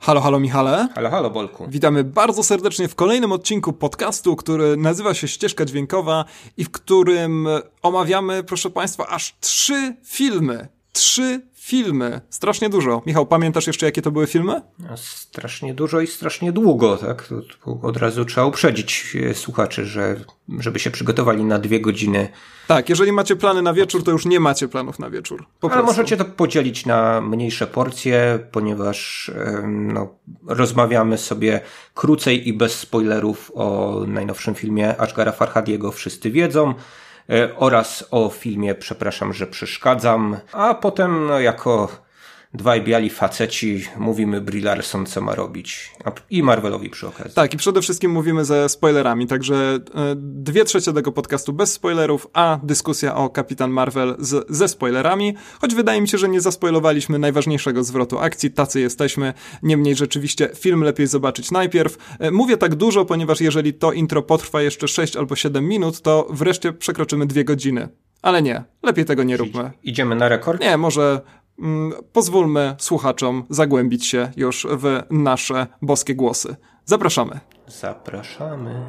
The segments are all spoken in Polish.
Halo, halo Michale. Halo, halo Bolku. Witamy bardzo serdecznie w kolejnym odcinku podcastu, który nazywa się Ścieżka Dźwiękowa i w którym omawiamy, proszę Państwa, aż 3 filmy. 3 filmy. Strasznie dużo. Michał, pamiętasz jeszcze, jakie to były filmy? No, strasznie dużo i strasznie długo, tak? To od razu trzeba uprzedzić słuchaczy, żeby się przygotowali na 2 godziny. Tak, jeżeli macie plany na wieczór, to już nie macie planów na wieczór. Ale możecie to podzielić na mniejsze porcje, ponieważ rozmawiamy sobie krócej i bez spoilerów o najnowszym filmie Asghara Farhadiego Wszyscy wiedzą. Oraz o filmie Przepraszam, że przeszkadzam, a potem jako dwaj biali faceci mówimy Brie Larson, co ma robić i Marvelowi przy okazji. Tak, i przede wszystkim mówimy ze spoilerami, także 2/3 tego podcastu bez spoilerów, a dyskusja o Kapitan Marvel ze spoilerami, choć wydaje mi się, że nie zaspoilowaliśmy najważniejszego zwrotu akcji, tacy jesteśmy, niemniej rzeczywiście film lepiej zobaczyć najpierw. Mówię tak dużo, ponieważ jeżeli to intro potrwa jeszcze 6 albo 7 minut, to wreszcie przekroczymy 2 godziny. Ale nie, lepiej tego nie róbmy. Idziemy na rekord? Nie, może pozwólmy słuchaczom zagłębić się już w nasze boskie głosy. Zapraszamy. Zapraszamy.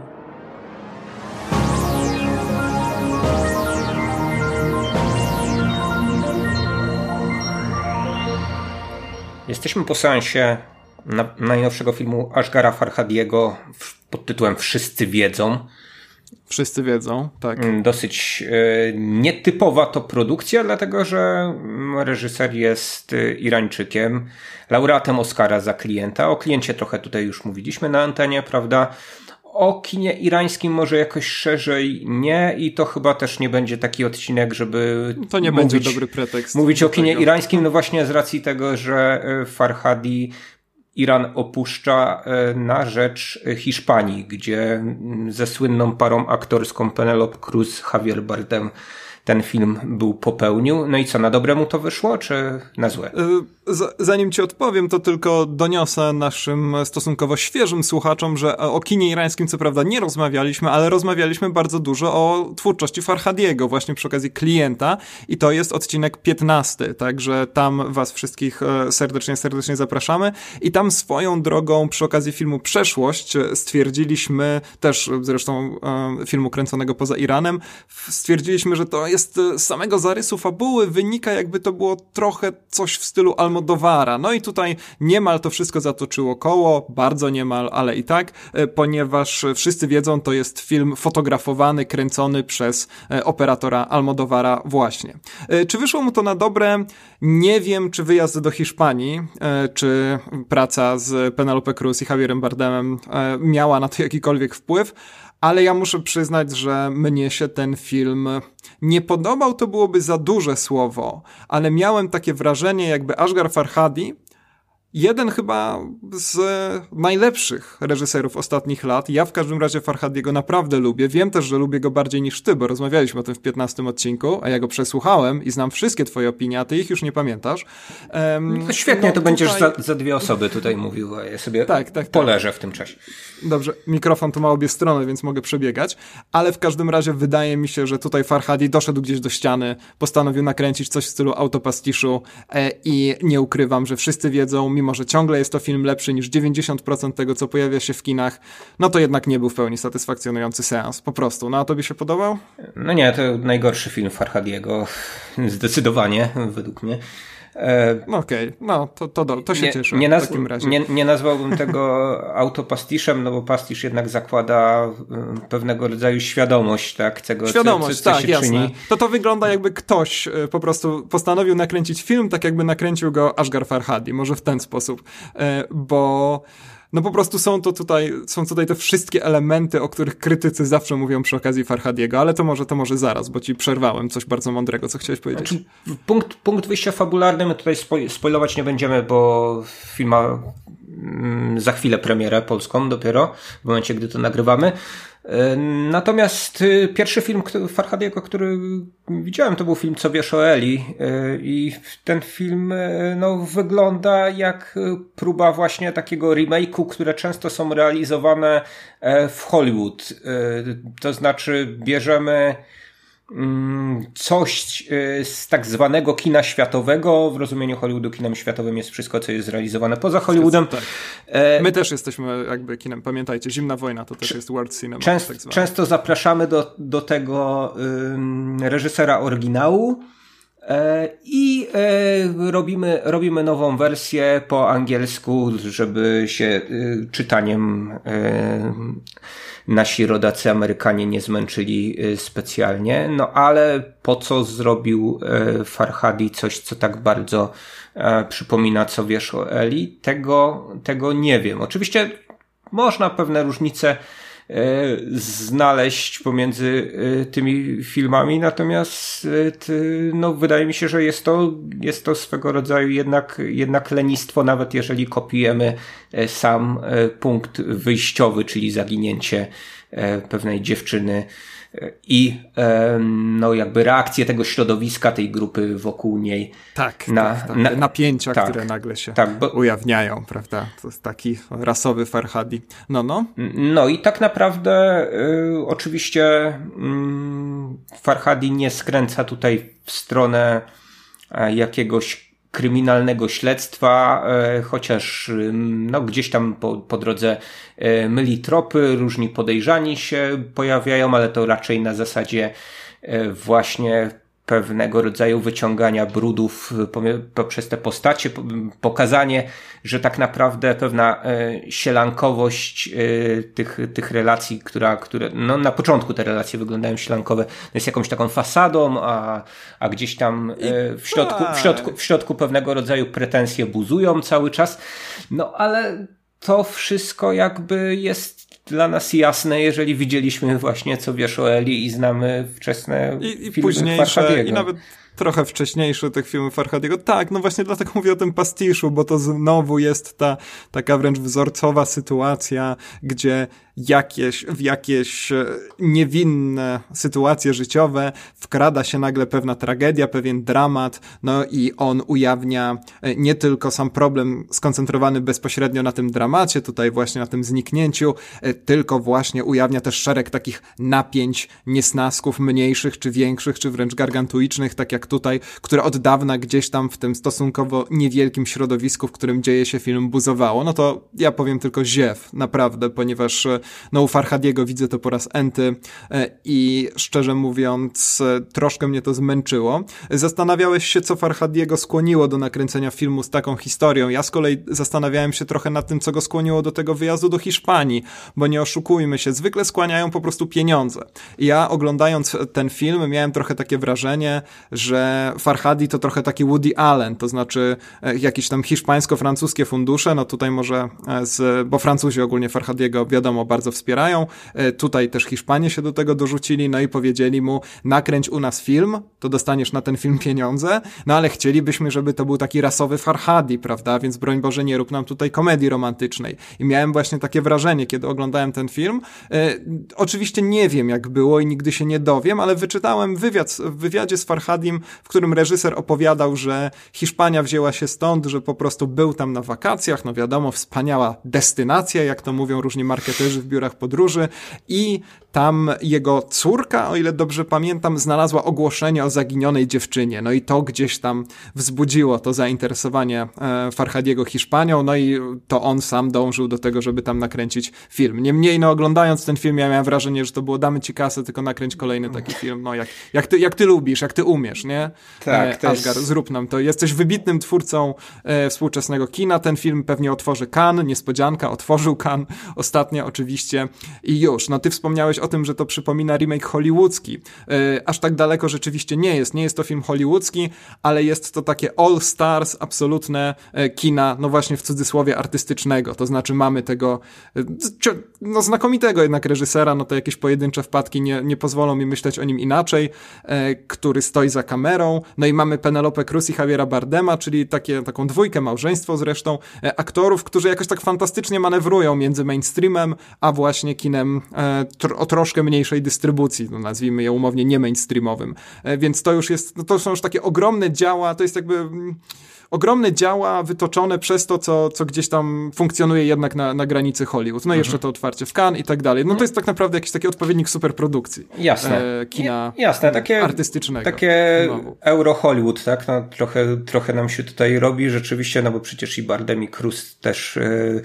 Jesteśmy po seansie najnowszego filmu Asghara Farhadiego pod tytułem Wszyscy wiedzą. Wszyscy wiedzą, tak. Dosyć nietypowa to produkcja, dlatego że reżyser jest Irańczykiem, laureatem Oscara za Klienta. O Kliencie trochę tutaj już mówiliśmy na antenie, prawda? O kinie irańskim może jakoś szerzej nie i to chyba też nie będzie taki odcinek, żeby to nie będzie dobry pretekst. Mówić o kinie irańskim, no właśnie z racji tego, że Farhadi Iran opuszcza na rzecz Hiszpanii, gdzie ze słynną parą aktorską Penelope Cruz, Javier Bardem ten film był popełnił. No i co, na dobre mu to wyszło, czy na złe? Zanim ci odpowiem, to tylko doniosę naszym stosunkowo świeżym słuchaczom, że o kinie irańskim co prawda nie rozmawialiśmy, ale rozmawialiśmy bardzo dużo o twórczości Farhadiego właśnie przy okazji Klienta i to jest odcinek 15, także tam was wszystkich serdecznie zapraszamy i tam swoją drogą przy okazji filmu Przeszłość stwierdziliśmy, też zresztą filmu kręconego poza Iranem, stwierdziliśmy, że to jest z samego zarysu fabuły, wynika jakby to było trochę coś w stylu Almodovara. No i tutaj niemal to wszystko zatoczyło koło, bardzo niemal, ale i tak, ponieważ wszyscy wiedzą, to jest film fotografowany, kręcony przez operatora Almodovara właśnie. Czy wyszło mu to na dobre? Nie wiem, czy wyjazd do Hiszpanii, czy praca z Penelope Cruz i Javierem Bardemem miała na to jakikolwiek wpływ, ale ja muszę przyznać, że mnie się ten film nie podobał, to byłoby za duże słowo, ale miałem takie wrażenie, jakby Asghar Farhadi, jeden chyba z najlepszych reżyserów ostatnich lat. Ja w każdym razie Farhadiego naprawdę lubię. Wiem też, że lubię go bardziej niż ty, bo rozmawialiśmy o tym w 15 odcinku, a ja go przesłuchałem i znam wszystkie twoje opinie, a ty ich już nie pamiętasz. No świetnie, to będziesz za 2 osoby tutaj mówił, a ja sobie poleżę w tym czasie. Dobrze, mikrofon tu ma obie strony, więc mogę przebiegać, ale w każdym razie wydaje mi się, że tutaj Farhadi doszedł gdzieś do ściany, postanowił nakręcić coś w stylu autopastiszu i nie ukrywam, że wszyscy wiedzą, mimo że ciągle jest to film lepszy niż 90% tego, co pojawia się w kinach, no to jednak nie był w pełni satysfakcjonujący seans, po prostu. No a tobie się podobał? No nie, to najgorszy film Farhadiego, zdecydowanie, według mnie. Okej, no to się cieszę w takim razie. Nie nazwałbym tego autopastiszem, no bo pastisz jednak zakłada pewnego rodzaju świadomość, tak? Tego, świadomość, co tak, się jasne. czyni. To wygląda jakby ktoś po prostu postanowił nakręcić film, tak jakby nakręcił go Asghar Farhadi, może w ten sposób, bo no po prostu są tutaj te wszystkie elementy, o których krytycy zawsze mówią przy okazji Farhadiego, ale to może zaraz, bo ci przerwałem coś bardzo mądrego, co chciałeś powiedzieć. Znaczy, punkt wyjścia fabularny, my tutaj spoilować nie będziemy, bo film ma za chwilę premierę polską dopiero, w momencie, gdy to nagrywamy. Natomiast pierwszy film Farhadiego, który widziałem, to był film Co wiesz o Eli i ten film wygląda jak próba właśnie takiego remake'u, które często są realizowane w Hollywood. To znaczy bierzemy coś z tak zwanego kina światowego. W rozumieniu Hollywoodu kinem światowym jest wszystko, co jest zrealizowane poza Hollywoodem. Tak. My też jesteśmy jakby kinem, pamiętajcie, Zimna Wojna to też jest World Cinema. Często zapraszamy do tego reżysera oryginału i robimy nową wersję po angielsku, żeby się czytaniem nasi rodacy Amerykanie nie zmęczyli specjalnie. No ale po co zrobił Farhadi coś, co tak bardzo przypomina Co wiesz o Eli? Tego nie wiem. Oczywiście można pewne różnice znaleźć pomiędzy tymi filmami, natomiast no, wydaje mi się, że jest to swego rodzaju jednak lenistwo, nawet jeżeli kopiujemy sam punkt wyjściowy, czyli zaginięcie pewnej dziewczyny i no jakby reakcję tego środowiska, tej grupy wokół niej. Tak, napięcia, które nagle się ujawniają, prawda? To jest taki rasowy Farhadi. No i tak naprawdę oczywiście Farhadi nie skręca tutaj w stronę jakiegoś kryminalnego śledztwa, chociaż no, gdzieś tam po drodze myli tropy, różni podejrzani się pojawiają, ale to raczej na zasadzie właśnie pewnego rodzaju wyciągania brudów poprzez te postacie, pokazanie, że tak naprawdę pewna sielankowość tych relacji, które no na początku te relacje wyglądają sielankowe, jest jakąś taką fasadą, a gdzieś tam w środku pewnego rodzaju pretensje buzują cały czas. No ale to wszystko jakby jest dla nas jasne, jeżeli widzieliśmy właśnie Co wiesz o Eli i znamy wczesne filmy Farhadiego. I nawet trochę wcześniejsze tych filmów Farhadiego. Tak, no właśnie dlatego mówię o tym pastiszu, bo to znowu jest ta taka wręcz wzorcowa sytuacja, gdzie w jakieś niewinne sytuacje życiowe wkrada się nagle pewna tragedia, pewien dramat, no i on ujawnia nie tylko sam problem skoncentrowany bezpośrednio na tym dramacie, tutaj właśnie na tym zniknięciu, tylko właśnie ujawnia też szereg takich napięć, niesnasków mniejszych czy większych, czy wręcz gargantuicznych, tak jak tutaj, które od dawna gdzieś tam w tym stosunkowo niewielkim środowisku, w którym dzieje się film, buzowało. No to ja powiem tylko ziew, naprawdę, ponieważ no u Farhadiego widzę to po raz enty i szczerze mówiąc troszkę mnie to zmęczyło. Zastanawiałeś się, co Farhadiego skłoniło do nakręcenia filmu z taką historią. Ja z kolei zastanawiałem się trochę nad tym, co go skłoniło do tego wyjazdu do Hiszpanii, bo nie oszukujmy się, zwykle skłaniają po prostu pieniądze. I ja oglądając ten film miałem trochę takie wrażenie, że Farhadi to trochę taki Woody Allen, to znaczy jakieś tam hiszpańsko-francuskie fundusze, no tutaj może bo Francuzi ogólnie Farhadiego wiadomo bardzo wspierają, tutaj też Hiszpanie się do tego dorzucili, no i powiedzieli mu, nakręć u nas film, to dostaniesz na ten film pieniądze, no ale chcielibyśmy, żeby to był taki rasowy Farhadi, prawda, więc broń Boże nie rób nam tutaj komedii romantycznej. I miałem właśnie takie wrażenie, kiedy oglądałem ten film. Oczywiście nie wiem jak było i nigdy się nie dowiem, ale wyczytałem w wywiadzie z Farhadim, w którym reżyser opowiadał, że Hiszpania wzięła się stąd, że po prostu był tam na wakacjach, no wiadomo, wspaniała destynacja, jak to mówią różni marketerzy w biurach podróży i tam jego córka, o ile dobrze pamiętam, znalazła ogłoszenie o zaginionej dziewczynie. No i to gdzieś tam wzbudziło to zainteresowanie Farhadiego Hiszpanią, no i to on sam dążył do tego, żeby tam nakręcić film. Niemniej, no oglądając ten film, ja miałem wrażenie, że to było damy ci kasę, tylko nakręć kolejny taki film, no jak ty lubisz, jak ty umiesz, nie? Tak, Asghar, zrób nam to. Jesteś wybitnym twórcą współczesnego kina, ten film pewnie otworzy Cannes, niespodzianka, otworzył Cannes ostatnio oczywiście i już. No ty wspomniałeś o tym, że to przypomina remake hollywoodzki. Aż tak daleko rzeczywiście nie jest. Nie jest to film hollywoodzki, ale jest to takie all stars, absolutne kina, no właśnie w cudzysłowie artystycznego. To znaczy mamy tego no znakomitego jednak reżysera, no to jakieś pojedyncze wpadki nie pozwolą mi myśleć o nim inaczej, który stoi za kamerą. No i mamy Penelope Cruz i Javiera Bardema, czyli taką dwójkę, małżeństwo zresztą, aktorów, którzy jakoś tak fantastycznie manewrują między mainstreamem, a właśnie kinem o troszkę mniejszej dystrybucji, no nazwijmy je umownie nie mainstreamowym. Więc to już jest, no to są już takie ogromne dzieła, to jest jakby ogromne dzieła wytoczone przez to, co gdzieś tam funkcjonuje jednak na granicy Hollywood. No i jeszcze to otwarcie w Cannes i tak dalej. No to jest tak naprawdę jakiś taki odpowiednik superprodukcji. Jasne. Kina takie artystycznego. Takie Euro-Hollywood, tak? No, trochę nam się tutaj robi rzeczywiście, no bo przecież i Bardem i Cruise też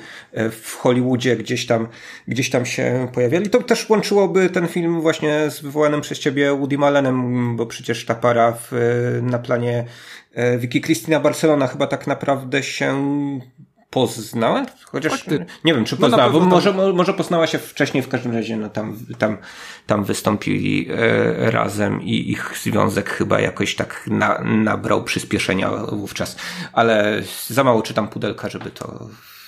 w Hollywoodzie gdzieś tam się pojawiali. To też łączyłoby ten film właśnie z wywołanym przez ciebie Woodym Allenem, bo przecież ta para na planie Vicky Cristina Barcelona chyba tak naprawdę się poznała? Chociaż nie wiem, czy poznała, bo może poznała się wcześniej, w każdym razie no tam wystąpili razem i ich związek chyba jakoś tak nabrał przyspieszenia wówczas. Ale za mało czytam Pudelka, żeby to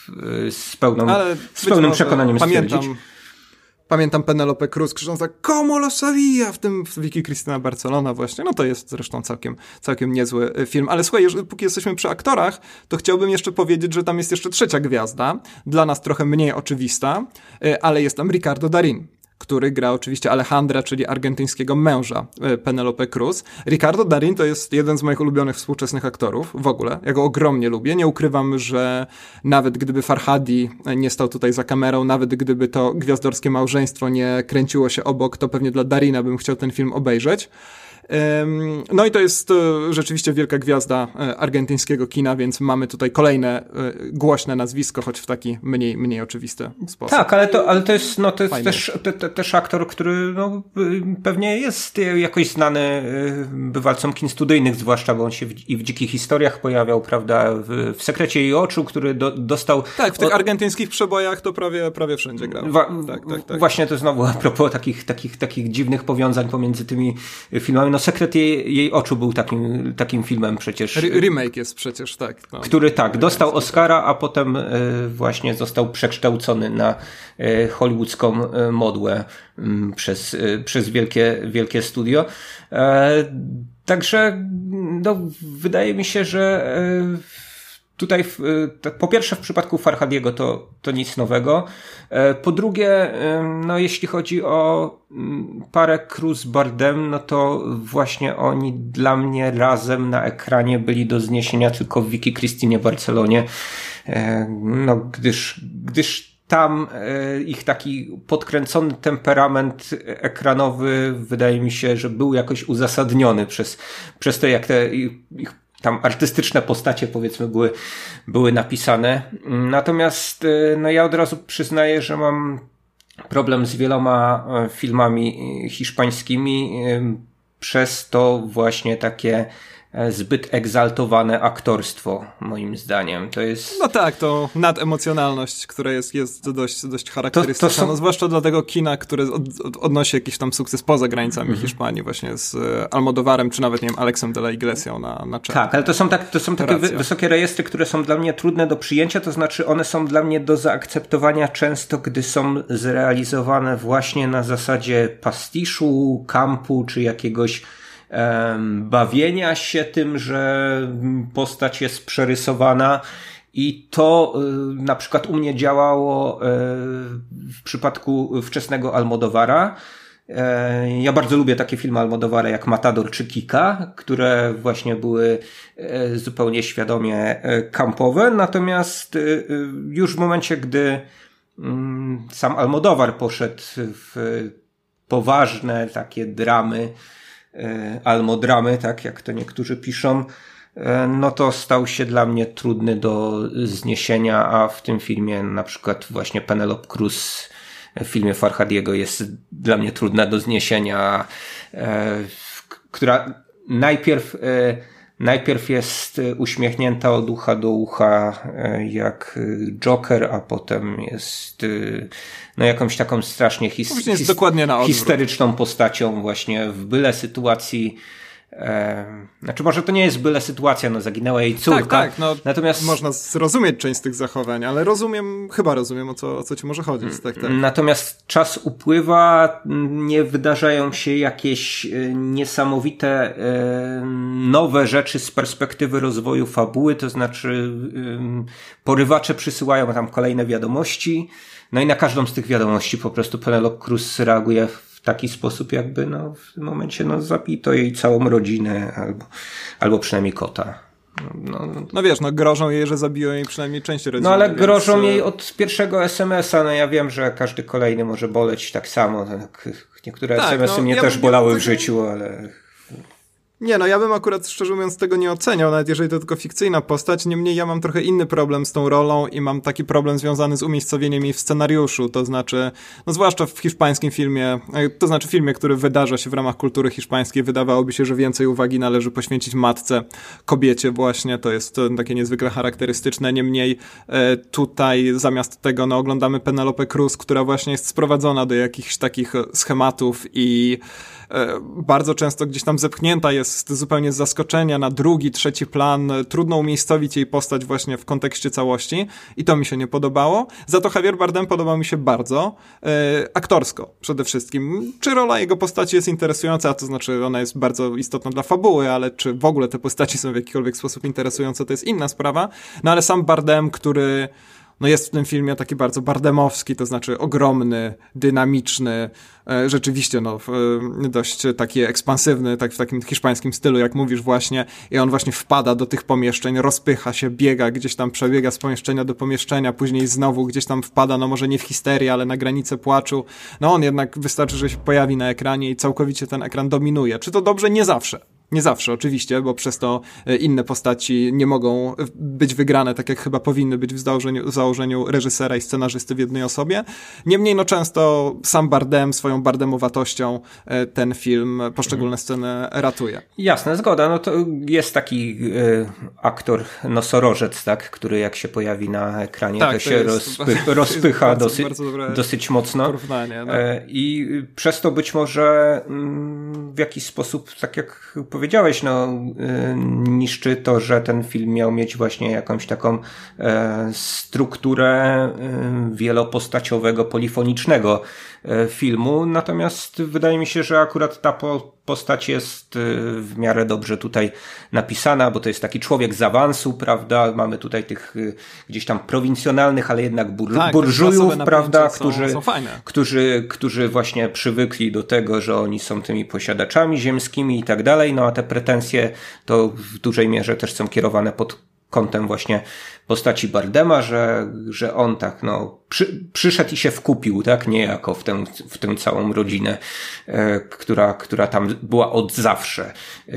z pełnym przekonaniem stwierdzić. Pamiętam Penelope Cruz krzycząca "Como lo sabía" w Vicky Cristina Barcelona właśnie. No to jest zresztą całkiem niezły film. Ale słuchaj, póki jesteśmy przy aktorach, to chciałbym jeszcze powiedzieć, że tam jest jeszcze trzecia gwiazda. Dla nas trochę mniej oczywista, ale jest tam Ricardo Darín, który gra oczywiście Alejandra, czyli argentyńskiego męża Penelope Cruz. Ricardo Darín to jest jeden z moich ulubionych współczesnych aktorów w ogóle. Ja go ogromnie lubię. Nie ukrywam, że nawet gdyby Farhadi nie stał tutaj za kamerą, nawet gdyby to gwiazdorskie małżeństwo nie kręciło się obok, to pewnie dla Darina bym chciał ten film obejrzeć. No i to jest rzeczywiście wielka gwiazda argentyńskiego kina, więc mamy tutaj kolejne głośne nazwisko, choć w taki mniej oczywisty sposób. Tak, ale to jest też aktor, który pewnie jest jakoś znany bywalcom kin studyjnych, zwłaszcza, bo on się i w Dzikich Historiach pojawiał, prawda, w Sekrecie jej oczu, który dostał... Tak, w tych argentyńskich przebojach to prawie wszędzie grał. Tak. Właśnie to znowu a propos takich dziwnych powiązań pomiędzy tymi filmami. No Sekret jej oczu był takim filmem przecież. Remake jest przecież, tak. No. Który dostał Oscara, a potem właśnie został przekształcony na hollywoodzką modłę przez wielkie studio. Także wydaje mi się, że tutaj po pierwsze w przypadku Farhadiego to nic nowego. Po drugie, jeśli chodzi o parę Cruz Bardem, no to właśnie oni dla mnie razem na ekranie byli do zniesienia tylko w Vicky Cristinie Barcelonie. Gdyż tam ich taki podkręcony temperament ekranowy wydaje mi się, że był jakoś uzasadniony przez to, jak te ich tam artystyczne postacie, powiedzmy, były napisane. Natomiast ja od razu przyznaję, że mam problem z wieloma filmami hiszpańskimi przez to właśnie takie zbyt egzaltowane aktorstwo, moim zdaniem. To jest... No tak, to nademocjonalność, która jest dość charakterystyczna. No, zwłaszcza dla tego kina, które odnosi jakiś tam sukces poza granicami Hiszpanii, właśnie z Almodovarem, czy nawet, nie wiem, Alexem de la Iglesią na czele. Tak, ale to są takie wysokie rejestry, które są dla mnie trudne do przyjęcia, to znaczy one są dla mnie do zaakceptowania często, gdy są zrealizowane właśnie na zasadzie pastiszu, kampu, czy jakiegoś bawienia się tym, że postać jest przerysowana i to na przykład u mnie działało w przypadku wczesnego Almodovara. Ja bardzo lubię takie filmy Almodovara jak Matador czy Kika, które właśnie były zupełnie świadomie kampowe, natomiast już w momencie, gdy sam Almodovar poszedł w poważne takie dramy, almodramy, tak jak to niektórzy piszą, no to stał się dla mnie trudny do zniesienia, a w tym filmie na przykład właśnie Penelope Cruz w filmie Farhadiego jest dla mnie trudna do zniesienia, która najpierw jest uśmiechnięta od ucha do ucha jak Joker, a potem jest jakąś taką strasznie histeryczną postacią właśnie w byle sytuacji. Znaczy może to nie jest byle sytuacja, zaginęła jej córka. Tak, natomiast można zrozumieć część z tych zachowań, ale chyba rozumiem o co ci może chodzić. Tak. Natomiast czas upływa, nie wydarzają się jakieś niesamowite nowe rzeczy z perspektywy rozwoju fabuły, to znaczy porywacze przysyłają tam kolejne wiadomości, i na każdą z tych wiadomości po prostu Penelope Cruz reaguje w taki sposób, jakby w tym momencie zabito jej całą rodzinę albo przynajmniej kota. No wiesz, grożą jej, że zabiją jej przynajmniej część rodziny. No ale grożą jej od pierwszego SMS-a, ja wiem, że każdy kolejny może boleć tak samo. Niektóre SMS-y mnie też bolały w życiu, ale... Nie, ja bym akurat szczerze mówiąc tego nie oceniał, nawet jeżeli to tylko fikcyjna postać. Niemniej ja mam trochę inny problem z tą rolą i mam taki problem związany z umiejscowieniem jej w scenariuszu, to znaczy, zwłaszcza w hiszpańskim filmie, to znaczy filmie, który wydarza się w ramach kultury hiszpańskiej, wydawałoby się, że więcej uwagi należy poświęcić matce, kobiecie właśnie, to jest takie niezwykle charakterystyczne. Niemniej tutaj zamiast tego oglądamy Penelope Cruz, która właśnie jest sprowadzona do jakichś takich schematów i bardzo często gdzieś tam zepchnięta jest zupełnie z zaskoczenia na drugi, trzeci plan. Trudno umiejscowić jej postać właśnie w kontekście całości i to mi się nie podobało. Za to Javier Bardem podobał mi się bardzo aktorsko przede wszystkim. Czy rola jego postaci jest interesująca, to znaczy ona jest bardzo istotna dla fabuły, ale czy w ogóle te postaci są w jakikolwiek sposób interesujące, to jest inna sprawa. Ale sam Bardem, który jest w tym filmie taki bardzo bardemowski, to znaczy ogromny, dynamiczny, rzeczywiście dość taki ekspansywny, tak w takim hiszpańskim stylu, jak mówisz właśnie, i on właśnie wpada do tych pomieszczeń, rozpycha się, biega, gdzieś tam przebiega z pomieszczenia do pomieszczenia, później znowu gdzieś tam wpada, może nie w histerię, ale na granicę płaczu. On jednak wystarczy, że się pojawi na ekranie i całkowicie ten ekran dominuje. Czy to dobrze? Nie zawsze. Nie zawsze oczywiście, bo przez to inne postaci nie mogą być wygrane tak jak chyba powinny być w założeniu reżysera i scenarzysty w jednej osobie. Niemniej często sam Bardem swoją bardemowatością ten film, poszczególne sceny ratuje. Jasne, zgoda. To jest taki aktor nosorożec, tak, który jak się pojawi na ekranie, to się rozpycha dosyć mocno. Porównanie, I przez to być może w jakiś sposób, tak jak powiedziałeś, niszczy to, że ten film miał mieć właśnie jakąś taką strukturę wielopostaciowego, polifonicznego filmu. Natomiast wydaje mi się, że akurat ta postać jest w miarę dobrze tutaj napisana, bo to jest taki człowiek z awansu, prawda? Mamy tutaj tych gdzieś tam prowincjonalnych, ale jednak burżujów, prawda? Którzy właśnie przywykli do tego, że oni są tymi posiadaczami ziemskimi i tak dalej, a te pretensje to w dużej mierze też są kierowane pod kątem właśnie postaci Bardema, że on tak przyszedł i się wkupił, tak, niejako w tę całą rodzinę, która tam była od zawsze.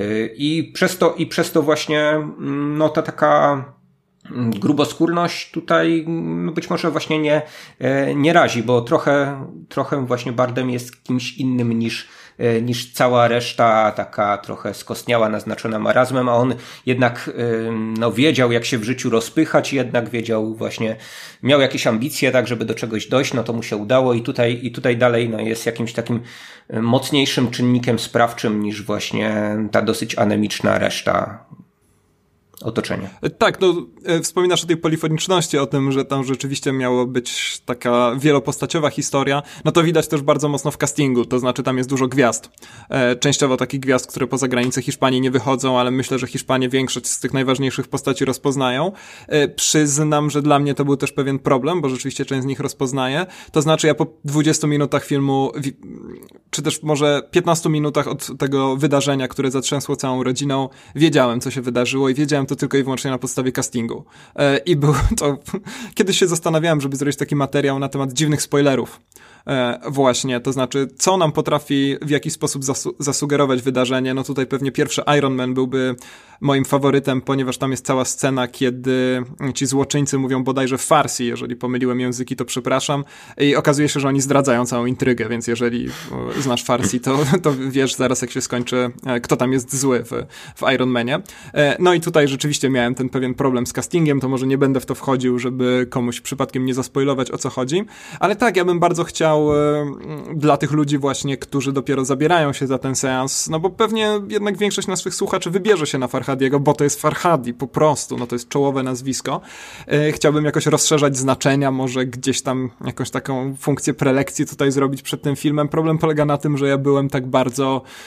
I przez to właśnie ta taka gruboskórność tutaj być może właśnie nie razi, bo trochę właśnie Bardem jest kimś innym niż cała reszta, taka trochę skostniała, naznaczona marazmem, a on jednak wiedział, jak się w życiu rozpychać, jednak wiedział właśnie, miał jakieś ambicje, tak, żeby do czegoś dojść, to mu się udało i tutaj dalej jest jakimś takim mocniejszym czynnikiem sprawczym niż właśnie ta dosyć anemiczna reszta otoczenia. Tak, wspominasz o tej polifoniczności, o tym, że tam rzeczywiście miało być taka wielopostaciowa historia, to widać też bardzo mocno w castingu, to znaczy tam jest dużo gwiazd. Częściowo takich gwiazd, które poza granicę Hiszpanii nie wychodzą, ale myślę, że Hiszpanie większość z tych najważniejszych postaci rozpoznają. Przyznam, że dla mnie to był też pewien problem, bo rzeczywiście część z nich rozpoznaję. To znaczy ja po 20 minutach filmu, czy też może 15 minutach od tego wydarzenia, które zatrzęsło całą rodziną, wiedziałem, co się wydarzyło i wiedziałem to tylko i wyłącznie na podstawie castingu. I był to... Kiedyś się zastanawiałem, żeby zrobić taki materiał na temat dziwnych spoilerów. Właśnie, to znaczy, co nam potrafi w jakiś sposób zasugerować wydarzenie. Tutaj pewnie pierwszy Iron Man byłby moim faworytem, ponieważ tam jest cała scena, kiedy ci złoczyńcy mówią bodajże w Farsi, jeżeli pomyliłem języki, to przepraszam, i okazuje się, że oni zdradzają całą intrygę, więc jeżeli znasz Farsi, to wiesz zaraz, jak się skończy, kto tam jest zły w Iron Manie. I tutaj rzeczywiście miałem ten pewien problem z castingiem, to może nie będę w to wchodził, żeby komuś przypadkiem nie zaspoilować, o co chodzi, ale tak, ja bym bardzo chciał dla tych ludzi właśnie, którzy dopiero zabierają się za ten seans, bo pewnie jednak większość naszych słuchaczy wybierze się na Farhadiego, bo to jest Farhadi, po prostu, to jest czołowe nazwisko. Chciałbym jakoś rozszerzać znaczenia, może gdzieś tam jakąś taką funkcję prelekcji tutaj zrobić przed tym filmem. Problem polega na tym, że ja byłem tak bardzo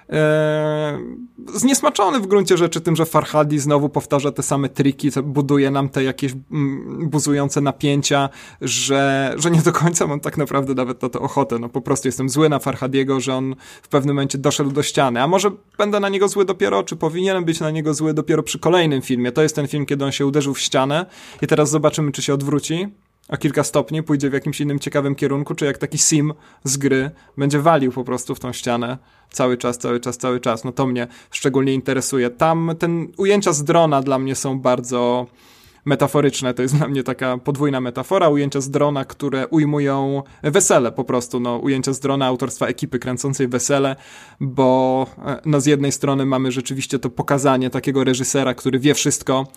zniesmaczony w gruncie rzeczy tym, że Farhadi znowu powtarza te same triki, buduje nam te jakieś buzujące napięcia, że nie do końca mam tak naprawdę nawet na to ochotę. No po prostu jestem zły na Farhadiego, że on w pewnym momencie doszedł do ściany. A może będę na niego zły dopiero, czy powinienem być na niego zły dopiero przy kolejnym filmie. To jest ten film, kiedy on się uderzył w ścianę i teraz zobaczymy, czy się odwróci o kilka stopni, pójdzie w jakimś innym ciekawym kierunku, czy jak taki sim z gry będzie walił po prostu w tą ścianę cały czas. No to mnie szczególnie interesuje. Tam ujęcia z drona dla mnie są bardzo metaforyczne, to jest dla mnie taka podwójna metafora, ujęcia z drona, które ujmują wesele po prostu, no ujęcia z drona autorstwa ekipy kręcącej wesele, bo no z jednej strony mamy rzeczywiście to pokazanie takiego reżysera, który wie wszystko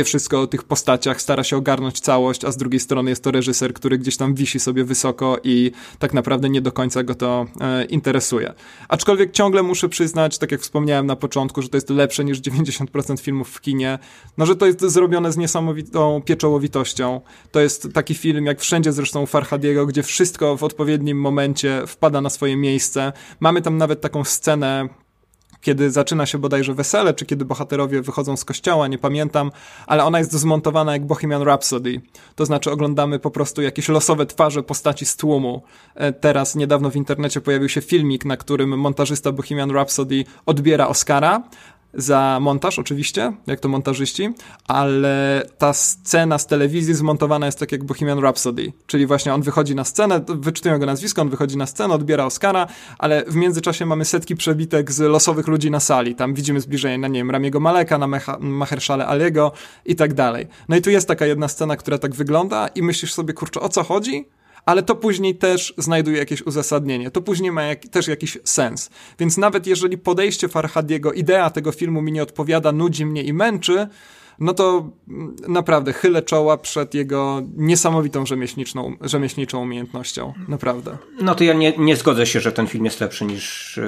o tych postaciach, stara się ogarnąć całość, a z drugiej strony jest to reżyser, który gdzieś tam wisi sobie wysoko i tak naprawdę nie do końca go to interesuje. Aczkolwiek ciągle muszę przyznać, tak jak wspomniałem na początku, że to jest lepsze niż 90% filmów w kinie, no że to jest zrobione z niesamowitą pieczołowitością. To jest taki film, jak wszędzie zresztą u Farhadiego, gdzie wszystko w odpowiednim momencie wpada na swoje miejsce. Mamy tam nawet taką scenę, kiedy zaczyna się bodajże wesele, czy kiedy bohaterowie wychodzą z kościoła, nie pamiętam, ale ona jest zmontowana jak Bohemian Rhapsody. To znaczy oglądamy po prostu jakieś losowe twarze postaci z tłumu. Teraz niedawno w internecie pojawił się filmik, na którym montażysta Bohemian Rhapsody odbiera Oscara, za montaż oczywiście, jak to montażyści, ale ta scena z telewizji zmontowana jest tak jak Bohemian Rhapsody, czyli właśnie on wychodzi na scenę, wyczytują go nazwisko, on wychodzi na scenę, odbiera Oscara, ale w międzyczasie mamy setki przebitek z losowych ludzi na sali, tam widzimy zbliżenie na, nie wiem, Ramiego Maleka, na Mahershala Aliego i tak dalej. No i tu jest taka jedna scena, która tak wygląda i myślisz sobie, kurczę, o co chodzi? Ale to później też znajduje jakieś uzasadnienie. To później ma też jakiś sens. Więc nawet jeżeli podejście Farhadiego, idea tego filmu mi nie odpowiada, nudzi mnie i męczy, no to naprawdę chylę czoła przed jego niesamowitą rzemieślniczą umiejętnością. Naprawdę. No to ja nie zgodzę się, że ten film jest lepszy niż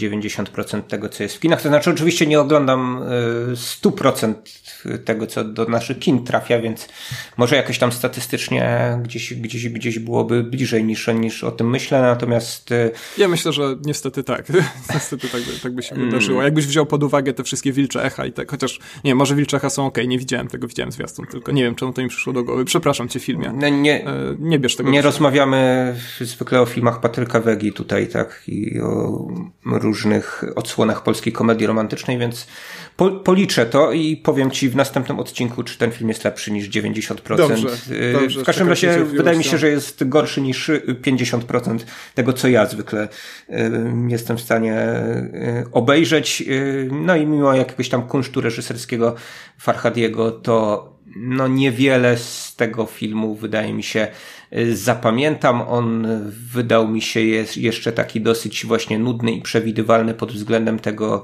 90% tego, co jest w kinach. To znaczy oczywiście nie oglądam 100% tego, co do naszych kin trafia, więc może jakoś tam statystycznie gdzieś byłoby bliżej niż o tym myślę, natomiast... Ja myślę, że niestety tak. Niestety tak by się wydarzyło. Jakbyś wziął pod uwagę te wszystkie wilcze echa i tak, chociaż nie, może wilcze echa są okej, nie widziałem tego, widziałem zwiastun, tylko nie wiem, czemu to mi przyszło do głowy. Przepraszam cię, filmie. Nie bierz tego. Nie rozmawiamy zwykle o filmach Patryka Wegi tutaj, tak, i o różnych odsłonach polskiej komedii romantycznej, więc policzę to i powiem ci w następnym odcinku, czy ten film jest lepszy niż 90%. Dobrze, w każdym razie wydaje mi się, że jest gorszy niż 50% tego, co ja zwykle jestem w stanie obejrzeć. No i mimo jakiegoś tam kunsztu reżyserskiego Farhadiego, to no niewiele z tego filmu wydaje mi się zapamiętam. On wydał mi się jeszcze taki dosyć właśnie nudny i przewidywalny pod względem tego,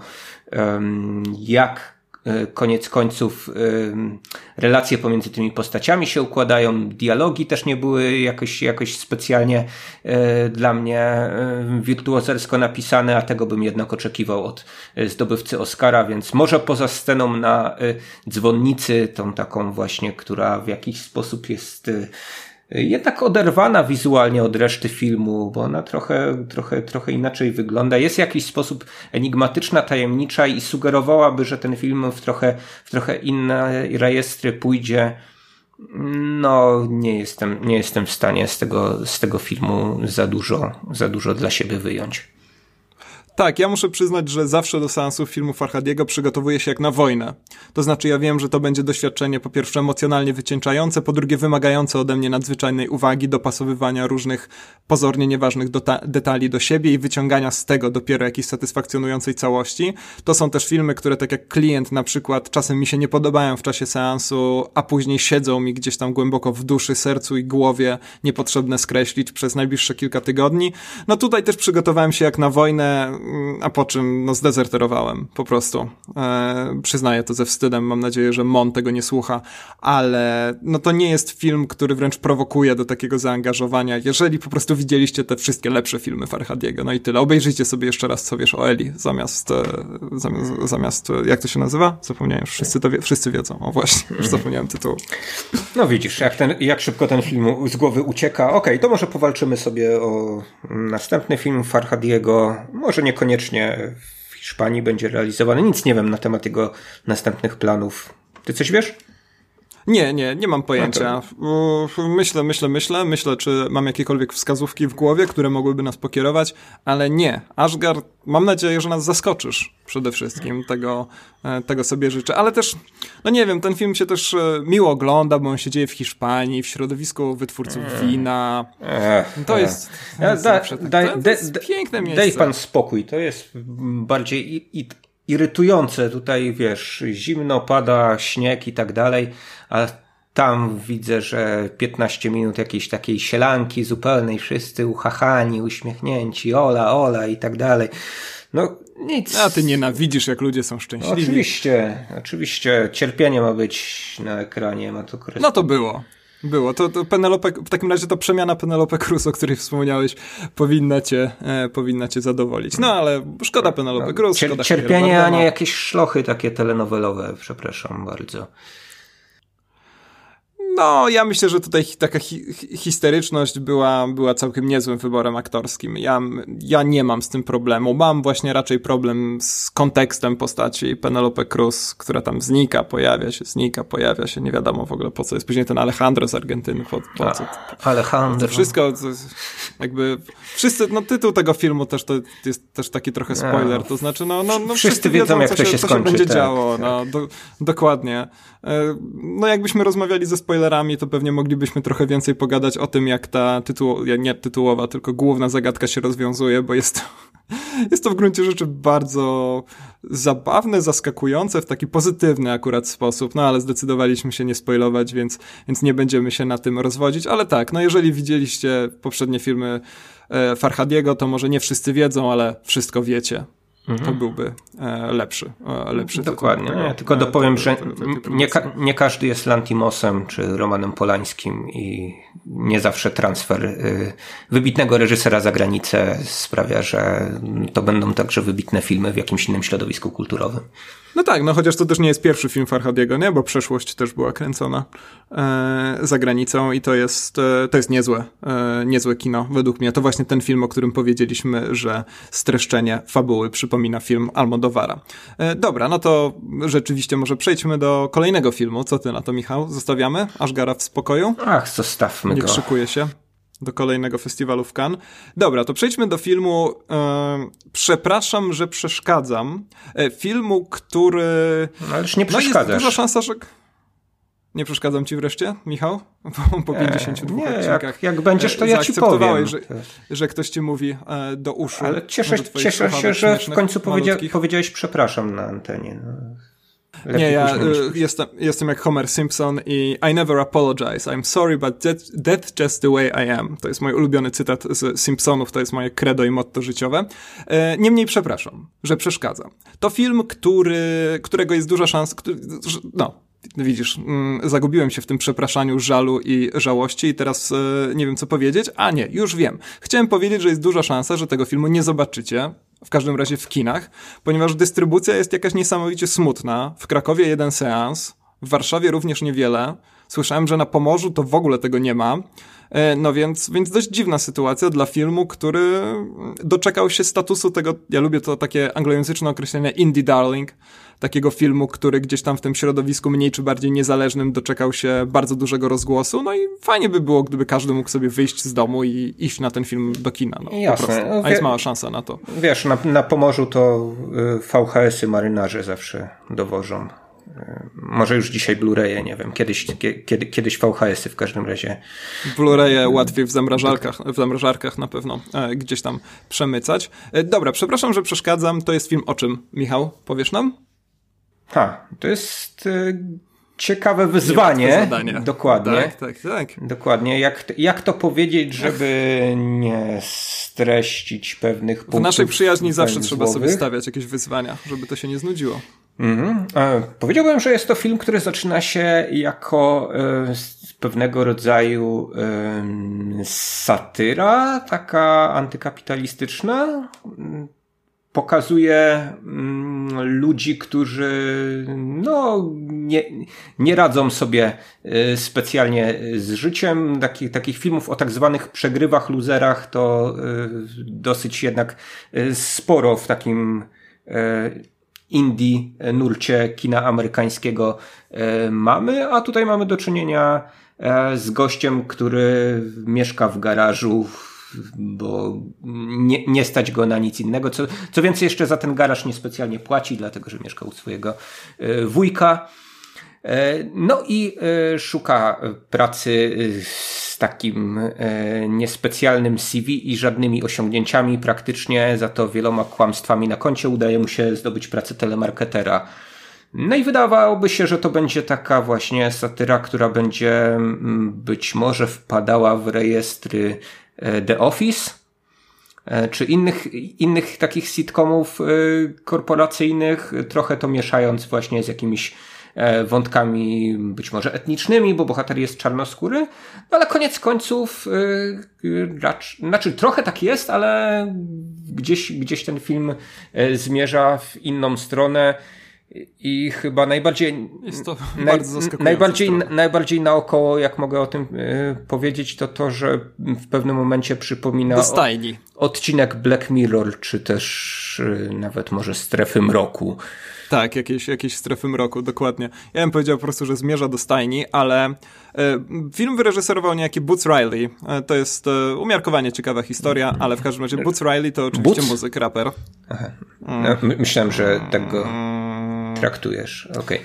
jak koniec końców relacje pomiędzy tymi postaciami się układają, dialogi też nie były jakoś specjalnie dla mnie wirtuozersko napisane, a tego bym jednak oczekiwał od zdobywcy Oscara, więc może poza sceną na dzwonnicy, tą taką właśnie, która w jakiś sposób jest jednak oderwana wizualnie od reszty filmu, bo ona trochę inaczej wygląda. Jest w jakiś sposób enigmatyczna, tajemnicza i sugerowałaby, że ten film w trochę inne rejestry pójdzie. No, nie jestem w stanie z tego filmu za dużo dla siebie wyjąć. Tak, ja muszę przyznać, że zawsze do seansów filmu Farhadiego przygotowuję się jak na wojnę. To znaczy ja wiem, że to będzie doświadczenie po pierwsze emocjonalnie wycieńczające, po drugie wymagające ode mnie nadzwyczajnej uwagi, dopasowywania różnych pozornie nieważnych detali do siebie i wyciągania z tego dopiero jakiejś satysfakcjonującej całości. To są też filmy, które tak jak Klient na przykład czasem mi się nie podobają w czasie seansu, a później siedzą mi gdzieś tam głęboko w duszy, sercu i głowie, niepotrzebne skreślić przez najbliższe kilka tygodni. No tutaj też przygotowałem się jak na wojnę, a po czym zdezerterowałem po prostu. Przyznaję to ze wstydem, mam nadzieję, że Mon tego nie słucha, ale to nie jest film, który wręcz prowokuje do takiego zaangażowania. Jeżeli po prostu widzieliście te wszystkie lepsze filmy Farhadiego, no i tyle. Obejrzyjcie sobie jeszcze raz, co wiesz o Eli, zamiast jak to się nazywa? Zapomniałem, wszyscy wiedzą. O właśnie, już zapomniałem tytułu. No widzisz, jak szybko ten film z głowy ucieka. Okej, to może powalczymy sobie o następny film Farhadiego. Może niekoniecznie Hiszpanii będzie realizowany. Nic nie wiem na temat jego następnych planów. Ty coś wiesz? Nie mam pojęcia. Myślę, czy mam jakiekolwiek wskazówki w głowie, które mogłyby nas pokierować, ale nie. Ashgard, mam nadzieję, że nas zaskoczysz przede wszystkim. Tego sobie życzę. Ale też, no nie wiem, ten film się też miło ogląda, bo on się dzieje w Hiszpanii, w środowisku wytwórców wina. To jest piękne miejsce. Daj pan spokój. To jest bardziej irytujące. Tutaj, wiesz, zimno, pada śnieg i tak dalej, a tam widzę, że 15 minut jakiejś takiej sielanki zupełnej, wszyscy uchachani, uśmiechnięci, ola i tak dalej. No nic. A ty nienawidzisz, jak ludzie są szczęśliwi. Oczywiście. Cierpienie ma być na ekranie. Ma to No to było. To Penelope, w takim razie to przemiana Penelope Cruz, o której wspomniałeś, powinna cię zadowolić. No ale szkoda Penelope Cruz, szkoda cierpienie, a nie jakieś szlochy takie telenowelowe, przepraszam bardzo. No, ja myślę, że tutaj taka histeryczność była całkiem niezłym wyborem aktorskim. Ja nie mam z tym problemu. Mam właśnie raczej problem z kontekstem postaci Penelope Cruz, która tam znika, pojawia się, nie wiadomo w ogóle po co jest. Później ten Alejandro z Argentyny. Alejandro. To wszystko, jakby wszyscy, no tytuł tego filmu też to jest też taki trochę spoiler, to znaczy no wszyscy wiedzą jak to się skończy. Będzie działo, no dokładnie. No jakbyśmy rozmawiali ze spoilerami, to pewnie moglibyśmy trochę więcej pogadać o tym, jak ta nie tytułowa, tylko główna zagadka się rozwiązuje, bo jest to w gruncie rzeczy bardzo zabawne, zaskakujące w taki pozytywny akurat sposób, no ale zdecydowaliśmy się nie spoilować, więc nie będziemy się na tym rozwodzić, ale tak, no jeżeli widzieliście poprzednie filmy Farhadiego, to może nie wszyscy wiedzą, ale wszystko wiecie. To byłby lepszy Dokładnie. Ja tylko dopowiem, że nie każdy jest Lantimosem czy Romanem Polańskim i nie zawsze transfer wybitnego reżysera za granicę sprawia, że to będą także wybitne filmy w jakimś innym środowisku kulturowym. No tak, no chociaż to też nie jest pierwszy film Farhadiego, nie? Bo Przeszłość też była kręcona za granicą i to jest niezłe kino według mnie. To właśnie ten film, o którym powiedzieliśmy, że streszczenie fabuły przypomina film Almodovara. Dobra, no to rzeczywiście może przejdźmy do kolejnego filmu. Co ty na to, Michał? Zostawiamy Ashgara w spokoju? Ach, zostawmy go. Niech szykuje się do kolejnego festiwalu w Cannes. Dobra, to przejdźmy do filmu Przepraszam, że przeszkadzam. Filmu, który... No ależ nie przeszkadzasz. Jest duża szansa, że... Nie przeszkadzam ci wreszcie, Michał? Po 52 odcinkach. Jak będziesz, to ja ci powiem. Że ktoś ci mówi do uszu. Ale cieszę się, że w końcu powiedziałeś przepraszam na antenie. No. Nie, ja jestem jak Homer Simpson i I never apologize. I'm sorry, but that's just the way I am. To jest mój ulubiony cytat z Simpsonów, to jest moje credo i motto życiowe. Niemniej przepraszam, że przeszkadzam. To film, którego jest duża szansa... Widzisz, zagubiłem się w tym przepraszaniu, żalu i żałości i teraz nie wiem co powiedzieć. A nie, już wiem. Chciałem powiedzieć, że jest duża szansa, że tego filmu nie zobaczycie, w każdym razie w kinach, ponieważ dystrybucja jest jakaś niesamowicie smutna. W Krakowie 1 seans, w Warszawie również niewiele. Słyszałem, że na Pomorzu to w ogóle tego nie ma. No więc dość dziwna sytuacja dla filmu, który doczekał się statusu tego, ja lubię to takie anglojęzyczne określenie indie darling, takiego filmu, który gdzieś tam w tym środowisku mniej czy bardziej niezależnym doczekał się bardzo dużego rozgłosu, no i fajnie by było, gdyby każdy mógł sobie wyjść z domu i iść na ten film do kina. No, jasne. A jest mała szansa na to. Wiesz, na Pomorzu to VHS-y marynarze zawsze dowożą. Może już dzisiaj Blu-raye, nie wiem. Kiedyś VHS-y w każdym razie. Blu-raye łatwiej w zamrażarkach na pewno gdzieś tam przemycać. Dobra, przepraszam, że przeszkadzam. To jest film o czym, Michał? Powiesz nam? To jest ciekawe wyzwanie. Dokładnie. Tak. Dokładnie. Jak to powiedzieć, żeby nie streścić pewnych punktów. W naszej przyjaźni zawsze trzeba sobie stawiać jakieś wyzwania, żeby to się nie znudziło. Powiedziałbym, że jest to film, który zaczyna się jako pewnego rodzaju satyra, taka antykapitalistyczna. Pokazuje ludzi, którzy nie radzą sobie specjalnie z życiem. Takich filmów o tak zwanych przegrywach, luzerach to dosyć jednak sporo w takim indie nurcie kina amerykańskiego mamy, a tutaj mamy do czynienia z gościem, który mieszka w garażu, bo nie stać go na nic innego. Co więcej, jeszcze za ten garaż niespecjalnie płaci, dlatego że mieszka u swojego wujka. No i szuka pracy z takim niespecjalnym CV i żadnymi osiągnięciami, praktycznie za to wieloma kłamstwami na koncie udaje mu się zdobyć pracę telemarketera. No i wydawałoby się, że to będzie taka właśnie satyra, która będzie być może wpadała w rejestry The Office czy innych takich sitcomów korporacyjnych, trochę to mieszając właśnie z jakimiś wątkami być może etnicznymi, bo bohater jest czarnoskóry, no ale koniec końców znaczy trochę tak jest, ale gdzieś ten film zmierza w inną stronę i chyba najbardziej jest to bardzo najbardziej naokoło, jak mogę o tym powiedzieć, to że w pewnym momencie przypomina odcinek Black Mirror, czy też nawet może Strefy Mroku. Tak, jakieś strefy mroku, dokładnie. Ja bym powiedział po prostu, że zmierza do stajni, ale film wyreżyserował niejaki Boots Riley. To jest umiarkowanie ciekawa historia, ale w każdym razie Boots Riley to oczywiście muzyk, raper. Aha. No, myślałem, że tak go traktujesz. Okej.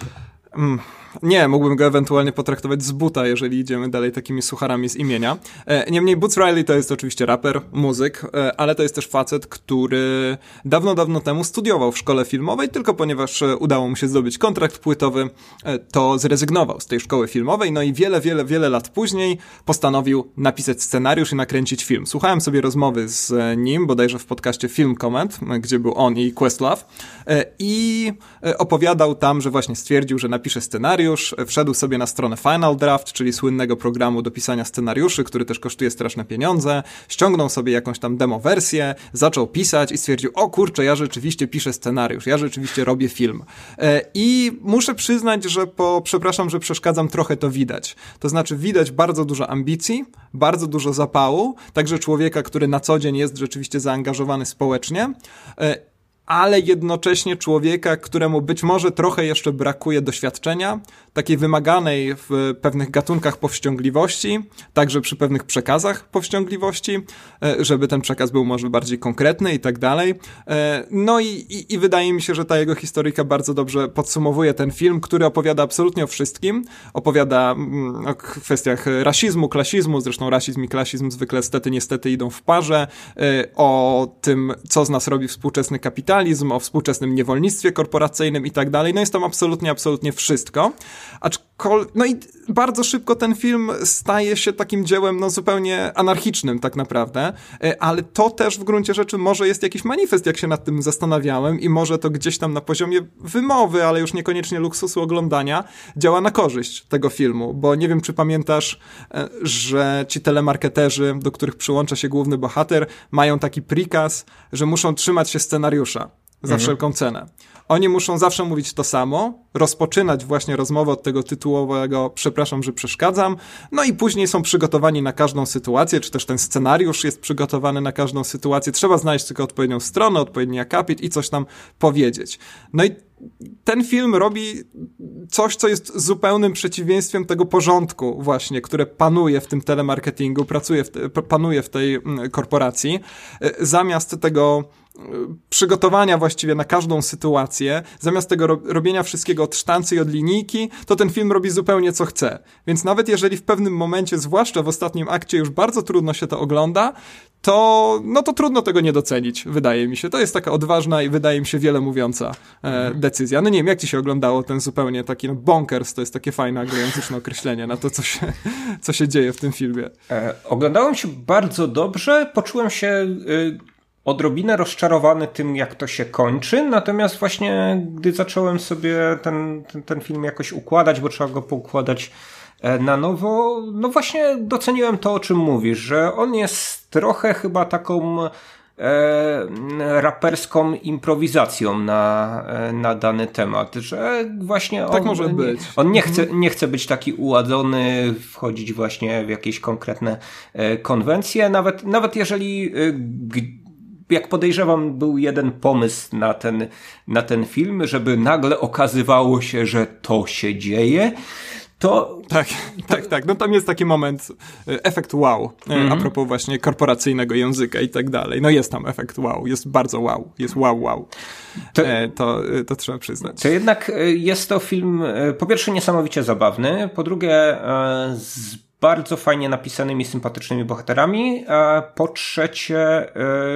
Nie, mógłbym go ewentualnie potraktować z buta, jeżeli idziemy dalej takimi sucharami z imienia. Niemniej Boots Riley to jest oczywiście raper, muzyk, ale to jest też facet, który dawno temu studiował w szkole filmowej, tylko ponieważ udało mu się zdobyć kontrakt płytowy, to zrezygnował z tej szkoły filmowej, no i wiele lat później postanowił napisać scenariusz i nakręcić film. Słuchałem sobie rozmowy z nim, bodajże w podcaście Film Comment, gdzie był on i Questlove, i opowiadał tam, że właśnie stwierdził, że napisze scenariusz, wszedł sobie na stronę Final Draft, czyli słynnego programu do pisania scenariuszy, który też kosztuje straszne pieniądze, ściągnął sobie jakąś tam demo wersję, zaczął pisać i stwierdził, o kurczę, ja rzeczywiście piszę scenariusz, ja rzeczywiście robię film. I muszę przyznać, że przepraszam, że przeszkadzam, trochę to widać. To znaczy widać bardzo dużo ambicji, bardzo dużo zapału, także człowieka, który na co dzień jest rzeczywiście zaangażowany społecznie, ale jednocześnie człowieka, któremu być może trochę jeszcze brakuje doświadczenia, takiej wymaganej w pewnych gatunkach powściągliwości, także przy pewnych przekazach powściągliwości, żeby ten przekaz był może bardziej konkretny i tak dalej. No i wydaje mi się, że ta jego historyjka bardzo dobrze podsumowuje ten film, który opowiada absolutnie o wszystkim. Opowiada o kwestiach rasizmu, klasizmu, zresztą rasizm i klasizm zwykle niestety idą w parze, o tym, co z nas robi współczesny kapitalizm, o współczesnym niewolnictwie korporacyjnym i tak dalej. No jest tam absolutnie wszystko. No i bardzo szybko ten film staje się takim dziełem no zupełnie anarchicznym tak naprawdę, ale to też w gruncie rzeczy może jest jakiś manifest, jak się nad tym zastanawiałem, i może to gdzieś tam na poziomie wymowy, ale już niekoniecznie luksusu oglądania, działa na korzyść tego filmu, bo nie wiem, czy pamiętasz, że ci telemarketerzy, do których przyłącza się główny bohater, mają taki prikaz, że muszą trzymać się scenariusza za wszelką cenę. Oni muszą zawsze mówić to samo, rozpoczynać właśnie rozmowę od tego tytułowego przepraszam, że przeszkadzam, no i później są przygotowani na każdą sytuację, czy też ten scenariusz jest przygotowany na każdą sytuację. Trzeba znaleźć tylko odpowiednią stronę, odpowiedni akapit i coś tam powiedzieć. No i ten film robi coś, co jest zupełnym przeciwieństwem tego porządku właśnie, które panuje w tym telemarketingu, panuje w tej korporacji. Zamiast tego przygotowania właściwie na każdą sytuację, zamiast tego robienia wszystkiego od sztancy i od linijki, to ten film robi zupełnie co chce. Więc nawet jeżeli w pewnym momencie, zwłaszcza w ostatnim akcie, już bardzo trudno się to ogląda, to trudno tego nie docenić, wydaje mi się. To jest taka odważna i wydaje mi się wiele mówiąca decyzja. No nie wiem, jak ci się oglądało ten zupełnie taki bonkers, to jest takie fajne anglojęzyczne określenie na to, co się dzieje w tym filmie. Oglądało mi się bardzo dobrze, poczułem się odrobinę rozczarowany tym, jak to się kończy, natomiast właśnie gdy zacząłem sobie ten film jakoś układać, bo trzeba go poukładać na nowo, no właśnie doceniłem to, o czym mówisz, że on jest trochę chyba taką raperską improwizacją na dany temat, że właśnie tak może być. On nie chce być taki uładzony, wchodzić właśnie w jakieś konkretne konwencje, nawet jeżeli jak podejrzewam, był jeden pomysł na ten film, żeby nagle okazywało się, że to się dzieje. Tak. No tam jest taki moment, efekt wow, a propos właśnie korporacyjnego języka i tak dalej. No jest tam efekt wow, jest bardzo wow, jest wow. To trzeba przyznać. To jednak jest to film, po pierwsze niesamowicie zabawny, po drugie z bardzo fajnie napisanymi, sympatycznymi bohaterami, a po trzecie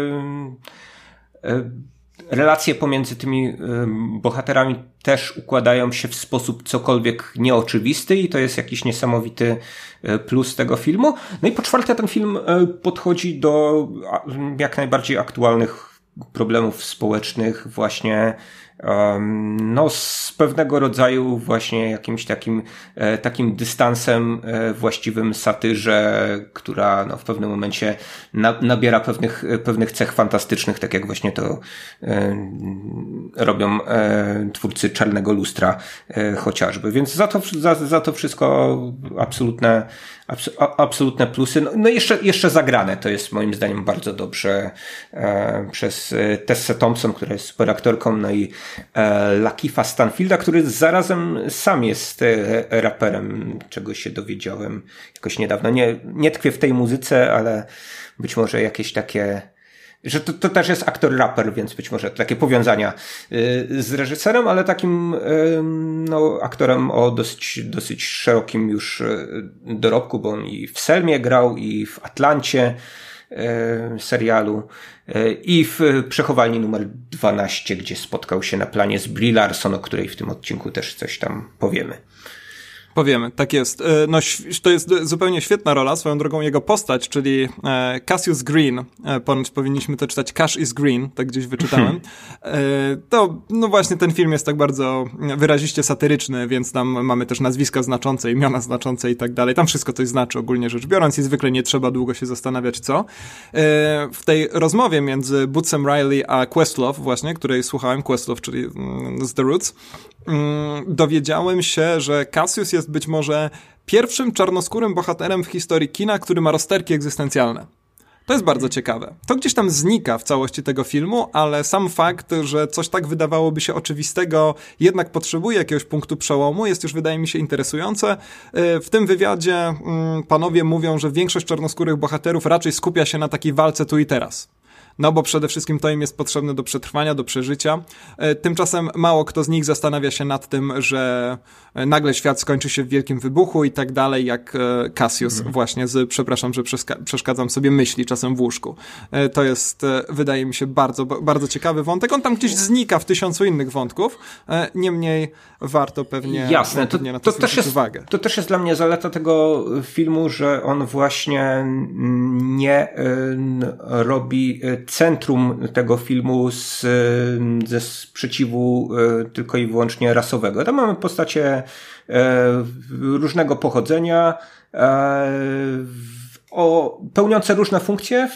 relacje pomiędzy tymi bohaterami też układają się w sposób cokolwiek nieoczywisty i to jest jakiś niesamowity plus tego filmu. No i po czwarte ten film podchodzi do jak najbardziej aktualnych problemów społecznych właśnie no z pewnego rodzaju właśnie jakimś takim dystansem właściwym satyrze, która no w pewnym momencie nabiera pewnych cech fantastycznych, tak jak właśnie to robią twórcy Czarnego Lustra chociażby. Więc za to wszystko absolutne plusy. No jeszcze zagrane to jest moim zdaniem bardzo dobrze przez Tessę Thompson, która jest super aktorką, no i Lakeitha Stanfielda, który zarazem sam jest raperem, czego się dowiedziałem jakoś niedawno. Nie tkwię w tej muzyce, ale być może jakieś takie, że to też jest aktor-raper, więc być może takie powiązania z reżyserem, ale takim no, aktorem o dosyć szerokim już dorobku, bo on i w Selmie grał, i w Atlancie serialu, i w Przechowalni numer 12, gdzie spotkał się na planie z Brie Larson, o której w tym odcinku też coś tam powiemy. Powiemy, tak jest. No, to jest zupełnie świetna rola, swoją drogą jego postać, czyli Cassius Green, ponoć powinniśmy to czytać Cash is Green, tak gdzieś wyczytałem. To, no właśnie ten film jest tak bardzo wyraziście satyryczny, więc tam mamy też nazwiska znaczące, imiona znaczące i tak dalej. Tam wszystko coś znaczy ogólnie rzecz biorąc i zwykle nie trzeba długo się zastanawiać co. W tej rozmowie między Bootsem Riley a Questlove właśnie, której słuchałem, Questlove, czyli z The Roots, dowiedziałem się, że Cassius jest być może pierwszym czarnoskórym bohaterem w historii kina, który ma rozterki egzystencjalne. To jest bardzo ciekawe. To gdzieś tam znika w całości tego filmu, ale sam fakt, że coś tak wydawałoby się oczywistego, jednak potrzebuje jakiegoś punktu przełomu, jest już, wydaje mi się, interesujące. W tym wywiadzie panowie mówią, że większość czarnoskórych bohaterów raczej skupia się na takiej walce tu i teraz. No bo przede wszystkim to im jest potrzebne do przetrwania, do przeżycia. Tymczasem mało kto z nich zastanawia się nad tym, że nagle świat skończy się w wielkim wybuchu i tak dalej, jak Cassius właśnie przepraszam, że przeszkadzam sobie myśli czasem w łóżku. To jest, wydaje mi się, bardzo, bardzo ciekawy wątek. On tam gdzieś znika w tysiącu innych wątków. Niemniej warto pewnie, jasne, pewnie na to zwrócić uwagę. To też jest dla mnie zaleta tego filmu, że on właśnie nie robi centrum tego filmu ze sprzeciwu tylko i wyłącznie rasowego. Tam mamy postacie różnego pochodzenia, pełniące różne funkcje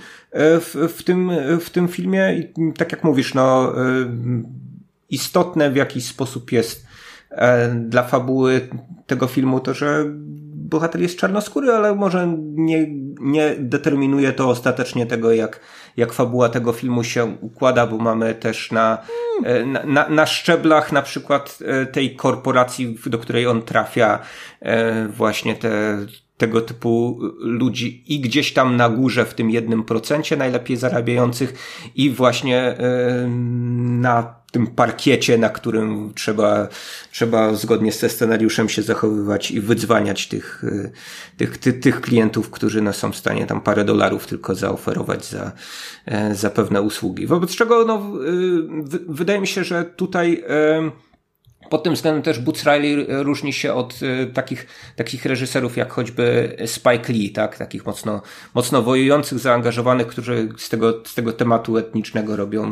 w tym filmie i tak jak mówisz, no istotne w jakiś sposób jest dla fabuły tego filmu to, że bohater jest czarnoskóry, ale może nie determinuje to ostatecznie tego, jak fabuła tego filmu się układa, bo mamy też na szczeblach na przykład tej korporacji, do której on trafia, właśnie tego typu ludzi i gdzieś tam na górze w tym 1% najlepiej zarabiających i właśnie na tym parkiecie, na którym trzeba zgodnie ze scenariuszem się zachowywać i wydzwaniać tych klientów, którzy no, są w stanie tam parę dolarów tylko zaoferować za pewne usługi. Wobec czego no, wydaje mi się, że tutaj pod tym względem też Boots Riley różni się od takich reżyserów jak choćby Spike Lee, tak? Takich mocno wojujących, zaangażowanych, którzy z tego tematu etnicznego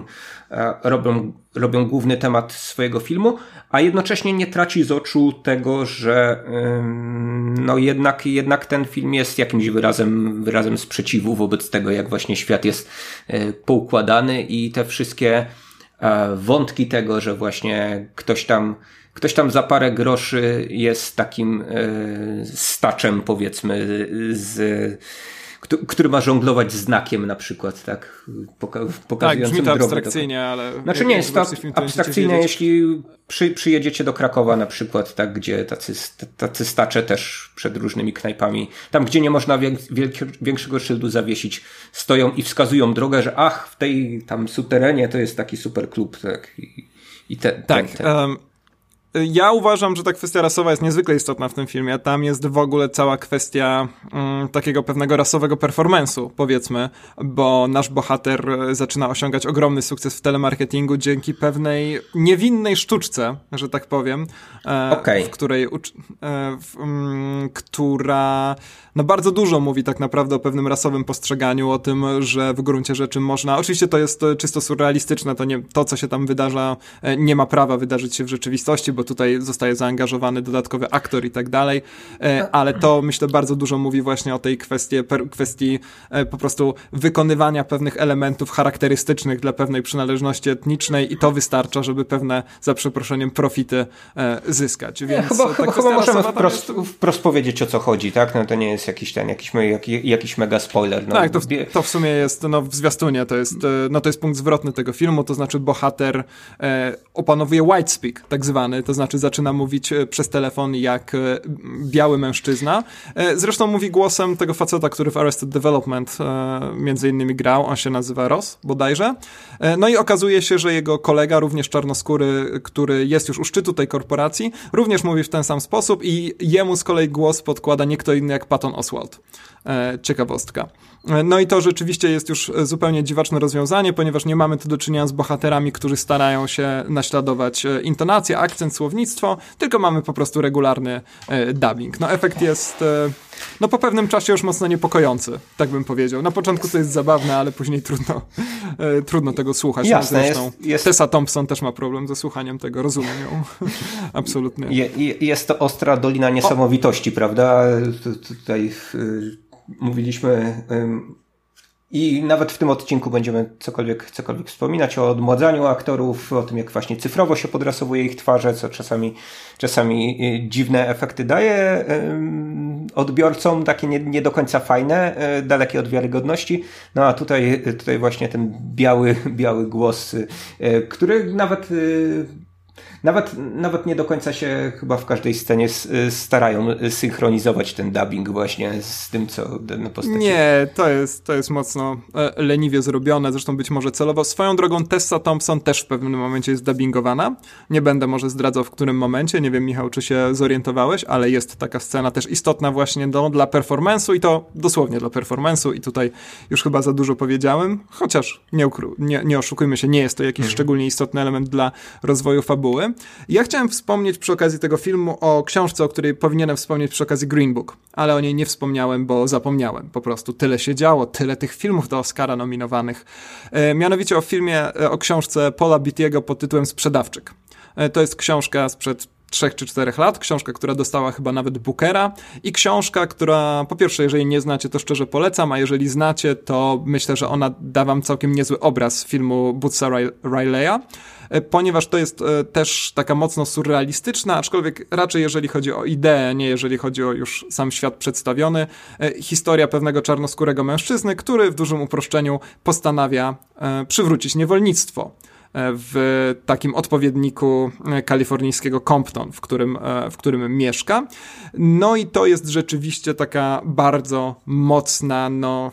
robią główny temat swojego filmu, a jednocześnie nie traci z oczu tego, że no jednak ten film jest jakimś wyrazem sprzeciwu wobec tego, jak właśnie świat jest poukładany i te wszystkie wątki tego, że właśnie ktoś tam za parę groszy jest takim staczem, powiedzmy, który ma żonglować znakiem na przykład, tak? Pokazującym tak, brzmi to drogę. abstrakcyjnie, ale... Znaczy nie jest to abstrakcyjne, jeśli przyjedziecie do Krakowa na przykład, tak, gdzie tacy stacze też przed różnymi knajpami, tam gdzie nie można większego szyldu zawiesić, stoją i wskazują drogę, że w tej tam suterenie to jest taki super klub, tak? Tak. Ja uważam, że ta kwestia rasowa jest niezwykle istotna w tym filmie. Tam jest w ogóle cała kwestia takiego pewnego rasowego performance'u, powiedzmy, bo nasz bohater zaczyna osiągać ogromny sukces w telemarketingu dzięki pewnej niewinnej sztuczce, że tak powiem, w której która bardzo dużo mówi tak naprawdę o pewnym rasowym postrzeganiu, o tym, że w gruncie rzeczy można... Oczywiście to jest czysto surrealistyczne, to co się tam wydarza, nie ma prawa wydarzyć się w rzeczywistości, bo tutaj zostaje zaangażowany dodatkowy aktor i tak dalej, ale to myślę bardzo dużo mówi właśnie o tej kwestii po prostu wykonywania pewnych elementów charakterystycznych dla pewnej przynależności etnicznej i to wystarcza, żeby pewne, za przeproszeniem, profity zyskać. Więc chyba możemy wprost powiedzieć, o co chodzi, tak? No to nie jest jakiś mega spoiler. Tak, to w sumie jest, w zwiastunie to jest punkt zwrotny tego filmu, to znaczy bohater opanowuje whitespeak, tak zwany, to znaczy zaczyna mówić przez telefon jak biały mężczyzna. Zresztą mówi głosem tego faceta, który w Arrested Development między innymi grał, on się nazywa Ross, bodajże. No i okazuje się, że jego kolega, również czarnoskóry, który jest już u szczytu tej korporacji, również mówi w ten sam sposób i jemu z kolei głos podkłada nie kto inny jak Patton Oswalt. Ciekawostka. No i to rzeczywiście jest już zupełnie dziwaczne rozwiązanie, ponieważ nie mamy tu do czynienia z bohaterami, którzy starają się naśladować intonację, akcent, słownictwo, tylko mamy po prostu regularny dubbing. Efekt jest po pewnym czasie już mocno niepokojący, tak bym powiedział. Na początku to jest zabawne, ale później trudno tego słuchać. Jasne, zresztą Tessa Thompson też ma problem ze słuchaniem tego, rozumiem ją. Absolutnie. Jest to ostra dolina niesamowitości, prawda? Tutaj mówiliśmy i nawet w tym odcinku będziemy cokolwiek wspominać o odmładzaniu aktorów, o tym, jak właśnie cyfrowo się podrasowuje ich twarze, co czasami dziwne efekty daje odbiorcom, takie nie do końca fajne, dalekie od wiarygodności. A tutaj właśnie ten biały głos, który nawet nie do końca się chyba w każdej scenie starają synchronizować ten dubbing właśnie z tym, co dane postacie... Nie, to jest mocno leniwie zrobione, zresztą być może celowo. Swoją drogą Tessa Thompson też w pewnym momencie jest dubbingowana. Nie będę może zdradzał, w którym momencie. Nie wiem, Michał, czy się zorientowałeś, ale jest taka scena też istotna właśnie dla performance'u i to dosłownie dla performance'u i tutaj już chyba za dużo powiedziałem, chociaż nie oszukujmy się, nie jest to jakiś szczególnie istotny element dla rozwoju fabuły. Ja chciałem wspomnieć przy okazji tego filmu o książce, o której powinienem wspomnieć przy okazji Green Book, ale o niej nie wspomniałem, bo zapomniałem. Po prostu tyle się działo, tyle tych filmów do Oscara nominowanych. Mianowicie o książce Paula Beatty'ego pod tytułem Sprzedawczyk. To jest książka sprzed 3 czy 4 lat, książka, która dostała chyba nawet Bookera i książka, która po pierwsze, jeżeli nie znacie, to szczerze polecam, a jeżeli znacie, to myślę, że ona da wam całkiem niezły obraz filmu Bootsa Rileya, ponieważ to jest też taka mocno surrealistyczna, aczkolwiek raczej jeżeli chodzi o ideę, nie jeżeli chodzi o już sam świat przedstawiony, historia pewnego czarnoskórego mężczyzny, który w dużym uproszczeniu postanawia przywrócić niewolnictwo w takim odpowiedniku kalifornijskiego Compton, w którym mieszka. No i to jest rzeczywiście taka bardzo mocna,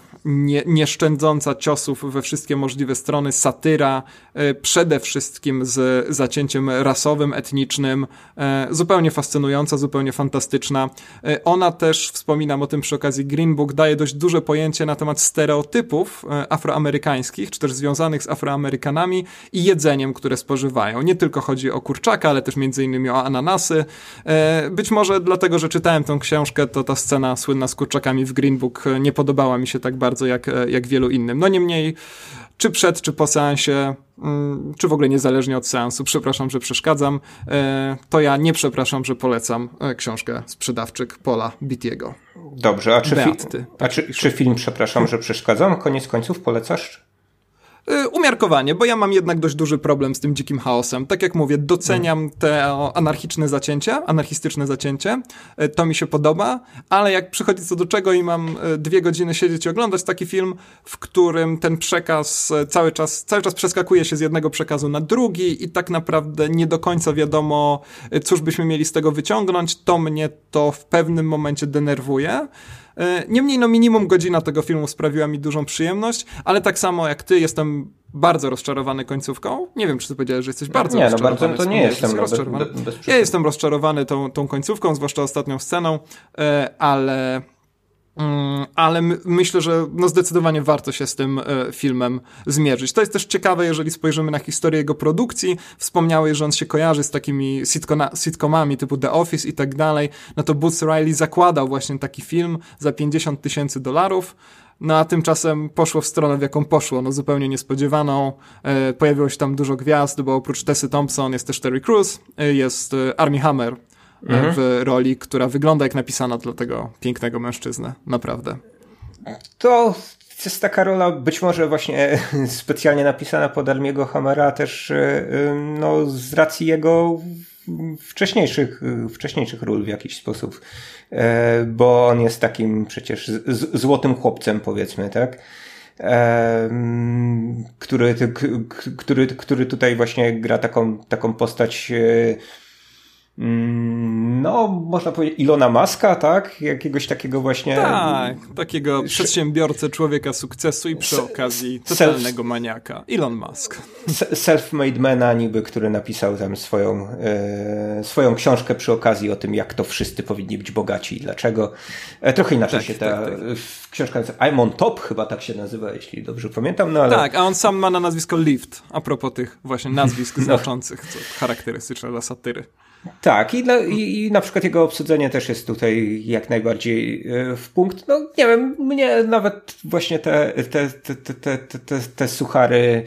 nie szczędząca ciosów we wszystkie możliwe strony, satyra, przede wszystkim z zacięciem rasowym, etnicznym, zupełnie fascynująca, zupełnie fantastyczna. Ona też, wspominam o tym przy okazji Green Book, daje dość duże pojęcie na temat stereotypów afroamerykańskich, czy też związanych z Afroamerykanami i jedzeniem, które spożywają. Nie tylko chodzi o kurczaka, ale też między innymi o ananasy. Być może dlatego, że czytałem tę książkę, to ta scena słynna z kurczakami w Green Book nie podobała mi się tak bardzo jak wielu innym. Niemniej, czy przed, czy po seansie, czy w ogóle niezależnie od seansu, przepraszam, że przeszkadzam, to ja nie przepraszam, że polecam książkę Sprzedawczyk Paula Beatty'ego. Dobrze, czy film, przepraszam, że przeszkadzam? Koniec końców polecasz? Umiarkowanie, bo ja mam jednak dość duży problem z tym dzikim chaosem. Tak jak mówię, doceniam te anarchistyczne zacięcie. To mi się podoba, ale jak przychodzi co do czego i mam 2 godziny siedzieć i oglądać taki film, w którym ten przekaz cały czas przeskakuje się z jednego przekazu na drugi i tak naprawdę nie do końca wiadomo, cóż byśmy mieli z tego wyciągnąć, to mnie to w pewnym momencie denerwuje. Niemniej minimum godzina tego filmu sprawiła mi dużą przyjemność, ale tak samo jak ty jestem bardzo rozczarowany końcówką. Nie wiem, czy ty powiedziałeś, że jesteś bardzo rozczarowany. Nie, bardzo to nie jestem. Rozczarowany. Ja jestem rozczarowany tą końcówką, zwłaszcza ostatnią sceną, ale myślę, że zdecydowanie warto się z tym filmem zmierzyć. To jest też ciekawe, jeżeli spojrzymy na historię jego produkcji. Wspomniałeś, że on się kojarzy z takimi sitcomami typu The Office i tak dalej. No to Boots Riley zakładał właśnie taki film za $50,000. No a tymczasem poszło w stronę, w jaką poszło, zupełnie niespodziewaną. Pojawiło się tam dużo gwiazd, bo oprócz Tessy Thompson jest też Terry Crews, jest Armie Hammer w roli, która wygląda jak napisana dla tego pięknego mężczyzny. Naprawdę. To jest taka rola być może właśnie specjalnie napisana pod Armiego Hammera też z racji jego wcześniejszych ról w jakiś sposób, bo on jest takim przecież złotym chłopcem, powiedzmy, tak? Który tutaj właśnie gra taką postać, można powiedzieć Ilona Muska, tak? Jakiegoś takiego właśnie... Tak, takiego przedsiębiorcę, człowieka sukcesu i przy okazji totalnego maniaka. Elon Musk. Self-made mana niby, który napisał tam swoją książkę przy okazji o tym, jak to wszyscy powinni być bogaci i dlaczego. Trochę inaczej się ta książka nazywa. I'm on top, chyba tak się nazywa, jeśli dobrze pamiętam. Ale... Tak, a on sam ma na nazwisko Lift, a propos tych właśnie nazwisk znaczących, co charakterystyczne dla satyry. Tak, i na przykład jego obsadzenie też jest tutaj jak najbardziej w punkt. No nie wiem, mnie nawet właśnie te suchary,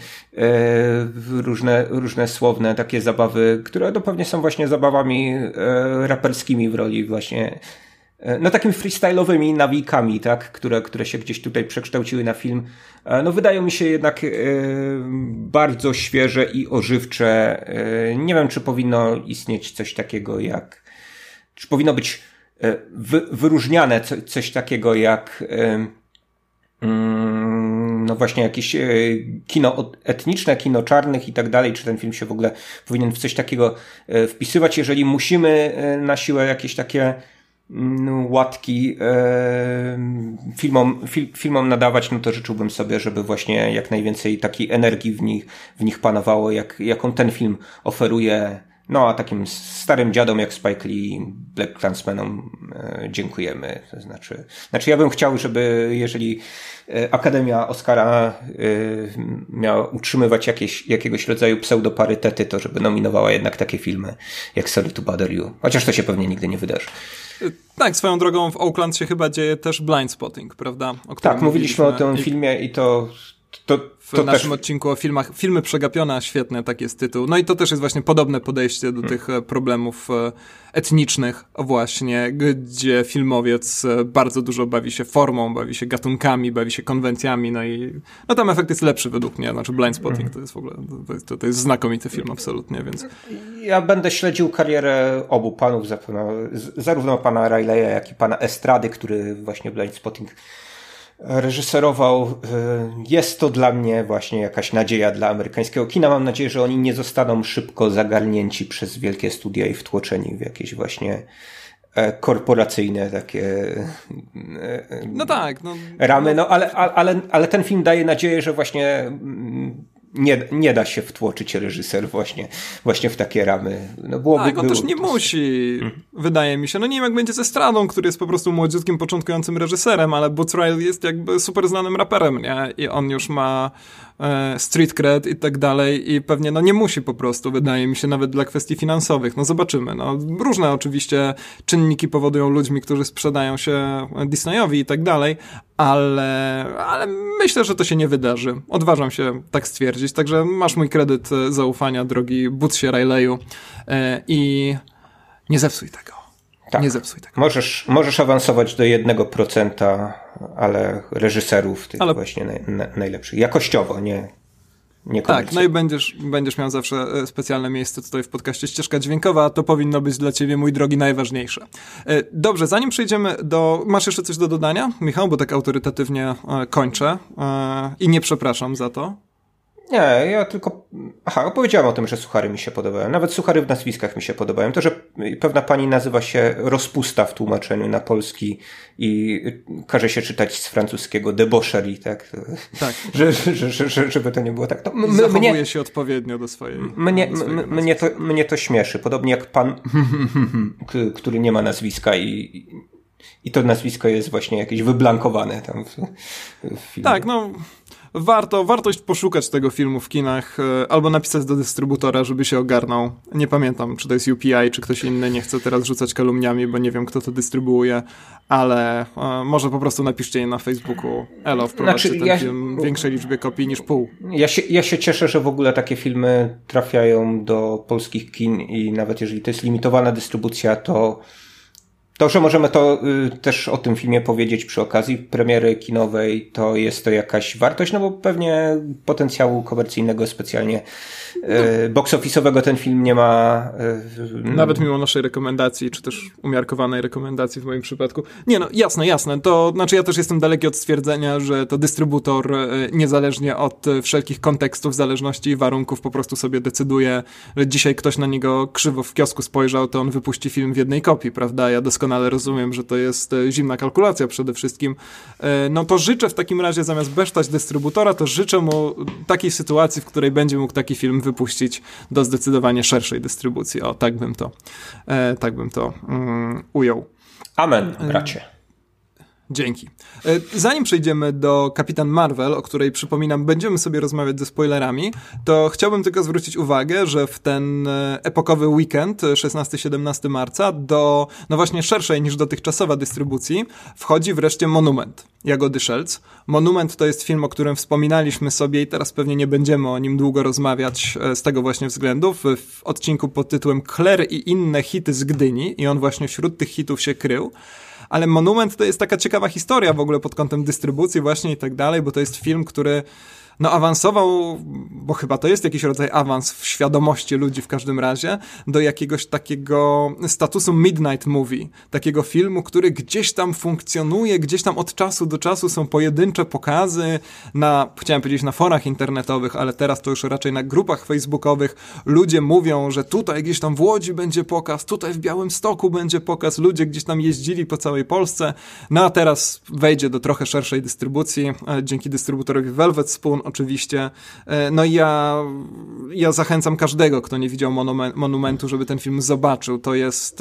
różne słowne takie zabawy, które pewnie są właśnie zabawami raperskimi w roli właśnie takimi freestyle'owymi nawijkami, tak, które się gdzieś tutaj przekształciły na film, wydają mi się jednak bardzo świeże i ożywcze. Nie wiem, czy powinno istnieć coś takiego czy powinno być wyróżniane coś takiego jak właśnie jakieś kino etniczne, kino czarnych i tak dalej, czy ten film się w ogóle powinien w coś takiego wpisywać, jeżeli musimy na siłę jakieś takie łatki filmom nadawać, to życzyłbym sobie, żeby właśnie jak najwięcej takiej energii w nich panowało, jaką ten film oferuje. A takim starym dziadom jak Spike Lee, Black Klansmanom dziękujemy. To znaczy ja bym chciał, żeby jeżeli Akademia Oscara miała utrzymywać jakiegoś rodzaju pseudoparytety, to żeby nominowała jednak takie filmy jak Sorry to Bother You. Chociaż to się pewnie nigdy nie wydarzy. Tak, swoją drogą w Oakland się chyba dzieje też Blindspotting, prawda? Tak, mówiliśmy o tym filmie i to w naszym odcinku o filmach. Filmy przegapione, świetne, tak jest tytuł. No i to też jest właśnie podobne podejście do tych problemów etnicznych właśnie, gdzie filmowiec bardzo dużo bawi się formą, bawi się gatunkami, bawi się konwencjami, tam efekt jest lepszy według mnie. Znaczy Blindspotting to jest w ogóle, to jest znakomity film absolutnie, więc... Ja będę śledził karierę obu panów, zarówno pana Rileya, jak i pana Estrady, który właśnie Blindspotting reżyserował. Jest to dla mnie właśnie jakaś nadzieja dla amerykańskiego kina. Mam nadzieję, że oni nie zostaną szybko zagarnięci przez wielkie studia i wtłoczeni w jakieś właśnie korporacyjne takie ramy. Ale ten film daje nadzieję, że właśnie nie da się wtłoczyć reżyser właśnie w takie ramy. On też nie musi, wydaje mi się. Nie wiem, jak będzie ze Stradą, który jest po prostu młodziutkim, początkującym reżyserem, ale Boots Riley jest jakby super znanym raperem, nie? I on już ma street cred i tak dalej i pewnie nie musi po prostu, wydaje mi się, nawet dla kwestii finansowych. Zobaczymy. Różne oczywiście czynniki powodują ludźmi, którzy sprzedają się Disneyowi i tak dalej, ale myślę, że to się nie wydarzy. Odważam się tak stwierdzić, także masz mój kredyt zaufania, drogi Bootsie Rileyu, i nie zepsuj tego. Tak. Nie zepsuj tego. Możesz awansować do 1%, ale reżyserów tych właśnie najlepszych. Jakościowo, nie Tak, no i będziesz miał zawsze specjalne miejsce tutaj w podcaście Ścieżka Dźwiękowa, a to powinno być dla ciebie, mój drogi, najważniejsze. Dobrze, zanim przejdziemy Masz jeszcze coś do dodania, Michał? Bo tak autorytatywnie kończę i nie przepraszam za to. Nie, ja tylko... opowiedziałem o tym, że suchary mi się podobają. Nawet suchary w nazwiskach mi się podobają. To, że pewna pani nazywa się Rozpusta w tłumaczeniu na polski i każe się czytać z francuskiego debaucherie, tak? Tak. Żeby to nie było tak. Zachowuje się odpowiednio do swojej... Mnie to śmieszy. Podobnie jak pan, który nie ma nazwiska i to nazwisko jest właśnie jakieś wyblankowane tam w filmie. Tak, no... Wartość poszukać tego filmu w kinach albo napisać do dystrybutora, żeby się ogarnął. Nie pamiętam, czy to jest UPI, czy ktoś inny. Nie chcę teraz rzucać kalumniami, bo nie wiem, kto to dystrybuuje, ale może po prostu napiszcie je na Facebooku. Elo, wprowadźcie ten film w większej liczbie kopii niż pół. Ja się cieszę, że w ogóle takie filmy trafiają do polskich kin i nawet jeżeli to jest limitowana dystrybucja, to że możemy to też o tym filmie powiedzieć przy okazji premiery kinowej, to jest to jakaś wartość, no bo pewnie potencjału komercyjnego specjalnie box office'owego ten film nie ma. Nawet mimo naszej rekomendacji, czy też umiarkowanej rekomendacji w moim przypadku. Nie no, jasne. To znaczy ja też jestem daleki od stwierdzenia, że to dystrybutor niezależnie od wszelkich kontekstów, zależności i warunków po prostu sobie decyduje, że dzisiaj ktoś na niego krzywo w kiosku spojrzał, to on wypuści film w jednej kopii, prawda? Ja doskonale rozumiem, że to jest zimna kalkulacja przede wszystkim. No to życzę w takim razie zamiast besztać dystrybutora, to życzę mu takiej sytuacji, w której będzie mógł taki film wypuścić do zdecydowanie szerszej dystrybucji. O, tak bym to ujął. Amen, bracie. Dzięki. Zanim przejdziemy do Kapitan Marvel, o której przypominam, będziemy sobie rozmawiać ze spoilerami, to chciałbym tylko zwrócić uwagę, że w ten epokowy weekend, 16-17 marca, do no właśnie szerszej niż dotychczasowa dystrybucji, wchodzi wreszcie Monument Jagody Szelc. Monument to jest film, o którym wspominaliśmy sobie i teraz pewnie nie będziemy o nim długo rozmawiać z tego właśnie względu. W odcinku pod tytułem Claire i inne hity z Gdyni i on właśnie wśród tych hitów się krył. Ale Monument to jest taka ciekawa historia w ogóle pod kątem dystrybucji właśnie i tak dalej, bo to jest film, który no awansował, bo chyba to jest jakiś rodzaj awans w świadomości ludzi w każdym razie, do jakiegoś takiego statusu Midnight Movie, takiego filmu, który gdzieś tam funkcjonuje, gdzieś tam od czasu do czasu są pojedyncze pokazy chciałem powiedzieć na forach internetowych, ale teraz to już raczej na grupach facebookowych. Ludzie mówią, że tutaj gdzieś tam w Łodzi będzie pokaz, tutaj w Białymstoku będzie pokaz, ludzie gdzieś tam jeździli po całej Polsce, no a teraz wejdzie do trochę szerszej dystrybucji, dzięki dystrybutorowi Velvet Spoon oczywiście. No i ja zachęcam każdego, kto nie widział Monumentu, żeby ten film zobaczył. To jest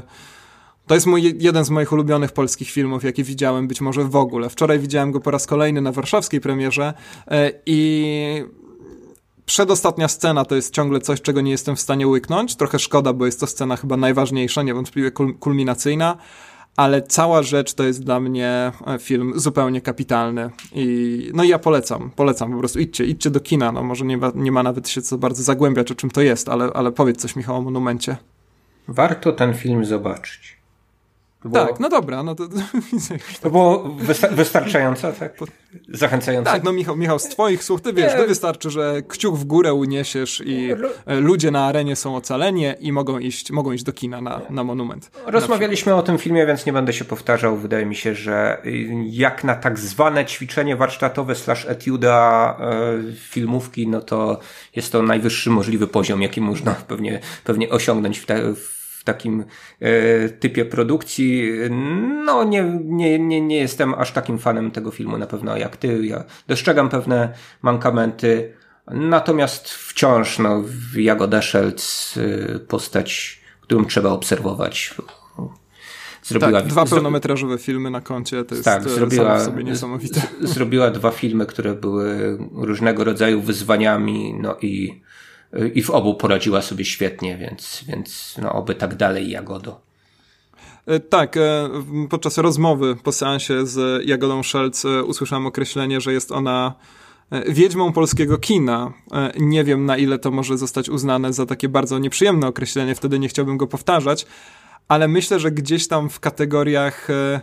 jeden z moich ulubionych polskich filmów, jaki widziałem być może w ogóle. Wczoraj widziałem go po raz kolejny na warszawskiej premierze i przedostatnia scena to jest ciągle coś, czego nie jestem w stanie łyknąć. Trochę szkoda, bo jest to scena chyba najważniejsza, niewątpliwie kulminacyjna. Ale cała rzecz to jest dla mnie film zupełnie kapitalny i no i ja polecam po prostu, idźcie do kina, no może nie ma nawet się co bardzo zagłębiać, o czym to jest, ale powiedz coś, Michał, o Monumencie. Warto ten film zobaczyć. Tak, no dobra, no to... To było wystarczające, tak? Zachęcające. Tak, no Michał, z twoich słów, ty wiesz, to wystarczy, że kciuk w górę uniesiesz i ludzie na arenie są ocaleni i mogą iść do kina na Monument. Rozmawialiśmy o tym filmie, więc nie będę się powtarzał. Wydaje mi się, że jak na tak zwane ćwiczenie warsztatowe / etiuda filmówki, no to jest to najwyższy możliwy poziom, jaki można pewnie osiągnąć w takim typie produkcji. No nie jestem aż takim fanem tego filmu na pewno jak ty. Ja dostrzegam pewne mankamenty. Natomiast wciąż Jagoda Szelc postać, którą trzeba obserwować. Zrobiła 2 pełnometrażowe filmy na koncie, to jest samo w sobie niesamowite. Zrobiła 2 filmy, które były różnego rodzaju wyzwaniami, no i w obu poradziła sobie świetnie, więc no oby tak dalej, Jagodo. Tak, podczas rozmowy po seansie z Jagodą Szelc usłyszałem określenie, że jest ona wiedźmą polskiego kina. Nie wiem, na ile to może zostać uznane za takie bardzo nieprzyjemne określenie, wtedy nie chciałbym go powtarzać, ale myślę, że gdzieś tam w kategoriach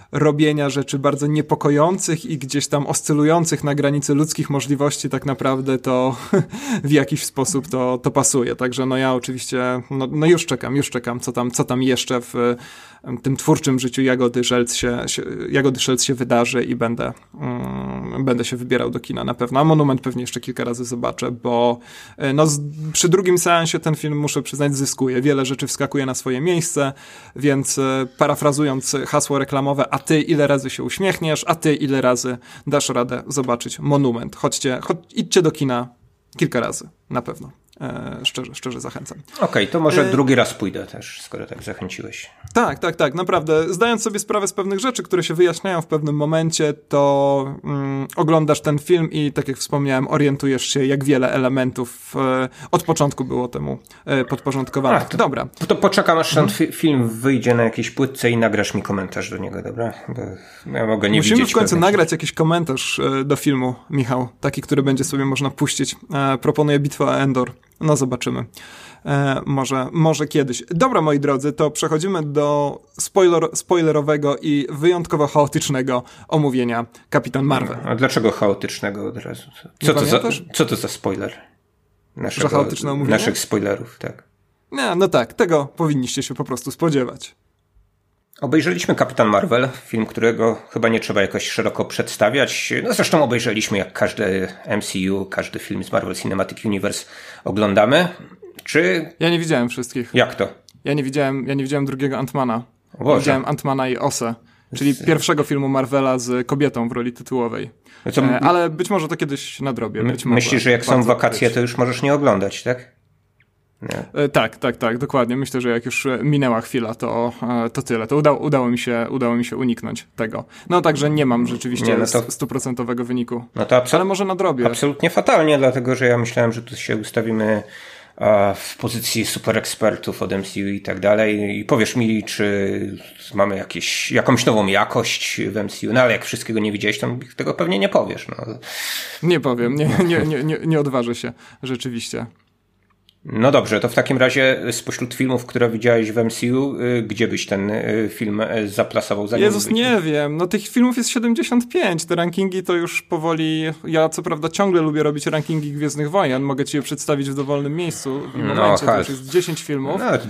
robienia rzeczy bardzo niepokojących i gdzieś tam oscylujących na granicy ludzkich możliwości, tak naprawdę to w jakiś sposób to pasuje. Także no ja oczywiście no już czekam, co tam jeszcze w tym twórczym życiu Jagody Szelc się wydarzy i będę się wybierał do kina na pewno. A Monument pewnie jeszcze kilka razy zobaczę, bo no przy drugim seansie ten film, muszę przyznać, zyskuje. Wiele rzeczy wskakuje na swoje miejsce, więc parafrazując hasło reklamowe, a ty ile razy się uśmiechniesz, a ty ile razy dasz radę zobaczyć Monument. Idźcie do kina kilka razy, na pewno. Szczerze zachęcam. Okej, to może drugi raz pójdę też, skoro tak zachęciłeś. Tak, naprawdę. Zdając sobie sprawę z pewnych rzeczy, które się wyjaśniają w pewnym momencie, to oglądasz ten film i tak jak wspomniałem, orientujesz się, jak wiele elementów od początku było temu podporządkowanych. Dobra. To poczekam, aż ten film wyjdzie na jakiejś płytce i nagrasz mi komentarz do niego, dobra? Bo ja mogę nie Musimy widzieć. w końcu nagrać jakiś komentarz do filmu, Michał. Taki, który będzie sobie można puścić. Proponuję Bitwę o Endor. No zobaczymy. Może kiedyś. Dobra, moi drodzy, to przechodzimy do spoilerowego i wyjątkowo chaotycznego omówienia Kapitan Marvel. A dlaczego chaotycznego od razu? Co to za spoiler? Naszych spoilerów, tak. No tak, tego powinniście się po prostu spodziewać. Obejrzeliśmy Kapitan Marvel, film, którego chyba nie trzeba jakoś szeroko przedstawiać. No zresztą obejrzeliśmy, jak każdy MCU, każdy film z Marvel Cinematic Universe oglądamy. Czy... Ja nie widziałem wszystkich. Jak to? Ja nie widziałem drugiego Ant-Mana. Widziałem Ant-Mana i Osę, czyli pierwszego filmu Marvela z kobietą w roli tytułowej. Ale być może to kiedyś nadrobię. Myślisz, że jak są wakacje, to już możesz nie oglądać, tak? Nie. Tak, dokładnie. Myślę, że jak już minęła chwila, to tyle. To udało mi się uniknąć tego. No także nie mam rzeczywiście 100% wyniku. No to ale może nadrobię. Absolutnie fatalnie, dlatego że ja myślałem, że tu się ustawimy w pozycji super ekspertów od MCU i tak dalej i powiesz mi, czy mamy jakąś nową jakość w MCU, no ale jak wszystkiego nie widziałeś, to tego pewnie nie powiesz. No. Nie powiem, nie odważę się rzeczywiście. No dobrze, to w takim razie spośród filmów, które widziałeś w MCU, gdzie byś ten film zaplasował? Jezus, nie wiem. No tych filmów jest 75. Te rankingi to już powoli... Ja co prawda ciągle lubię robić rankingi Gwiezdnych Wojen. Mogę ci je przedstawić w dowolnym miejscu. W momencie to już jest 10 filmów. No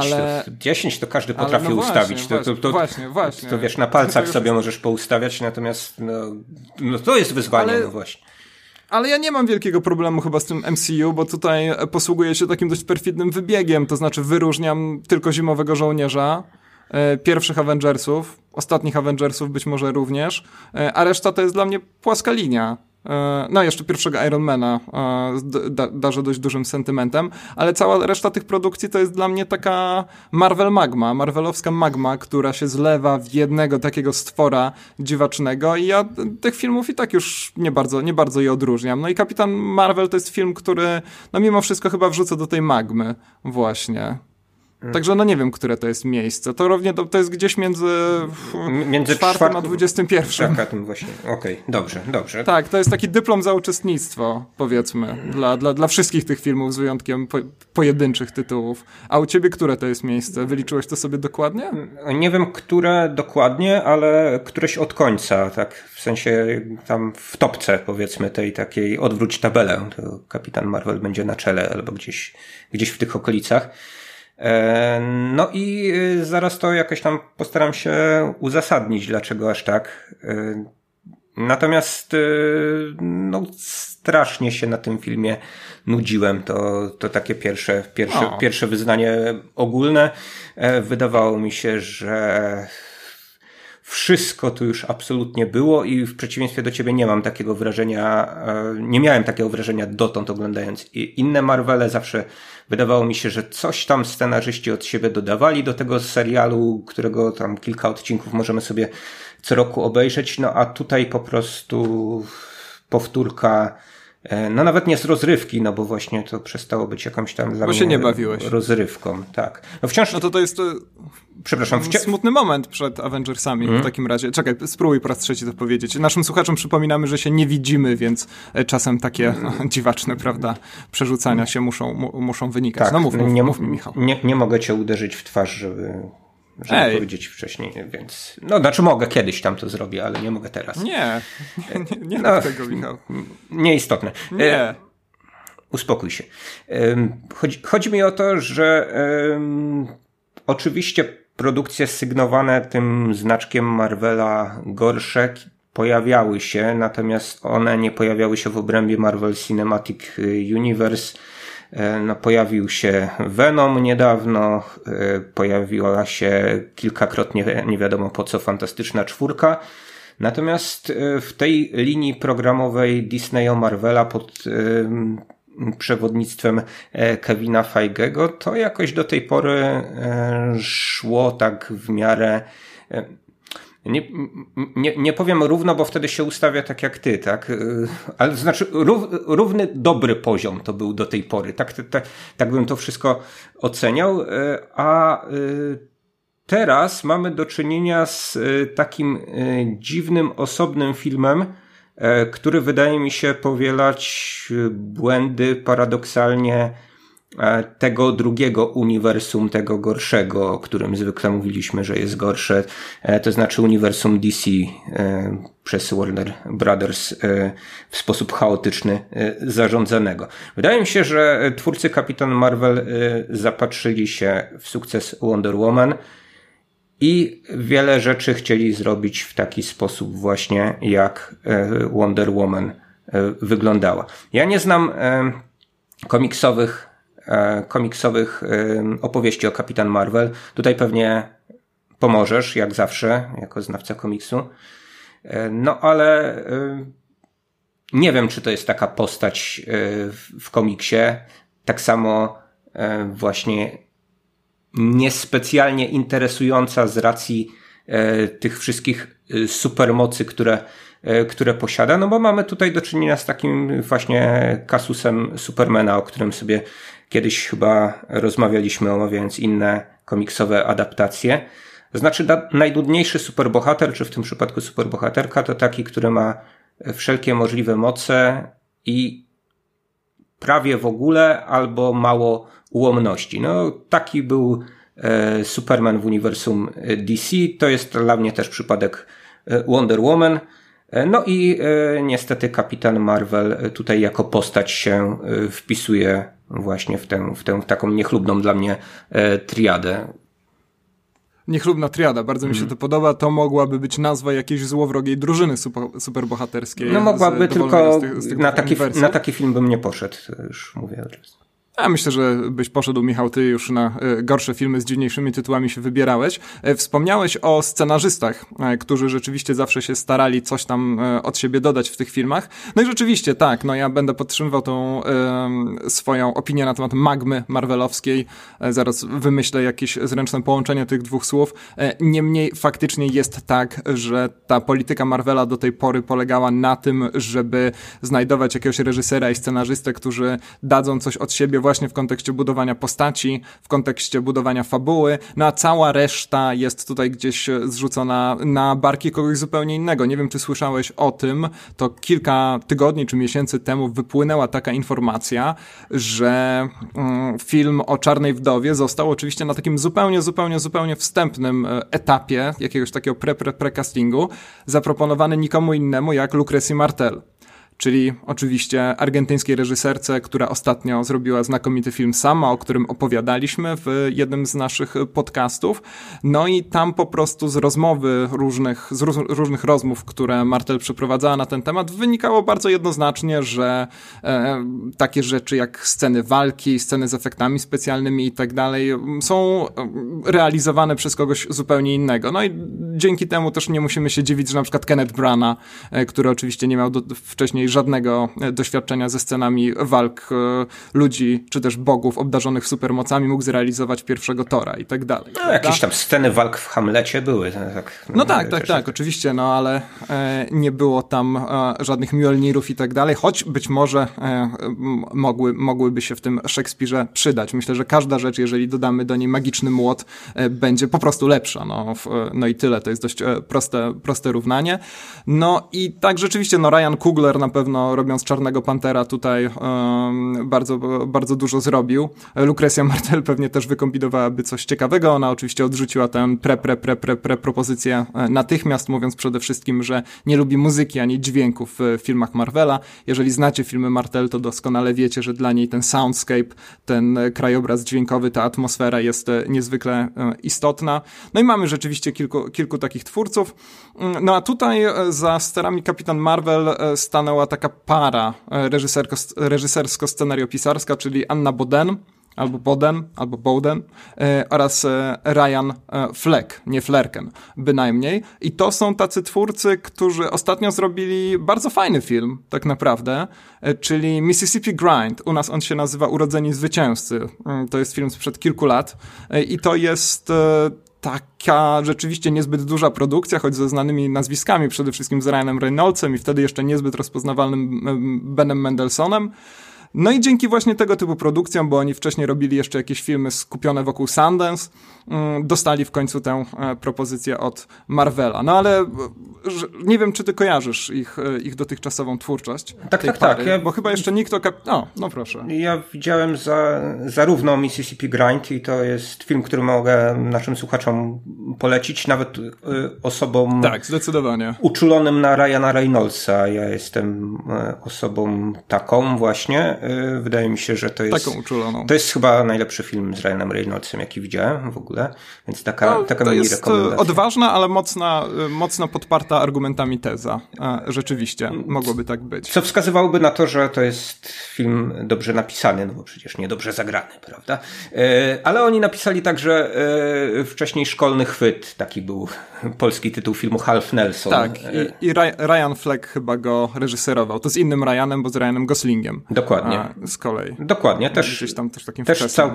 10 to każdy potrafi ustawić. Właśnie. To wiesz, na palcach sobie możesz poustawiać, natomiast no to jest wyzwanie, no właśnie. Ale ja nie mam wielkiego problemu chyba z tym MCU, bo tutaj posługuję się takim dość perfidnym wybiegiem, to znaczy wyróżniam tylko Zimowego Żołnierza, pierwszych Avengersów, ostatnich Avengersów być może również, a reszta to jest dla mnie płaska linia. No jeszcze pierwszego Ironmana darzę dość dużym sentymentem, ale cała reszta tych produkcji to jest dla mnie taka marvelowska magma, która się zlewa w jednego takiego stwora dziwacznego i ja tych filmów i tak już nie bardzo je odróżniam. No i Kapitan Marvel to jest film, który no mimo wszystko chyba wrzucę do tej magmy właśnie. Także no nie wiem, które to jest miejsce. To równie to jest gdzieś między 4 a 21. Tak, właśnie. Okej, dobrze. Tak, to jest taki dyplom za uczestnictwo, powiedzmy, dla wszystkich tych filmów z wyjątkiem pojedynczych tytułów. A u ciebie które to jest miejsce? Wyliczyłeś to sobie dokładnie? Nie wiem, które dokładnie, ale któreś od końca, tak w sensie tam w topce, powiedzmy, tej takiej odwróć tabelę. To Kapitan Marvel będzie na czele albo gdzieś w tych okolicach. No i zaraz to jakoś tam postaram się uzasadnić, dlaczego aż tak. Natomiast no strasznie się na tym filmie nudziłem. To takie pierwsze wyznanie ogólne. Wydawało mi się, że wszystko tu już absolutnie było i w przeciwieństwie do ciebie nie miałem takiego wrażenia dotąd oglądając inne Marvele. Zawsze wydawało mi się, że coś tam scenarzyści od siebie dodawali do tego serialu, którego tam kilka odcinków możemy sobie co roku obejrzeć, no a tutaj po prostu powtórka, no nawet nie z rozrywki, no bo właśnie to przestało być jakąś tam dla mnie się nie bawiłeś. Rozrywką, tak. No wciąż... No to jest... Przepraszam. Smutny moment przed Avengersami w takim razie. Czekaj, spróbuj po raz trzeci to powiedzieć. Naszym słuchaczom przypominamy, że się nie widzimy, więc czasem takie dziwaczne, prawda, przerzucania się muszą wynikać. Tak, no mów mi, Michał. Nie mogę cię uderzyć w twarz, żeby żeby powiedzieć wcześniej, więc no znaczy mogę kiedyś tam to zrobię, ale nie mogę teraz. Nie no, tego, Michał. Nieistotne. Nie. Uspokój się. Chodzi mi o to, że oczywiście produkcje sygnowane tym znaczkiem Marvela gorsze pojawiały się, natomiast one nie pojawiały się w obrębie Marvel Cinematic Universe. No, pojawił się Venom niedawno, pojawiła się kilkakrotnie, nie wiadomo po co, Fantastyczna Czwórka. Natomiast w tej linii programowej Disneya Marvela pod przewodnictwem Kevina Feige'ego to jakoś do tej pory szło tak w miarę... Nie powiem równo, bo wtedy się ustawia tak jak ty, tak? Ale to znaczy równy, dobry poziom to był do tej pory. Tak bym to wszystko oceniał. A teraz mamy do czynienia z takim dziwnym, osobnym filmem, który wydaje mi się powielać błędy paradoksalnie tego drugiego uniwersum, tego gorszego, o którym zwykle mówiliśmy, że jest gorsze, to znaczy uniwersum DC przez Warner Brothers w sposób chaotyczny zarządzanego. Wydaje mi się, że twórcy Kapitan Marvel zapatrzyli się w sukces Wonder Woman i wiele rzeczy chcieli zrobić w taki sposób właśnie, jak Wonder Woman wyglądała. Ja nie znam komiksowych opowieści o Kapitan Marvel. Tutaj pewnie pomożesz, jak zawsze, jako znawca komiksu. No ale nie wiem, czy to jest taka postać w komiksie. Tak samo właśnie niespecjalnie interesująca z racji tych wszystkich supermocy, które posiada, no bo mamy tutaj do czynienia z takim właśnie kasusem Supermana, o którym sobie kiedyś chyba rozmawialiśmy, omawiając inne komiksowe adaptacje. To znaczy najnudniejszy superbohater, czy w tym przypadku superbohaterka, to taki, który ma wszelkie możliwe moce i prawie w ogóle albo mało ułomności. No taki był Superman w uniwersum DC. To jest dla mnie też przypadek Wonder Woman. No i niestety Kapitan Marvel tutaj jako postać się wpisuje właśnie w tę taką niechlubną dla mnie triadę. Niechlubna triada, bardzo mi się to podoba. To mogłaby być nazwa jakiejś złowrogiej drużyny superbohaterskiej. No mogłaby, tylko na taki film bym nie poszedł, już mówię od razu. Ja myślę, że byś poszedł, Michał, ty już na gorsze filmy z dziwniejszymi tytułami się wybierałeś. Wspomniałeś o scenarzystach, którzy rzeczywiście zawsze się starali coś tam od siebie dodać w tych filmach. No i rzeczywiście tak, no ja będę podtrzymywał tą swoją opinię na temat magmy marvelowskiej. Zaraz wymyślę jakieś zręczne połączenie tych dwóch słów. Niemniej faktycznie jest tak, że ta polityka Marvela do tej pory polegała na tym, żeby znajdować jakiegoś reżysera i scenarzystę, którzy dadzą coś od siebie właśnie w kontekście budowania postaci, w kontekście budowania fabuły, no a cała reszta jest tutaj gdzieś zrzucona na barki kogoś zupełnie innego. Nie wiem, czy słyszałeś o tym, to kilka tygodni czy miesięcy temu wypłynęła taka informacja, że film o Czarnej Wdowie został oczywiście na takim zupełnie wstępnym etapie jakiegoś takiego pre-castingu zaproponowany nikomu innemu jak Lucrecji Martel. Czyli oczywiście argentyńskiej reżyserce, która ostatnio zrobiła znakomity film Sama, o którym opowiadaliśmy w jednym z naszych podcastów. No i tam po prostu z rozmowy różnych rozmów, które Martel przeprowadzała na ten temat, wynikało bardzo jednoznacznie, że takie rzeczy jak sceny walki, sceny z efektami specjalnymi i tak dalej są realizowane przez kogoś zupełnie innego. No i dzięki temu też nie musimy się dziwić, że na przykład Kenneth Branagh, który oczywiście nie miał wcześniej żadnego doświadczenia ze scenami walk ludzi, czy też bogów obdarzonych supermocami, mógł zrealizować pierwszego Tora i tak dalej. No, jakieś tam sceny walk w Hamlecie były. Tak, oczywiście, no ale nie było tam żadnych Mjolnirów i tak dalej, choć być może mogłyby się w tym Szekspirze przydać. Myślę, że każda rzecz, jeżeli dodamy do niej magiczny młot, będzie po prostu lepsza. No i tyle, to jest dość proste równanie. No i tak rzeczywiście, no Ryan Coogler na pewno robiąc Czarnego Pantera tutaj bardzo, bardzo dużo zrobił. Lucrecia Martel pewnie też wykombinowałaby coś ciekawego. Ona oczywiście odrzuciła tę propozycję natychmiast, mówiąc przede wszystkim, że nie lubi muzyki ani dźwięków w filmach Marvela. Jeżeli znacie filmy Martel, to doskonale wiecie, że dla niej ten soundscape, ten krajobraz dźwiękowy, ta atmosfera jest niezwykle istotna. No i mamy rzeczywiście kilku takich twórców. No a tutaj za sterami Kapitan Marvel stanęła taka para reżysersko-scenariopisarska, czyli Anna Boden, albo Bowden oraz Ryan Fleck, nie Flerken bynajmniej. I to są tacy twórcy, którzy ostatnio zrobili bardzo fajny film, tak naprawdę, czyli Mississippi Grind. U nas on się nazywa Urodzeni Zwycięzcy. To jest film sprzed kilku lat i to jest taka rzeczywiście niezbyt duża produkcja, choć ze znanymi nazwiskami, przede wszystkim z Ryanem Reynoldsem i wtedy jeszcze niezbyt rozpoznawalnym Benem Mendelsohnem. No i dzięki właśnie tego typu produkcjom, bo oni wcześniej robili jeszcze jakieś filmy skupione wokół Sundance, dostali w końcu tę propozycję od Marvela. No ale nie wiem, czy ty kojarzysz ich dotychczasową twórczość. Tak. Bo chyba jeszcze nikt no proszę. Ja widziałem zarówno Mississippi Grind i to jest film, który mogę naszym słuchaczom polecić, nawet osobom tak, zdecydowanie uczulonym na Ryana Reynoldsa. Ja jestem osobą taką właśnie. Wydaje mi się, że to jest taką uczuloną. To jest chyba najlepszy film z Ryanem Reynoldsem, jaki widziałem w ogóle, więc taka mini rekomendacja. Odważna, ale mocno podparta argumentami teza. Rzeczywiście, mogłoby tak być. Co wskazywałoby na to, że to jest film dobrze napisany, no bo przecież nie dobrze zagrany, prawda? Ale oni napisali także wcześniej Szkolny chwyt, taki był polski tytuł filmu, Half Nelson. Tak, i Ryan Fleck chyba go reżyserował. To z innym Ryanem, bo z Ryanem Goslingiem. Dokładnie. Z kolei. Dokładnie. Też takim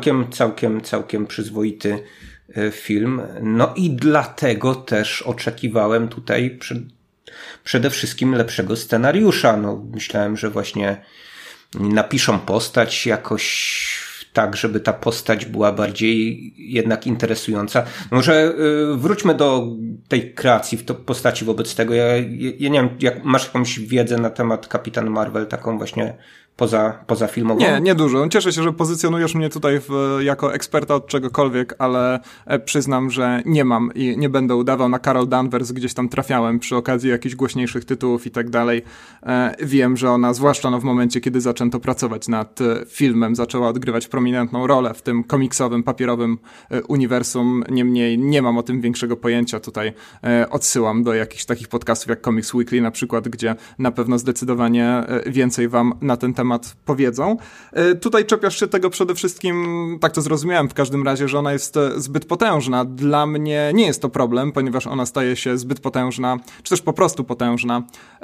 całkiem przyzwoity film. No i dlatego też oczekiwałem tutaj przede wszystkim lepszego scenariusza. No, myślałem, że właśnie napiszą postać jakoś tak, żeby ta postać była bardziej jednak interesująca. Może wróćmy do tej kreacji w postaci wobec tego. Ja nie wiem, jak masz jakąś wiedzę na temat Kapitan Marvel, taką właśnie pozafilmową? Nie dużo. Cieszę się, że pozycjonujesz mnie tutaj jako eksperta od czegokolwiek, ale przyznam, że nie mam i nie będę udawał. Na Carol Danvers gdzieś tam trafiałem przy okazji jakichś głośniejszych tytułów i tak dalej. Wiem, że ona, zwłaszcza w momencie, kiedy zaczęto pracować nad filmem, zaczęła odgrywać prominentną rolę w tym komiksowym, papierowym uniwersum. Niemniej nie mam o tym większego pojęcia. Tutaj odsyłam do jakichś takich podcastów jak Comics Weekly na przykład, gdzie na pewno zdecydowanie więcej wam na ten temat powiedzą. Tutaj czepiasz się tego przede wszystkim, tak to zrozumiałem w każdym razie, że ona jest zbyt potężna. Dla mnie nie jest to problem, ponieważ ona staje się zbyt potężna, czy też po prostu potężna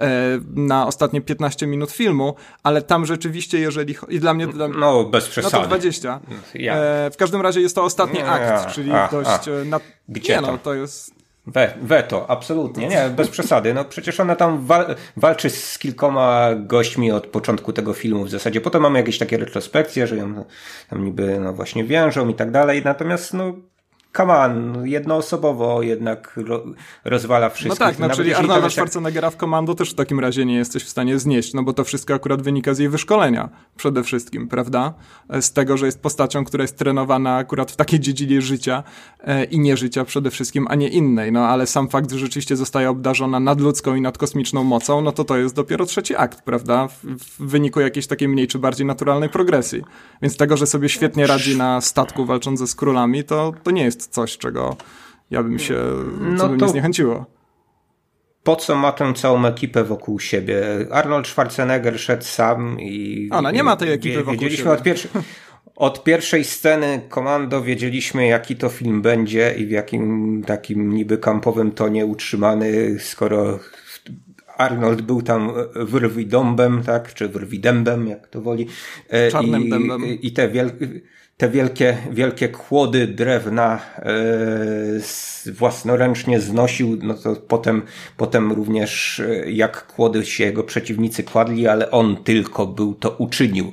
na ostatnie 15 minut filmu, ale tam rzeczywiście, jeżeli... I dla mnie... No, bez przesady. No to 20. W każdym razie jest to ostatni akt, czyli dość... Gdzie no, to jest... Weto, absolutnie, nie, bez przesady. No przecież ona tam walczy z kilkoma gośćmi od początku tego filmu w zasadzie. Potem mamy jakieś takie retrospekcje, że ją tam niby no właśnie wiążą i tak dalej. Natomiast no come on, jednoosobowo jednak rozwala wszystko. No tak, czyli Arnolda Schwarzeneggera w Commando też w takim razie nie jesteś w stanie znieść, no bo to wszystko akurat wynika z jej wyszkolenia przede wszystkim, prawda? Z tego, że jest postacią, która jest trenowana akurat w takiej dziedzinie życia i nieżycia przede wszystkim, a nie innej. No ale sam fakt, że rzeczywiście zostaje obdarzona nadludzką i nadkosmiczną mocą, no to jest dopiero trzeci akt, prawda? W wyniku jakiejś takiej mniej czy bardziej naturalnej progresji. Więc tego, że sobie świetnie radzi na statku walcząc ze Skrullami, to nie jest coś, czego ja bym się, co by mnie zniechęciło. Po co ma tę całą ekipę wokół siebie? Arnold Schwarzenegger szedł sam i... Ona nie ma tej ekipy wokół siebie. Od pierwszej sceny Commando wiedzieliśmy, jaki to film będzie i w jakim takim niby kampowym tonie utrzymany, skoro Arnold był tam wyrwidąbem, tak? Czy wyrwidębem, jak to woli. Czarnym dębem. I te wielkie kłody drewna własnoręcznie znosił, no to potem również jak kłody się jego przeciwnicy kładli, ale on tylko to uczynił.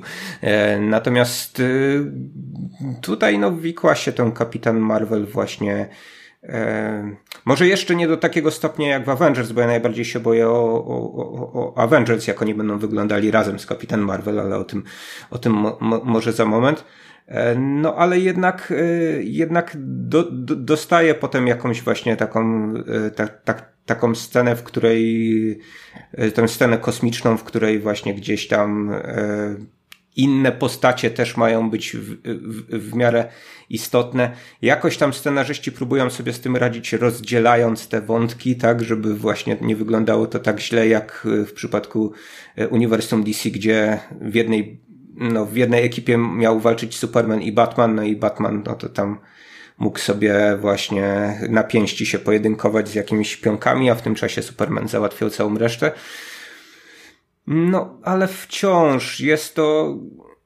Natomiast tutaj no wikła się ten Kapitan Marvel właśnie Może jeszcze nie do takiego stopnia jak w Avengers, bo ja najbardziej się boję o Avengers, jak oni będą wyglądali razem z Kapitan Marvel, ale o tym może za moment. No ale jednak dostaje potem jakąś właśnie taką scenę, w której tę scenę kosmiczną, w której właśnie gdzieś tam inne postacie też mają być w miarę istotne. Jakoś tam scenarzyści próbują sobie z tym radzić, rozdzielając te wątki, tak, żeby właśnie nie wyglądało to tak źle, jak w przypadku uniwersum DC, gdzie w jednej ekipie miał walczyć Superman i Batman, no i Batman, no to tam mógł sobie właśnie na pięści się pojedynkować z jakimiś pionkami, a w tym czasie Superman załatwiał całą resztę. No, ale wciąż jest to...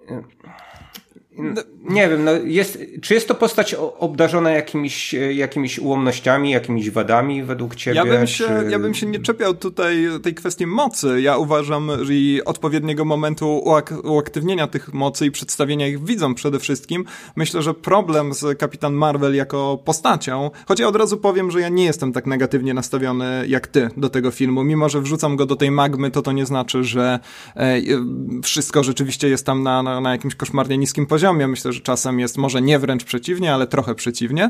Nie wiem, czy jest to postać obdarzona jakimiś ułomnościami, jakimiś wadami według ciebie? Ja bym się nie czepiał tutaj tej kwestii mocy. Ja uważam, że i odpowiedniego momentu uaktywnienia tych mocy i przedstawienia ich widzom przede wszystkim. Myślę, że problem z Kapitan Marvel jako postacią, choć ja od razu powiem, że ja nie jestem tak negatywnie nastawiony jak ty do tego filmu. Mimo że wrzucam go do tej magmy, to nie znaczy, że wszystko rzeczywiście jest tam na jakimś koszmarnie niskim poziomie. Myślę, że czasem jest może nie wręcz przeciwnie, ale trochę przeciwnie,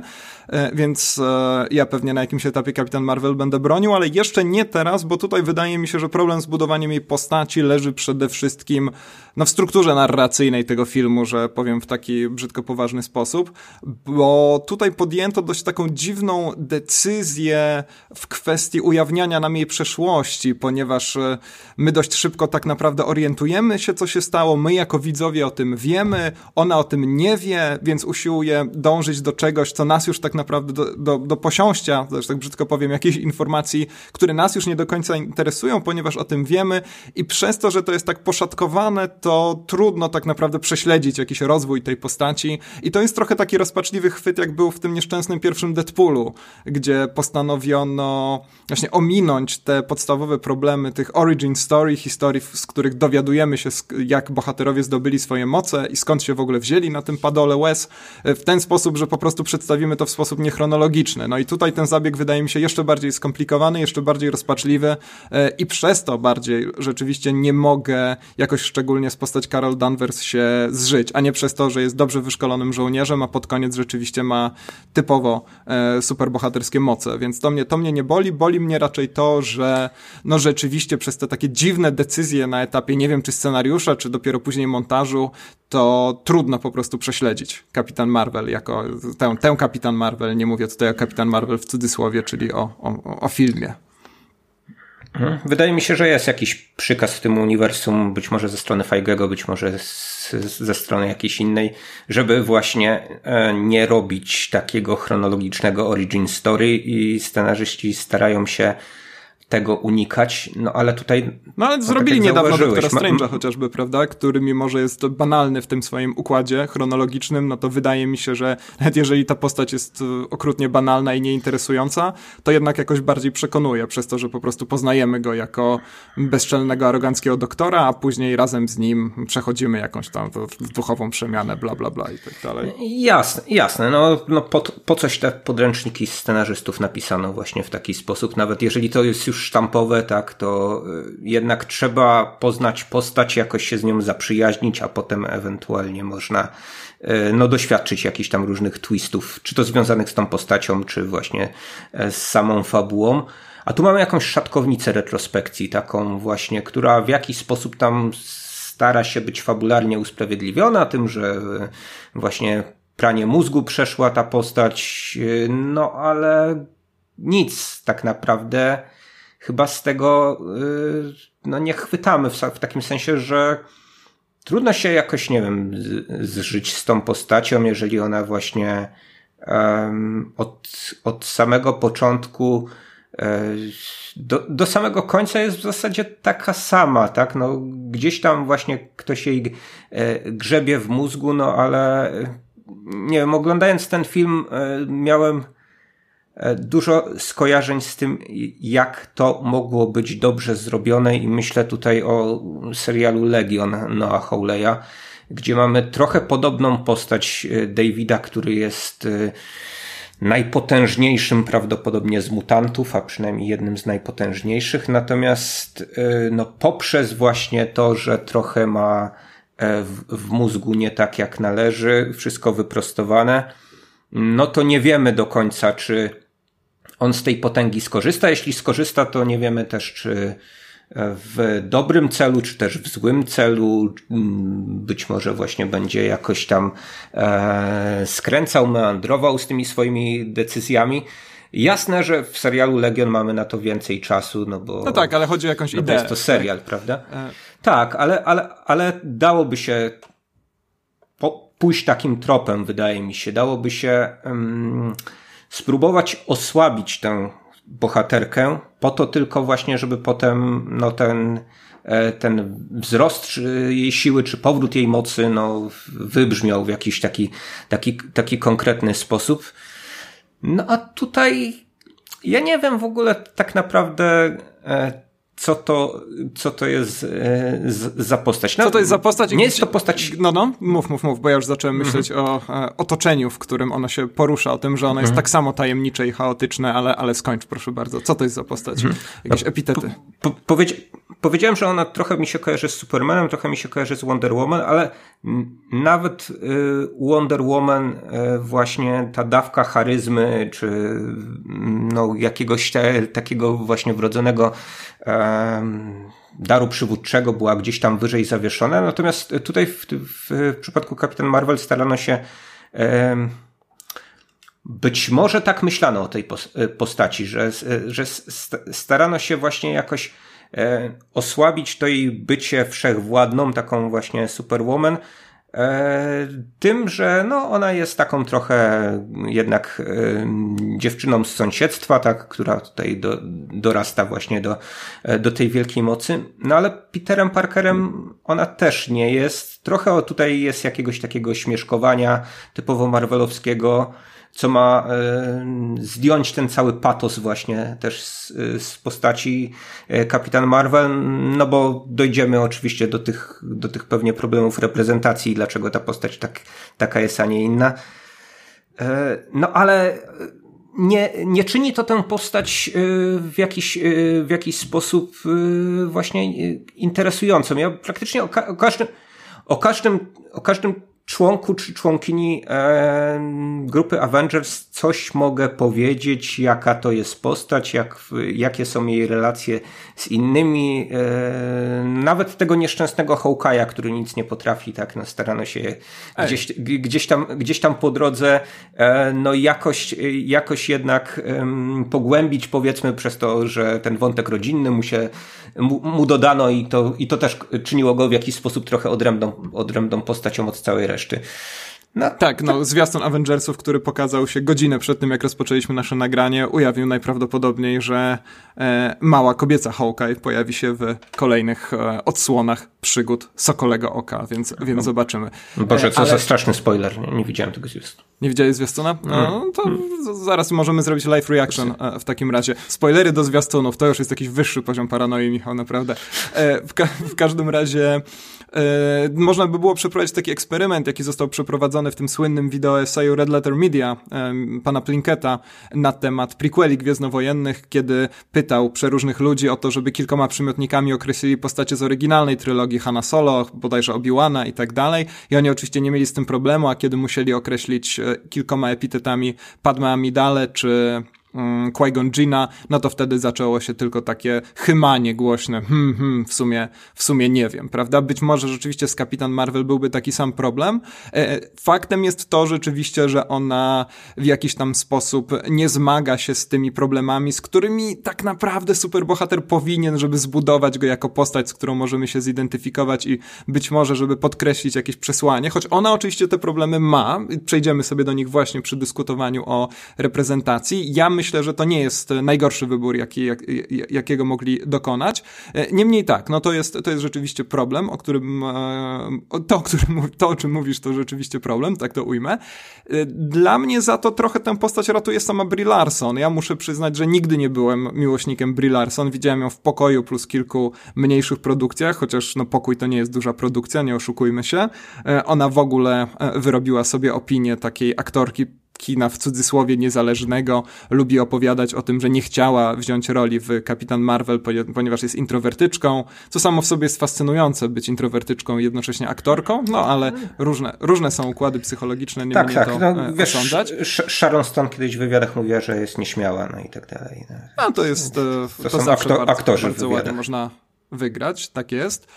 więc ja pewnie na jakimś etapie Kapitan Marvel będę bronił, ale jeszcze nie teraz, bo tutaj wydaje mi się, że problem z budowaniem jej postaci leży przede wszystkim w strukturze narracyjnej tego filmu, że powiem w taki brzydko poważny sposób, bo tutaj podjęto dość taką dziwną decyzję w kwestii ujawniania nam jej przeszłości, ponieważ my dość szybko tak naprawdę orientujemy się, co się stało, my jako widzowie o tym wiemy, ona o tym nie wie, więc usiłuje dążyć do czegoś, co nas już tak naprawdę do posiąścia, też tak brzydko powiem, jakiejś informacji, które nas już nie do końca interesują, ponieważ o tym wiemy i przez to, że to jest tak poszatkowane, to trudno tak naprawdę prześledzić jakiś rozwój tej postaci i to jest trochę taki rozpaczliwy chwyt, jak był w tym nieszczęsnym pierwszym Deadpoolu, gdzie postanowiono właśnie ominąć te podstawowe problemy tych origin story, historii, z których dowiadujemy się, jak bohaterowie zdobyli swoje moce i skąd się w ogóle wzięli na tym padole łez, w ten sposób, że po prostu przedstawimy to w sposób niechronologiczny. No i tutaj ten zabieg wydaje mi się jeszcze bardziej skomplikowany, jeszcze bardziej rozpaczliwy i przez to bardziej rzeczywiście nie mogę jakoś szczególnie z postać Carol Danvers się zżyć, a nie przez to, że jest dobrze wyszkolonym żołnierzem, a pod koniec rzeczywiście ma typowo superbohaterskie moce, więc to mnie nie boli mnie raczej to, że rzeczywiście przez te takie dziwne decyzje na etapie, nie wiem czy scenariusza, czy dopiero później montażu, to trudno po prostu prześledzić Kapitan Marvel jako tę Kapitan Marvel, nie mówię tutaj o Kapitan Marvel w cudzysłowie, czyli o filmie. Wydaje mi się, że jest jakiś przykaz w tym uniwersum, być może ze strony Feige'ego, być może ze strony jakiejś innej, żeby właśnie nie robić takiego chronologicznego origin story i scenarzyści starają się tego unikać, ale tutaj... ale zrobili tak niedawno Doktora Strange'a chociażby, prawda, który mimo, że jest banalny w tym swoim układzie chronologicznym, to wydaje mi się, że nawet jeżeli ta postać jest okrutnie banalna i nieinteresująca, to jednak jakoś bardziej przekonuje przez to, że po prostu poznajemy go jako bezczelnego, aroganckiego doktora, a później razem z nim przechodzimy jakąś tam duchową przemianę, bla, bla, bla i tak dalej. Jasne. Po coś te podręczniki scenarzystów napisano właśnie w taki sposób, nawet jeżeli to jest już sztampowe, tak, to jednak trzeba poznać postać, jakoś się z nią zaprzyjaźnić, a potem ewentualnie można doświadczyć jakichś tam różnych twistów, czy to związanych z tą postacią, czy właśnie z samą fabułą. A tu mamy jakąś szatkownicę retrospekcji, taką właśnie, która w jakiś sposób tam stara się być fabularnie usprawiedliwiona tym, że właśnie pranie mózgu przeszła ta postać, ale nic tak naprawdę chyba z tego nie chwytamy w takim sensie, że trudno się jakoś, nie wiem, zżyć z tą postacią, jeżeli ona właśnie od samego początku do samego końca jest w zasadzie taka sama, tak? Gdzieś tam właśnie ktoś jej grzebie w mózgu, ale nie wiem, oglądając ten film miałem dużo skojarzeń z tym, jak to mogło być dobrze zrobione i myślę tutaj o serialu Legion Noah Hawleya, gdzie mamy trochę podobną postać Davida, który jest najpotężniejszym prawdopodobnie z mutantów, a przynajmniej jednym z najpotężniejszych. Natomiast no, poprzez właśnie to, że trochę ma w mózgu nie tak jak należy, wszystko wyprostowane, no to nie wiemy do końca, czy on z tej potęgi skorzysta. Jeśli skorzysta, to nie wiemy też, czy w dobrym celu, czy też w złym celu. Być może właśnie będzie jakoś tam skręcał, meandrował z tymi swoimi decyzjami. Jasne, że w serialu Legion mamy na to więcej czasu, no bo... No tak, ale chodzi o jakąś ideę. Jest to serial, tak? Prawda? Tak, ale dałoby się pójść takim tropem, wydaje mi się. Dałoby się spróbować osłabić tę bohaterkę po to tylko właśnie, żeby potem no ten wzrost jej siły, czy powrót jej mocy no wybrzmiał w jakiś taki konkretny sposób. No a tutaj ja nie wiem w ogóle tak naprawdę co to jest za postać. No, co to jest za postać? Nie jest to postać... No, mów, bo ja już zacząłem myśleć o otoczeniu, w którym ono się porusza, o tym, że ono jest tak samo tajemnicze i chaotyczne, ale skończ proszę bardzo. Co to jest za postać? Jakieś epitety. Powiedziałem, że ona trochę mi się kojarzy z Supermanem, trochę mi się kojarzy z Wonder Woman, ale nawet Wonder Woman właśnie ta dawka charyzmy, czy no jakiegoś takiego właśnie wrodzonego daru przywódczego była gdzieś tam wyżej zawieszona. Natomiast tutaj w przypadku Kapitan Marvel starano się być może tak myślano o tej postaci, że starano się właśnie jakoś osłabić to jej bycie wszechwładną, taką właśnie Superwoman, tym, że no ona jest taką trochę jednak dziewczyną z sąsiedztwa, tak, która tutaj dorasta właśnie do tej wielkiej mocy. No ale Peterem Parkerem ona też nie jest. Trochę tutaj jest jakiegoś takiego śmieszkowania typowo marvelowskiego, co ma zdjąć ten cały patos właśnie też z postaci Kapitan Marvel, no bo dojdziemy oczywiście do tych pewnie problemów reprezentacji, dlaczego ta postać taka jest, a nie inna. No ale nie czyni to tę postać w jakiś sposób właśnie interesującą. Ja praktycznie o każdym członku czy członkini grupy Avengers coś mogę powiedzieć, jaka to jest postać, jakie są jej relacje z innymi. Nawet tego nieszczęsnego Hawkeye'a, który nic nie potrafi, tak, no starano się gdzieś tam po drodze no jakoś jednak pogłębić, powiedzmy, przez to, że ten wątek rodzinny mu dodano i to też czyniło go w jakiś sposób trochę odrębną postacią od całej reszty. No, tak, no zwiastun Avengersów, który pokazał się godzinę przed tym, jak rozpoczęliśmy nasze nagranie, ujawnił najprawdopodobniej, że mała kobieca Hawkeye pojawi się w kolejnych odsłonach przygód Sokolego Oka, więc zobaczymy. Boże, co za straszny spoiler, nie widziałem tego zwiastuna. Nie widziałeś zwiastuna? No, to zaraz możemy zrobić live reaction w takim razie. Spoilery do zwiastunów, to już jest jakiś wyższy poziom paranoi, Michał, naprawdę. W każdym razie można by było przeprowadzić taki eksperyment, jaki został przeprowadzony w tym słynnym wideo eseju Red Letter Media pana Plinketa na temat prequeli gwiezdnowojennych, kiedy pytał przeróżnych ludzi o to, żeby kilkoma przymiotnikami określili postacie z oryginalnej trylogii Hanna Solo, bodajże Obi-Wana i tak dalej. I oni oczywiście nie mieli z tym problemu, a kiedy musieli określić kilkoma epitetami Padme Amidale czy Qui-Gon Jinna, no to wtedy zaczęło się tylko takie chymanie głośne. W sumie nie wiem, prawda? Być może rzeczywiście z Kapitan Marvel byłby taki sam problem. Faktem jest to rzeczywiście, że ona w jakiś tam sposób nie zmaga się z tymi problemami, z którymi tak naprawdę superbohater powinien, żeby zbudować go jako postać, z którą możemy się zidentyfikować i być może, żeby podkreślić jakieś przesłanie, choć ona oczywiście te problemy ma. Przejdziemy sobie do nich właśnie przy dyskutowaniu o reprezentacji. Ja myślę, że to nie jest najgorszy wybór, jakiego mogli dokonać. Niemniej tak, no to jest rzeczywiście problem, o czym mówisz, to rzeczywiście problem, tak to ujmę. Dla mnie za to trochę tę postać ratuje sama Brie Larson. Ja muszę przyznać, że nigdy nie byłem miłośnikiem Brie Larson. Widziałem ją w Pokoju plus kilku mniejszych produkcjach, chociaż no Pokój to nie jest duża produkcja, nie oszukujmy się. Ona w ogóle wyrobiła sobie opinię takiej aktorki, kina w cudzysłowie niezależnego, lubi opowiadać o tym, że nie chciała wziąć roli w Kapitan Marvel, ponieważ jest introwertyczką, co samo w sobie jest fascynujące, być introwertyczką i jednocześnie aktorką, no ale różne są układy psychologiczne, nie mnie to osądzać. Sharon Stone kiedyś w wywiadach mówiła, że jest nieśmiała, no i tak dalej. No to jest, to są zawsze aktorzy bardzo ładnie można wygrać, tak jest.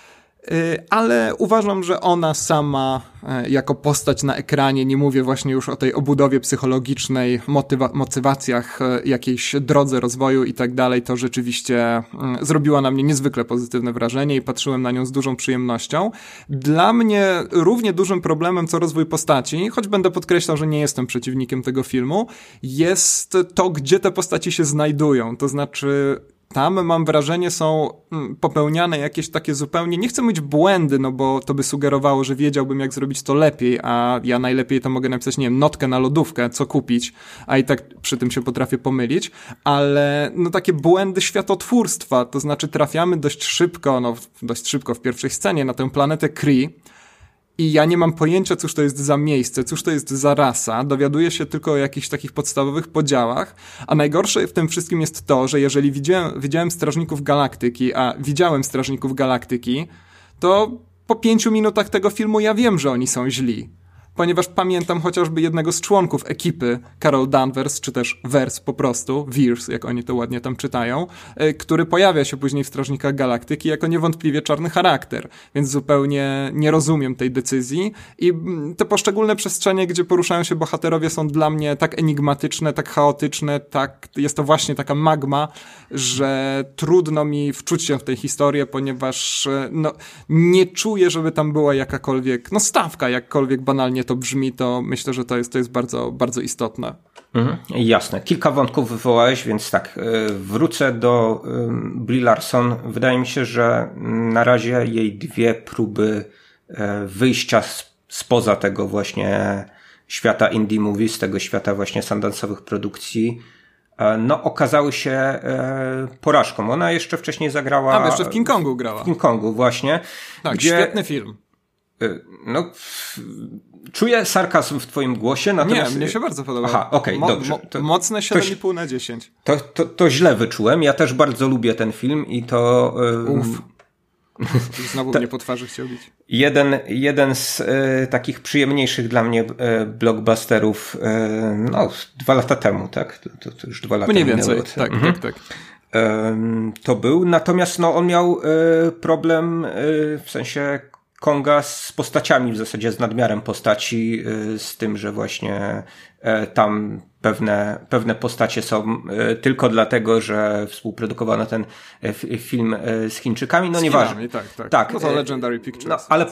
Ale uważam, że ona sama jako postać na ekranie, nie mówię właśnie już o tej obudowie psychologicznej, motywacjach, jakiejś drodze rozwoju i tak dalej, to rzeczywiście zrobiła na mnie niezwykle pozytywne wrażenie i patrzyłem na nią z dużą przyjemnością. Dla mnie równie dużym problemem co rozwój postaci, choć będę podkreślał, że nie jestem przeciwnikiem tego filmu, jest to, gdzie te postaci się znajdują, to znaczy tam, mam wrażenie, są popełniane jakieś takie zupełnie, nie chcę mówić błędy, no bo to by sugerowało, że wiedziałbym, jak zrobić to lepiej, a ja najlepiej to mogę napisać, nie wiem, notkę na lodówkę, co kupić, a i tak przy tym się potrafię pomylić, ale no takie błędy światotwórstwa, to znaczy trafiamy dość szybko w pierwszej scenie na tę planetę Kree, i ja nie mam pojęcia, cóż to jest za miejsce, cóż to jest za rasa, dowiaduję się tylko o jakichś takich podstawowych podziałach, a najgorsze w tym wszystkim jest to, że jeżeli widziałem Strażników Galaktyki, a widziałem Strażników Galaktyki, to po 5 minutach tego filmu ja wiem, że oni są źli. Ponieważ pamiętam chociażby jednego z członków ekipy, Carol Danvers, czy też Vers po prostu, Vers, jak oni to ładnie tam czytają, który pojawia się później w Strażnikach Galaktyki jako niewątpliwie czarny charakter, więc zupełnie nie rozumiem tej decyzji i te poszczególne przestrzenie, gdzie poruszają się bohaterowie, są dla mnie tak enigmatyczne, tak chaotyczne, jest to właśnie taka magma, że trudno mi wczuć się w tę historię, ponieważ nie czuję, żeby tam była jakakolwiek stawka, jakkolwiek banalnie to brzmi, to myślę, że to jest bardzo, bardzo istotne. Jasne. Kilka wątków wywołałeś, więc tak, wrócę do Brie Larson. Wydaje mi się, że na razie jej 2 próby wyjścia spoza tego właśnie świata indie movies, tego świata właśnie sundance'owych produkcji, okazały się porażką. Ona jeszcze wcześniej zagrała... jeszcze w King Kongu grała. W King Kongu, właśnie. Tak, świetny film. Czuję sarkazm w twoim głosie, natomiast... Nie, mnie się bardzo podoba. Aha, okej, dobrze. Mocne 7,5 na 10. To źle wyczułem. Ja też bardzo lubię ten film i to... Znowu mnie po twarzy chciał bić. Jeden z takich przyjemniejszych dla mnie blockbusterów 2 lata temu, tak? To już 2 lata mniej więcej, tak. To był, natomiast on miał problem w sensie Konga z postaciami, w zasadzie z nadmiarem postaci, z tym, że właśnie tam pewne postacie są tylko dlatego, że współprodukowano ten film z Chińczykami, nieważne. Tak. No to Legendary Pictures. Ale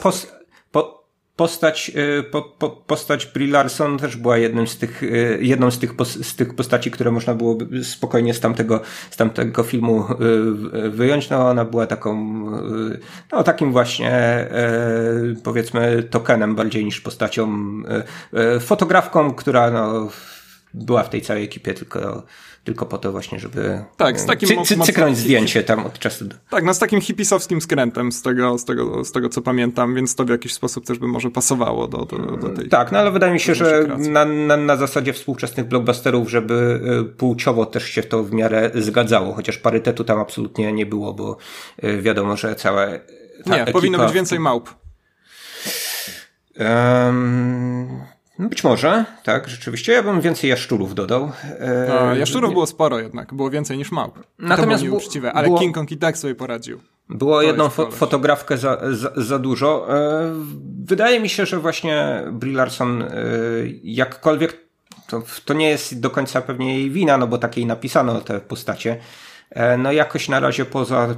postać Brie Larson też była jedną z tych postaci, które można było spokojnie z tamtego filmu wyjąć. Ona była takim właśnie powiedzmy tokenem bardziej niż postacią, fotografką, która była w tej całej ekipie tylko po to właśnie, żeby cyknąć zdjęcie tam od czasu do... Tak, z takim hipisowskim skrętem z tego co pamiętam, więc to w jakiś sposób też by może pasowało do tej... Tak, ale wydaje mi się, że na zasadzie współczesnych blockbusterów, żeby płciowo też się to w miarę zgadzało, chociaż parytetu tam absolutnie nie było, bo wiadomo, że całe... powinno być więcej małp. Być może, tak, rzeczywiście. Ja bym więcej jaszczurów dodał. Jaszczurów było sporo jednak, było więcej niż małp. Natomiast to było nieuczciwe, ale King Kong i tak sobie poradził. Było jedną fotografkę za dużo. Wydaje mi się, że właśnie Brie Larson jakkolwiek, to nie jest do końca pewnie jej wina, bo takiej napisano te postacie. Jakoś na razie poza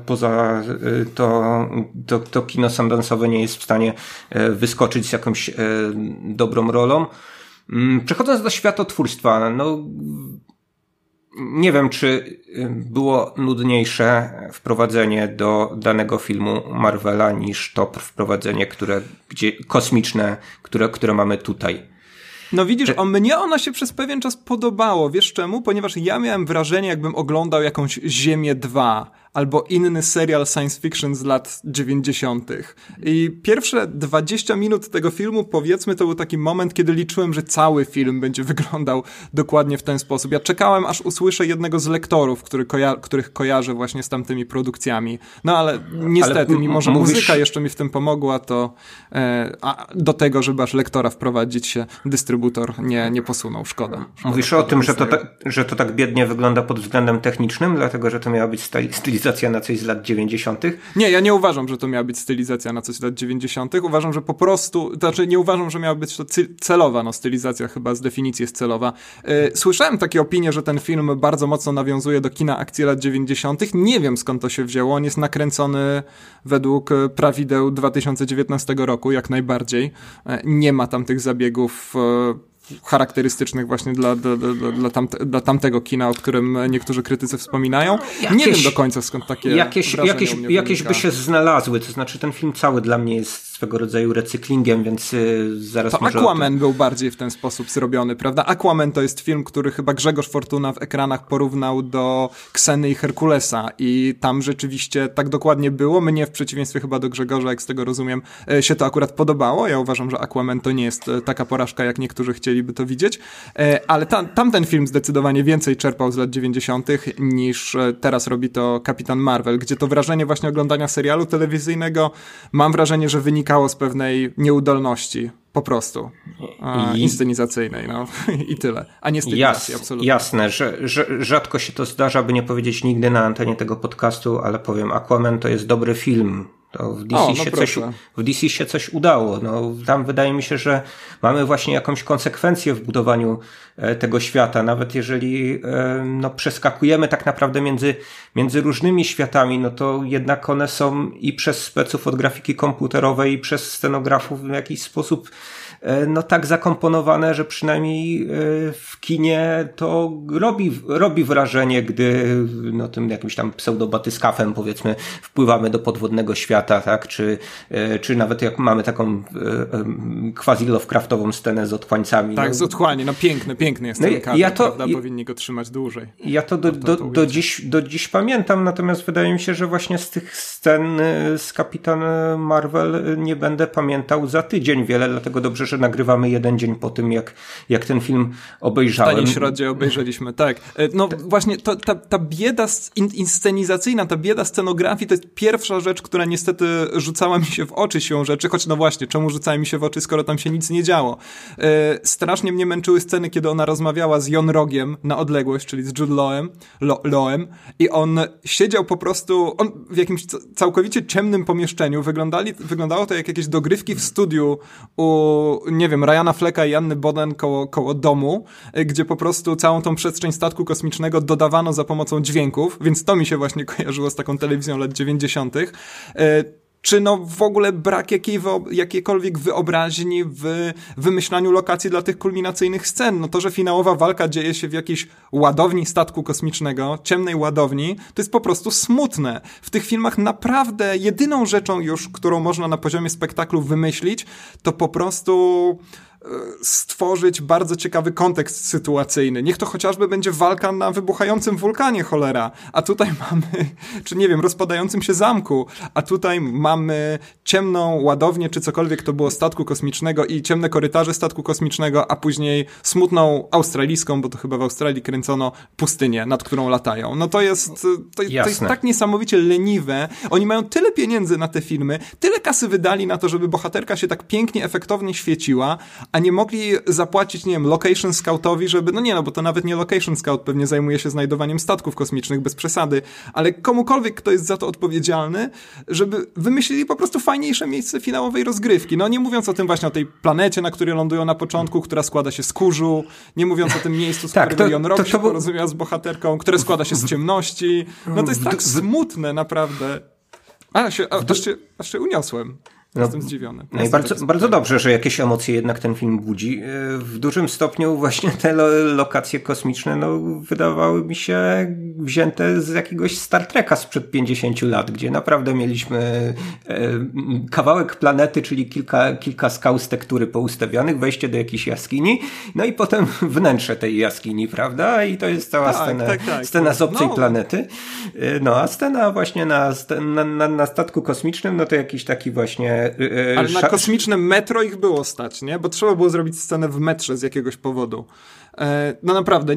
to kino sundance'owe nie jest w stanie wyskoczyć z jakąś dobrą rolą. Przechodząc do światotwórstwa, nie wiem, czy było nudniejsze wprowadzenie do danego filmu Marvela niż to wprowadzenie, kosmiczne, które mamy tutaj. Widzisz, mnie ono się przez pewien czas podobało. Wiesz czemu? Ponieważ ja miałem wrażenie, jakbym oglądał jakąś Ziemię 2, albo inny serial science fiction z lat 90. I pierwsze 20 minut tego filmu, powiedzmy, to był taki moment, kiedy liczyłem, że cały film będzie wyglądał dokładnie w ten sposób. Ja czekałem, aż usłyszę jednego z lektorów, których kojarzę właśnie z tamtymi produkcjami. No ale niestety, mimo że muzyka jeszcze mi w tym pomogła, to do tego, żeby aż lektora wprowadzić się, dystrybutor nie posunął. Szkoda. Mówisz o tym, że to tak biednie wygląda pod względem technicznym, dlatego, że to miała być stylizacja na coś z lat 90. Nie, ja nie uważam, że to miała być stylizacja na coś z lat 90. Uważam, że po prostu, to znaczy nie uważam, że miała być to celowa, no stylizacja chyba z definicji jest celowa. Słyszałem takie opinie, że ten film bardzo mocno nawiązuje do kina akcji lat 90. Nie wiem, skąd to się wzięło. On jest nakręcony według prawideł 2019 roku, jak najbardziej. Nie ma tam tych zabiegów charakterystycznych właśnie dla tamtego kina, o którym niektórzy krytycy wspominają. Nie wiem do końca, skąd takie jakieś by się znalazły, to znaczy ten film cały dla mnie jest swego rodzaju recyklingiem, więc zaraz to może... Aquaman był bardziej w ten sposób zrobiony, prawda? Aquaman to jest film, który chyba Grzegorz Fortuna w ekranach porównał do Kseny i Herkulesa i tam rzeczywiście tak dokładnie było. Mnie w przeciwieństwie chyba do Grzegorza, jak z tego rozumiem, się to akurat podobało. Ja uważam, że Aquaman to nie jest taka porażka, jak niektórzy chcieliby to widzieć, ale tamten film zdecydowanie więcej czerpał z lat 90. niż teraz robi to Kapitan Marvel, gdzie to wrażenie właśnie oglądania serialu telewizyjnego, mam wrażenie, że wynikało z pewnej nieudolności. Po prostu. Inscenizacyjnej, no. I tyle. A nie stylizacji, absolutnie. Jasne, że rzadko się to zdarza, by nie powiedzieć nigdy na antenie tego podcastu, ale powiem, Aquaman to jest dobry film. To w DC się coś udało. No, tam wydaje mi się, że mamy właśnie jakąś konsekwencję w budowaniu tego świata. Nawet jeżeli przeskakujemy tak naprawdę między różnymi światami, no to jednak one są i przez speców od grafiki komputerowej, i przez scenografów w jakiś sposób tak zakomponowane, że przynajmniej w kinie to robi wrażenie, gdy tym jakimś tam pseudobatyskafem, powiedzmy, wpływamy do podwodnego świata, tak? Czy nawet jak mamy taką quasi-Lovecraftową scenę z otchłańcami. Tak, z otchłani, piękny jest ten kadr, prawda? Powinni go trzymać dłużej. Ja to do dziś pamiętam, natomiast wydaje mi się, że właśnie z tych scen z Kapitan Marvel nie będę pamiętał za tydzień wiele, dlatego dobrze, że nagrywamy jeden dzień po tym, jak ten film obejrzałem. W Taniej Środzie obejrzeliśmy, tak. No właśnie, ta bieda inscenizacyjna, ta bieda scenografii to jest pierwsza rzecz, która niestety rzucała mi się w oczy siłą rzeczy, choć no właśnie, czemu rzucała mi się w oczy, skoro tam się nic nie działo. Strasznie mnie męczyły sceny, kiedy ona rozmawiała z Jon Rogiem na odległość, czyli z Jude Lawem i on siedział po prostu, w jakimś całkowicie ciemnym pomieszczeniu, wyglądało to jak jakieś dogrywki w studiu nie wiem, Ryana Flecka i Anny Boden koło domu, gdzie po prostu całą tą przestrzeń statku kosmicznego dodawano za pomocą dźwięków, więc to mi się właśnie kojarzyło z taką telewizją lat 90. Czy w ogóle brak jakiejkolwiek wyobraźni w wymyślaniu lokacji dla tych kulminacyjnych scen. No to, że finałowa walka dzieje się w jakiejś ładowni statku kosmicznego, ciemnej ładowni, to jest po prostu smutne. W tych filmach naprawdę jedyną rzeczą już, którą można na poziomie spektaklu wymyślić, to po prostu stworzyć bardzo ciekawy kontekst sytuacyjny. Niech to chociażby będzie walka na wybuchającym wulkanie, cholera. A tutaj mamy, czy nie wiem, rozpadającym się zamku. A tutaj mamy ciemną ładownię, czy cokolwiek to było statku kosmicznego i ciemne korytarze statku kosmicznego, a później smutną australijską, bo to chyba w Australii kręcono, pustynię, nad którą latają. No to jest tak niesamowicie leniwe. Oni mają tyle pieniędzy na te filmy, tyle kasy wydali na to, żeby bohaterka się tak pięknie, efektownie świeciła, a nie mogli zapłacić, nie wiem, location scoutowi, żeby, bo to nawet nie location scout pewnie zajmuje się znajdowaniem statków kosmicznych, bez przesady, ale komukolwiek, kto jest za to odpowiedzialny, żeby wymyślili po prostu fajniejsze miejsce finałowej rozgrywki. No nie mówiąc o tym właśnie, o tej planecie, na której lądują na początku, która składa się z kurzu, nie mówiąc o tym miejscu, z którego Jon Rog się porozumiał z bohaterką, które składa się z ciemności. No to jest tak smutne, naprawdę. Aż się uniosłem. Jestem zdziwiony. No i bardzo dobrze, że jakieś emocje jednak ten film budzi. W dużym stopniu właśnie te lokacje kosmiczne wydawały mi się wzięte z jakiegoś Star Treka sprzed 50 lat, gdzie naprawdę mieliśmy kawałek planety, czyli kilka skał z tektury poustawianych, wejście do jakiejś jaskini, no i potem wnętrze tej jaskini, prawda? I to jest cała scena z obcej planety. No a scena właśnie na statku kosmicznym, no to jakiś taki właśnie ale na kosmicznym metro ich było stać, nie? Bo trzeba było zrobić scenę w metrze z jakiegoś powodu. No naprawdę,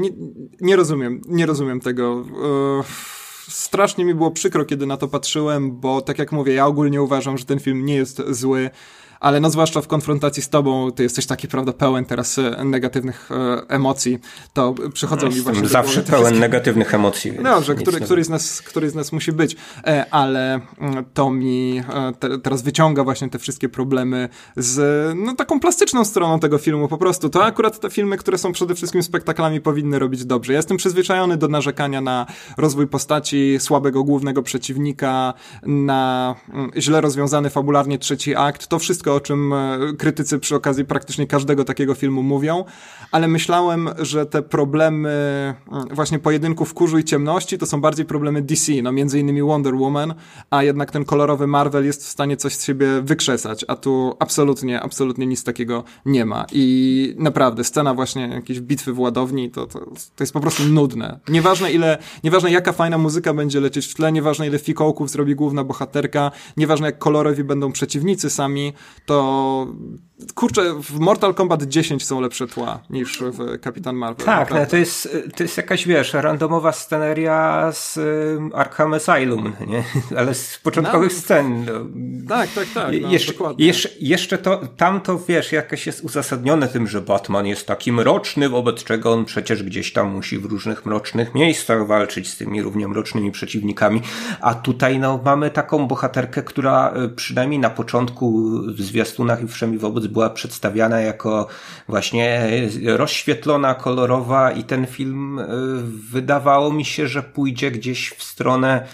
nie rozumiem tego. Strasznie mi było przykro, kiedy na to patrzyłem, bo tak jak mówię, ja ogólnie uważam, że ten film nie jest zły, ale no zwłaszcza w konfrontacji z tobą, ty jesteś taki, prawda, pełen teraz negatywnych emocji, to przychodzą mi właśnie... Zawsze pełen negatywnych emocji. Dobrze, który z nas musi być, ale to mi teraz wyciąga właśnie te wszystkie problemy z taką plastyczną stroną tego filmu po prostu. To akurat te filmy, które są przede wszystkim spektaklami, powinny robić dobrze. Ja jestem przyzwyczajony do narzekania na rozwój postaci, słabego głównego przeciwnika, na źle rozwiązany fabularnie trzeci akt. To wszystko, o czym krytycy przy okazji praktycznie każdego takiego filmu mówią, ale myślałem, że te problemy właśnie pojedynków kurzu i ciemności to są bardziej problemy DC, między innymi Wonder Woman, a jednak ten kolorowy Marvel jest w stanie coś z siebie wykrzesać, a tu absolutnie nic takiego nie ma. I naprawdę, scena właśnie jakiejś bitwy w ładowni, to jest po prostu nudne. Nieważne jaka fajna muzyka będzie lecieć w tle, nieważne ile fikołków zrobi główna bohaterka, nieważne jak kolorowi będą przeciwnicy sami, to kurczę, w Mortal Kombat 10 są lepsze tła niż w Kapitan Marvel. Tak, no, to jest jakaś, randomowa sceneria z Arkham Asylum, nie? Ale z początkowych scen. Tak. Dokładnie. Jeszcze tam jakoś jest uzasadnione tym, że Batman jest taki mroczny, wobec czego on przecież gdzieś tam musi w różnych mrocznych miejscach walczyć z tymi równie mrocznymi przeciwnikami. A tutaj mamy taką bohaterkę, która przynajmniej na początku w zwiastunach i wszemi wobec była przedstawiana jako właśnie rozświetlona, kolorowa i ten film wydawało mi się, że pójdzie gdzieś w stronę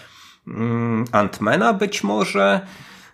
Ant-Mana być może,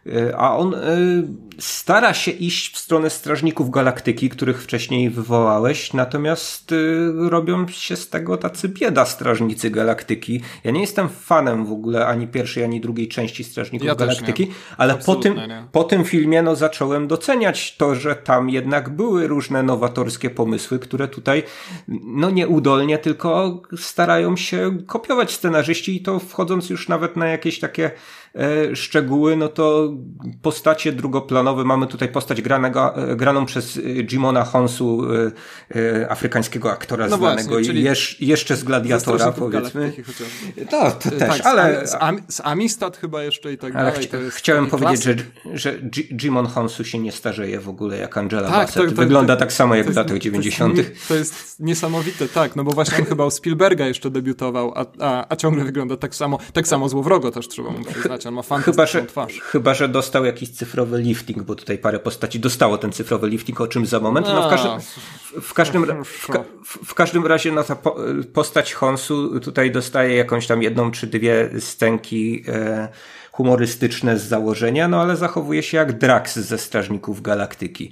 a on stara się iść w stronę Strażników Galaktyki, których wcześniej wywołałeś, natomiast robią się z tego tacy bieda Strażnicy Galaktyki. Ja nie jestem fanem w ogóle ani pierwszej, ani drugiej części Strażników Galaktyki, ale po tym filmie zacząłem doceniać to, że tam jednak były różne nowatorskie pomysły, które tutaj nieudolnie, tylko starają się kopiować scenarzyści i to wchodząc już nawet na jakieś takie szczegóły, to postacie drugoplanowe, mamy tutaj postać graną przez Jimona Honsu, afrykańskiego aktora znanego właśnie, czyli jeszcze z Gladiatora, powiedzmy. To też, tak, ale... Z Amistad chyba jeszcze i tak ale dalej. Chciałem powiedzieć, że Jimon Honsu się nie starzeje w ogóle jak Angela Bassett. Wygląda tak samo jak w latach 90. To jest niesamowite, tak, bo właśnie on chyba u Spielberga jeszcze debiutował, a ciągle wygląda tak samo złowrogo też trzeba mu przyznać. On ma fantastyczną twarz. Chyba, że dostał jakiś cyfrowy lifting, bo tutaj parę postaci dostało ten cyfrowy lifting, o czym za moment. W każdym razie ta postać Honsu tutaj dostaje jakąś tam jedną czy dwie scenki humorystyczne z założenia, ale zachowuje się jak Drax ze Strażników Galaktyki.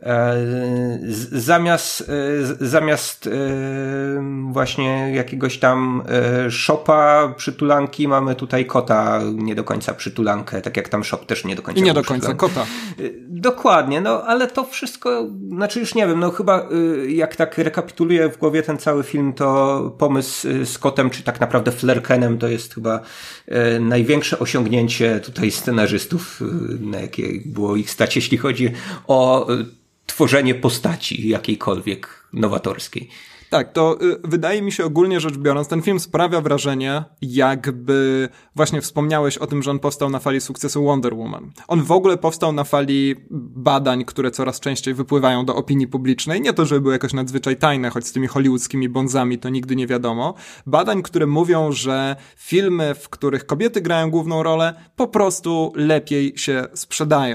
Zamiast właśnie jakiegoś tam szopa, przytulanki, mamy tutaj kota, nie do końca przytulankę, tak jak tam szop też nie do końca. I nie do końca kota. Dokładnie, ale to wszystko, już nie wiem, chyba jak tak rekapituluję w głowie ten cały film, to pomysł z kotem, czy tak naprawdę Flerkenem, to jest chyba największe osiągnięcie tutaj scenarzystów, na jakie było ich stać, jeśli chodzi o tworzenie postaci jakiejkolwiek nowatorskiej. Tak, to wydaje mi się ogólnie rzecz biorąc, ten film sprawia wrażenie, jakby właśnie wspomniałeś o tym, że on powstał na fali sukcesu Wonder Woman. On w ogóle powstał na fali badań, które coraz częściej wypływają do opinii publicznej. Nie to, żeby były jakoś nadzwyczaj tajne, choć z tymi hollywoodzkimi bonzami to nigdy nie wiadomo. Badań, które mówią, że filmy, w których kobiety grają główną rolę, po prostu lepiej się sprzedają.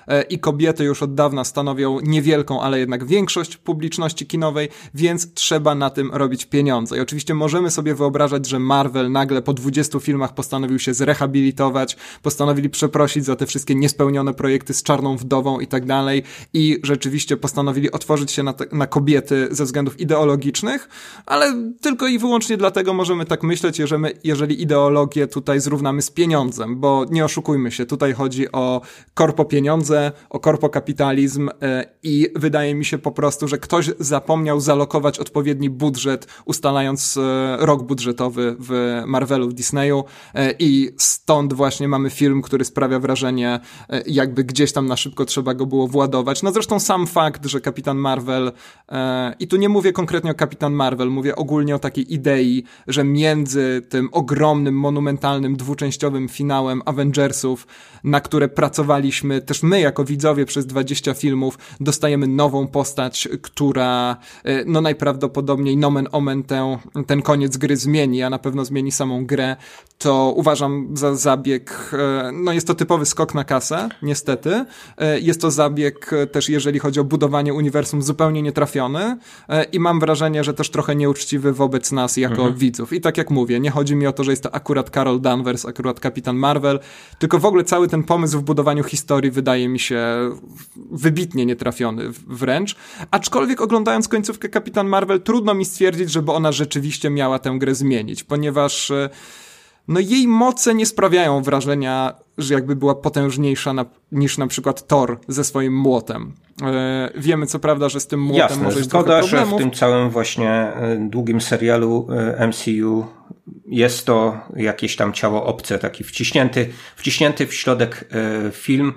i kobiety już od dawna stanowią niewielką, ale jednak większość publiczności kinowej, więc trzeba na tym robić pieniądze. I oczywiście możemy sobie wyobrażać, że Marvel nagle po 20 filmach postanowił się zrehabilitować, postanowili przeprosić za te wszystkie niespełnione projekty z Czarną Wdową i tak dalej i rzeczywiście postanowili otworzyć się na kobiety ze względów ideologicznych, ale tylko i wyłącznie dlatego możemy tak myśleć, jeżeli ideologię tutaj zrównamy z pieniądzem, bo nie oszukujmy się, tutaj chodzi o korpopieniądze, o korpokapitalizm i wydaje mi się po prostu, że ktoś zapomniał zalokować odpowiedni budżet, ustalając rok budżetowy w Marvelu, w Disneyu i stąd właśnie mamy film, który sprawia wrażenie, jakby gdzieś tam na szybko trzeba go było władować. No zresztą sam fakt, że Kapitan Marvel, i tu nie mówię konkretnie o Kapitan Marvel, mówię ogólnie o takiej idei, że między tym ogromnym, monumentalnym, dwuczęściowym finałem Avengersów, na które pracowaliśmy też my jako widzowie przez 20 filmów, dostajemy nową postać, która no najprawdopodobniej nomen omen ten koniec gry zmieni, a na pewno zmieni samą grę, to uważam za zabieg, no jest to typowy skok na kasę, niestety. Jest to zabieg też, jeżeli chodzi o budowanie uniwersum, zupełnie nietrafiony i mam wrażenie, że też trochę nieuczciwy wobec nas jako widzów. I tak jak mówię, nie chodzi mi o to, że jest to akurat Carol Danvers, akurat Kapitan Marvel, tylko w ogóle cały ten pomysł w budowaniu historii wydaje mi się wybitnie nietrafiony wręcz. Aczkolwiek oglądając końcówkę Kapitan Marvel, trudno mi stwierdzić, żeby ona rzeczywiście miała tę grę zmienić, ponieważ no jej moce nie sprawiają wrażenia, że jakby była potężniejsza niż na przykład Thor ze swoim młotem. Wiemy co prawda, że z tym młotem może być trochę problemów. Jasne, że w tym całym właśnie długim serialu MCU jest to jakieś tam ciało obce, taki wciśnięty w środek film.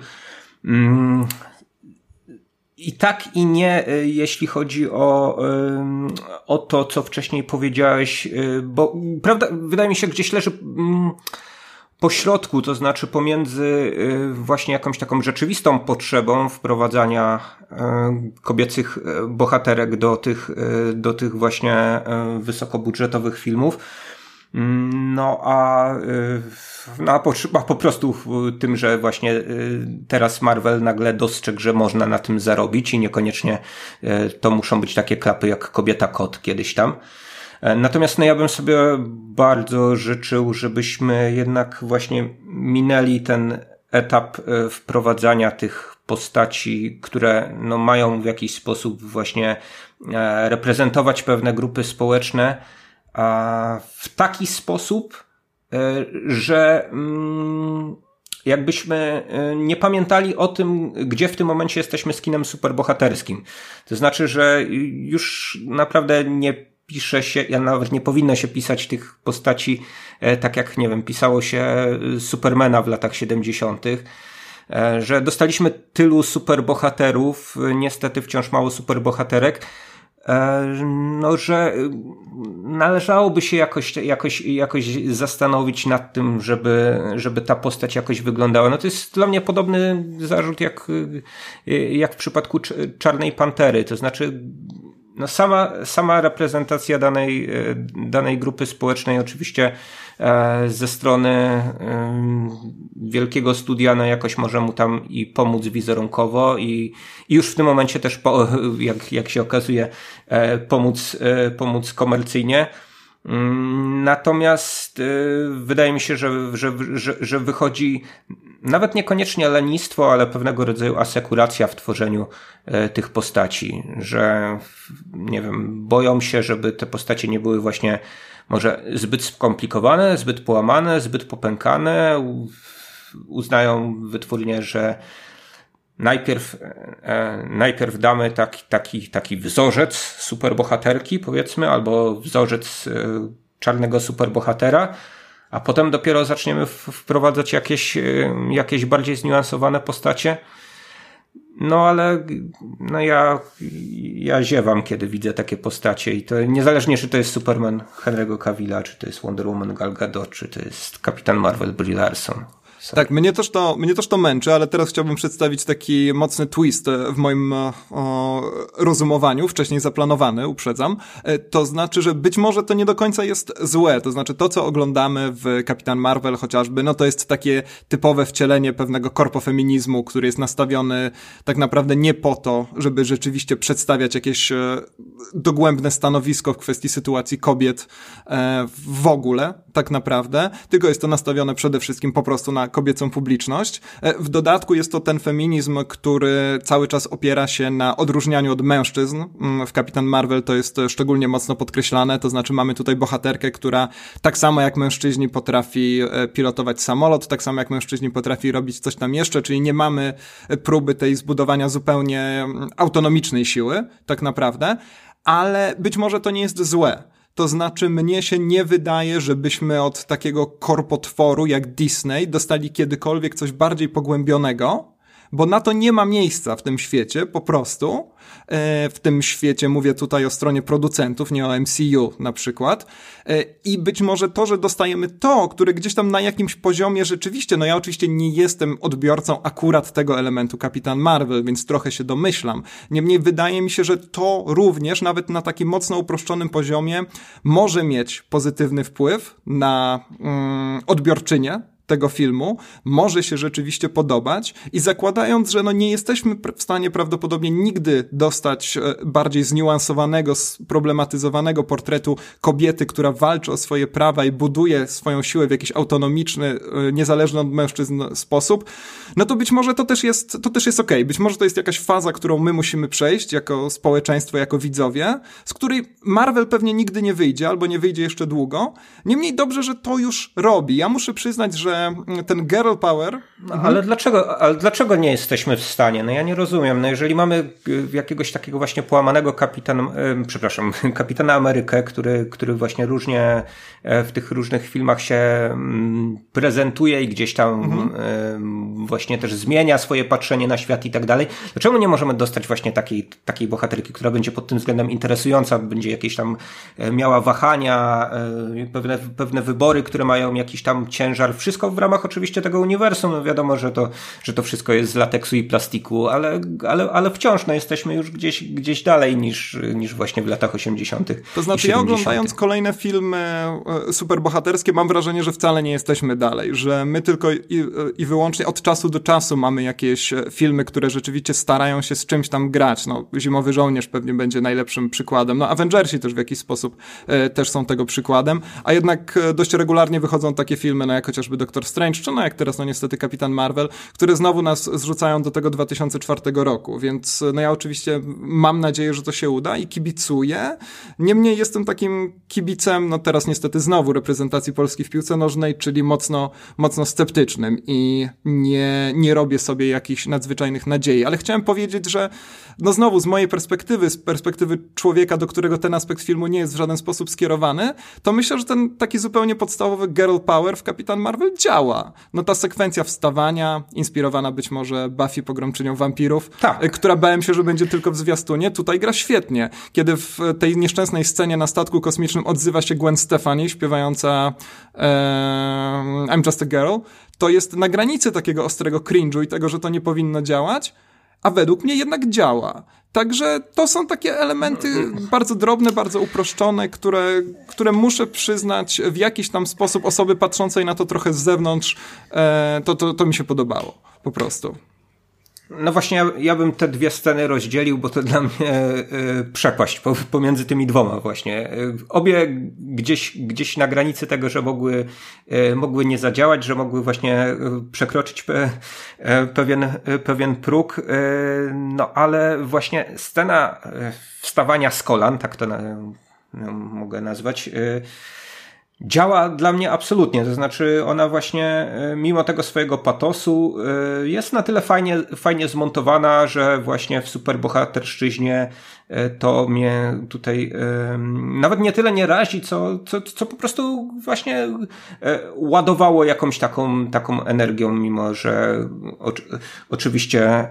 I tak i nie, jeśli chodzi o to, co wcześniej powiedziałeś, bo prawda, wydaje mi się, gdzieś leży po środku, to znaczy pomiędzy właśnie jakąś taką rzeczywistą potrzebą wprowadzania kobiecych bohaterek do tych właśnie wysokobudżetowych filmów, a po prostu tym, że właśnie teraz Marvel nagle dostrzegł, że można na tym zarobić i niekoniecznie to muszą być takie klapy jak Kobieta-Kot kiedyś tam. Natomiast ja bym sobie bardzo życzył, żebyśmy jednak właśnie minęli ten etap wprowadzania tych postaci, które mają w jakiś sposób właśnie reprezentować pewne grupy społeczne, a w taki sposób, że jakbyśmy nie pamiętali o tym, gdzie w tym momencie jesteśmy z kinem superbohaterskim. To znaczy, że już naprawdę nie pisze się, nawet nie powinno się pisać tych postaci tak jak, nie wiem, pisało się Supermana w latach 70., że dostaliśmy tylu superbohaterów, niestety wciąż mało superbohaterek, że należałoby się jakoś zastanowić nad tym, żeby ta postać jakoś wyglądała. To jest dla mnie podobny zarzut jak w przypadku Czarnej Pantery, to znaczy sama reprezentacja danej grupy społecznej oczywiście ze strony wielkiego studia jakoś może mu tam i pomóc wizerunkowo i już w tym momencie też jak się okazuje pomóc komercyjnie. Natomiast wydaje mi się, że wychodzi nawet niekoniecznie lenistwo, ale pewnego rodzaju asekuracja w tworzeniu tych postaci, że nie wiem, boją się, żeby te postacie nie były właśnie może zbyt skomplikowane, zbyt połamane, zbyt popękane. Uznają wytwórnie, że najpierw damy taki wzorzec superbohaterki, powiedzmy, albo wzorzec czarnego superbohatera, a potem dopiero zaczniemy wprowadzać jakieś bardziej zniuansowane postacie. Ale ja ziewam, kiedy widzę takie postacie i to niezależnie, czy to jest Superman Henry'ego Cavilla, czy to jest Wonder Woman Gal Gadot, czy to jest Kapitan Marvel Brie Larson. Tak, mnie też to męczy, ale teraz chciałbym przedstawić taki mocny twist w moim rozumowaniu, wcześniej zaplanowany, uprzedzam. To znaczy, że być może to nie do końca jest złe, to znaczy to, co oglądamy w Kapitan Marvel chociażby, no to jest takie typowe wcielenie pewnego korpofeminizmu, który jest nastawiony tak naprawdę nie po to, żeby rzeczywiście przedstawiać jakieś dogłębne stanowisko w kwestii sytuacji kobiet w ogóle, tak naprawdę, tylko jest to nastawione przede wszystkim po prostu na kobiecą publiczność. W dodatku jest to ten feminizm, który cały czas opiera się na odróżnianiu od mężczyzn. W Kapitan Marvel to jest szczególnie mocno podkreślane, to znaczy mamy tutaj bohaterkę, która tak samo jak mężczyźni potrafi pilotować samolot, tak samo jak mężczyźni potrafi robić coś tam jeszcze, czyli nie mamy próby tej zbudowania zupełnie autonomicznej siły, tak naprawdę, ale być może to nie jest złe. To znaczy mnie się nie wydaje, żebyśmy od takiego korpotworu jak Disney dostali kiedykolwiek coś bardziej pogłębionego, bo na to nie ma miejsca w tym świecie, po prostu. W tym świecie mówię tutaj o stronie producentów, nie o MCU na przykład. I być może to, że dostajemy to, które gdzieś tam na jakimś poziomie rzeczywiście, no ja oczywiście nie jestem odbiorcą akurat tego elementu Kapitan Marvel, więc trochę się domyślam. Niemniej wydaje mi się, że to również nawet na takim mocno uproszczonym poziomie może mieć pozytywny wpływ na odbiorczynię tego filmu, może się rzeczywiście podobać i zakładając, że no nie jesteśmy w stanie prawdopodobnie nigdy dostać bardziej zniuansowanego, sproblematyzowanego portretu kobiety, która walczy o swoje prawa i buduje swoją siłę w jakiś autonomiczny, niezależny od mężczyzn sposób, no to być może to też jest okej. Być może to jest jakaś faza, którą my musimy przejść jako społeczeństwo, jako widzowie, z której Marvel pewnie nigdy nie wyjdzie, albo nie wyjdzie jeszcze długo. Niemniej dobrze, że to już robi. Ja muszę przyznać, że ten girl power... Ale dlaczego nie jesteśmy w stanie? No ja nie rozumiem. No jeżeli mamy jakiegoś takiego właśnie połamanego Kapitana Amerykę, który właśnie różnie w tych różnych filmach się prezentuje i gdzieś tam właśnie też zmienia swoje patrzenie na świat i tak dalej. Dlaczego nie możemy dostać właśnie takiej bohaterki, która będzie pod tym względem interesująca, będzie jakieś tam miała wahania, pewne wybory, które mają jakiś tam ciężar, wszystko w ramach oczywiście tego uniwersum. No wiadomo, że to wszystko jest z lateksu i plastiku, ale wciąż no jesteśmy już gdzieś dalej niż właśnie w latach 80. To znaczy ja oglądając kolejne filmy superbohaterskie mam wrażenie, że wcale nie jesteśmy dalej, że my tylko i wyłącznie od czasu do czasu mamy jakieś filmy, które rzeczywiście starają się z czymś tam grać. No, Zimowy Żołnierz pewnie będzie najlepszym przykładem. No, Avengersi też w jakiś sposób też są tego przykładem, a jednak dość regularnie wychodzą takie filmy, no jak chociażby Doctor Strange, czy no jak teraz no niestety Kapitan Marvel, które znowu nas zrzucają do tego 2004 roku, więc no ja oczywiście mam nadzieję, że to się uda i kibicuję. Niemniej jestem takim kibicem, no teraz niestety znowu reprezentacji Polski w piłce nożnej, czyli mocno sceptycznym i nie robię sobie jakichś nadzwyczajnych nadziei, ale chciałem powiedzieć, że no znowu z mojej perspektywy, z perspektywy człowieka, do którego ten aspekt filmu nie jest w żaden sposób skierowany, to myślę, że ten taki zupełnie podstawowy girl power w Kapitan Marvel działa. No ta sekwencja wstawania, inspirowana być może Buffy Pogromczynią Wampirów, która bałem się, że będzie tylko w zwiastunie, tutaj gra świetnie. Kiedy w tej nieszczęsnej scenie na statku kosmicznym odzywa się Gwen Stefani, śpiewająca I'm Just a Girl, to jest na granicy takiego ostrego cringe'u i tego, że to nie powinno działać, a według mnie jednak działa. Także to są takie elementy bardzo drobne, bardzo uproszczone, które muszę przyznać w jakiś tam sposób osoby patrzącej na to trochę z zewnątrz, to mi się podobało, po prostu. No właśnie, ja bym te dwie sceny rozdzielił, bo to dla mnie przepaść pomiędzy tymi dwoma właśnie. Obie gdzieś na granicy tego, że mogły nie zadziałać, że mogły właśnie przekroczyć pewien próg. No ale właśnie scena wstawania z kolan, tak to mogę nazwać, działa dla mnie absolutnie, to znaczy ona właśnie mimo tego swojego patosu jest na tyle fajnie zmontowana, że właśnie w superbohaterszczyźnie to mnie tutaj nawet nie tyle nie razi, co po prostu właśnie ładowało jakąś taką energią, mimo że oczywiście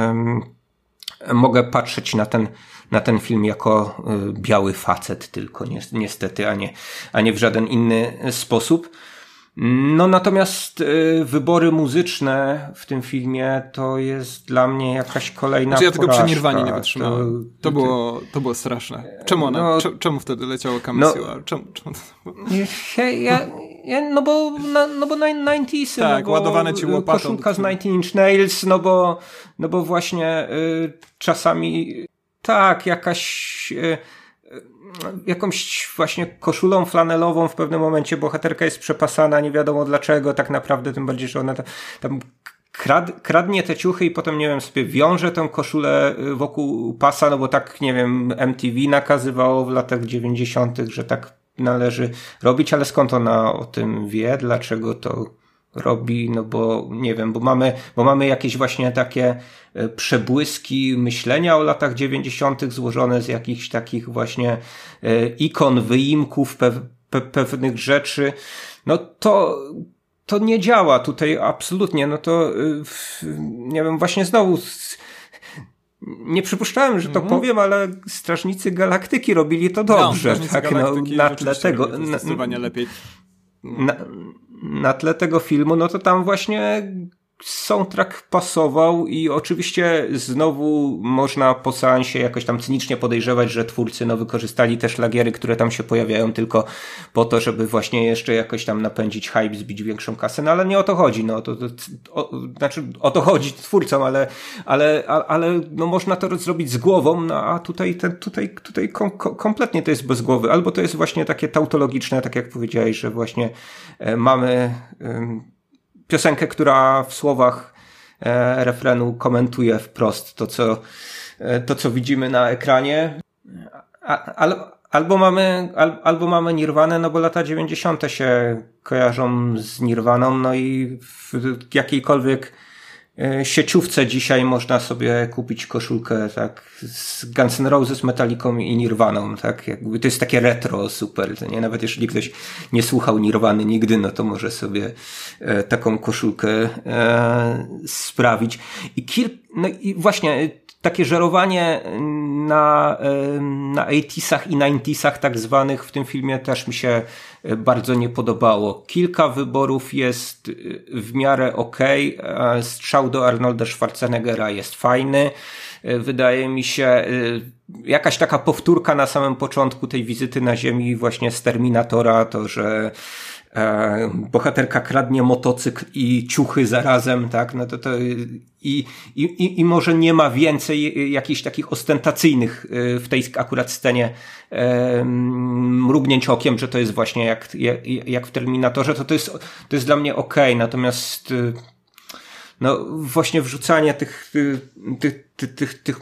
mogę patrzeć na ten film jako biały facet tylko niestety, a nie w żaden inny sposób. No natomiast wybory muzyczne w tym filmie to jest dla mnie jakaś kolejna ja tylko porażka. przy Nirwanie nie wytrzymałem. To było straszne. Czemu czemu wtedy leciało Come no, As You Are? Czemu to było? No bo 90s. Tak, ładowane ci łopatą. Koszulka z 19 Nails, no bo właśnie czasami tak, jakąś właśnie koszulą flanelową w pewnym momencie bohaterka jest przepasana, nie wiadomo dlaczego tak naprawdę, tym bardziej, że ona tam kradnie te ciuchy i potem, nie wiem, sobie wiąże tę koszulę wokół pasa, no bo tak, nie wiem, MTV nakazywało w latach 90., że tak należy robić, ale skąd ona o tym wie, dlaczego to robi, no bo nie wiem, bo mamy jakieś właśnie takie przebłyski myślenia o latach 90. złożone z jakichś takich właśnie ikon, wyimków pewnych rzeczy. No to nie działa tutaj absolutnie, no to nie wiem, właśnie znowu nie przypuszczałem, że to powiem, ale Strażnicy Galaktyki robili to dobrze. No, tak, na tle tego zdecydowanie lepiej. Na tle tego filmu, no to tam właśnie soundtrack pasował i oczywiście znowu można po seansie jakoś tam cynicznie podejrzewać, że twórcy wykorzystali te szlagiery, które tam się pojawiają tylko po to, żeby właśnie jeszcze jakoś tam napędzić hype, zbić większą kasę, no ale nie o to chodzi, znaczy o to chodzi twórcom, ale no można to zrobić z głową, no a tutaj kompletnie to jest bez głowy, albo to jest właśnie takie tautologiczne, tak jak powiedziałeś, że właśnie mamy piosenkę, która w słowach refrenu komentuje wprost to, co widzimy na ekranie. Albo mamy Nirvanę, no bo lata 90. się kojarzą z Nirvaną, no i w jakiejkolwiek sieciówce dzisiaj można sobie kupić koszulkę tak z Guns N' Roses, Metallicą i Nirvaną, tak? Jakby to jest takie retro super, to nie? Nawet jeżeli ktoś nie słuchał Nirvany nigdy, no to może sobie taką koszulkę sprawić. No i właśnie takie żerowanie na 80sach i 90sach tak zwanych w tym filmie też mi się bardzo nie podobało. Kilka wyborów jest w miarę okej. Strzał do Arnolda Schwarzeneggera jest fajny. Wydaje mi się jakaś taka powtórka na samym początku tej wizyty na Ziemi właśnie z Terminatora, to, że bohaterka kradnie motocykl i ciuchy zarazem, tak, no to i może nie ma więcej jakichś takich ostentacyjnych w tej akurat scenie mrugnięć okiem, że to jest właśnie jak w Terminatorze, to jest dla mnie okej, natomiast no właśnie wrzucanie tych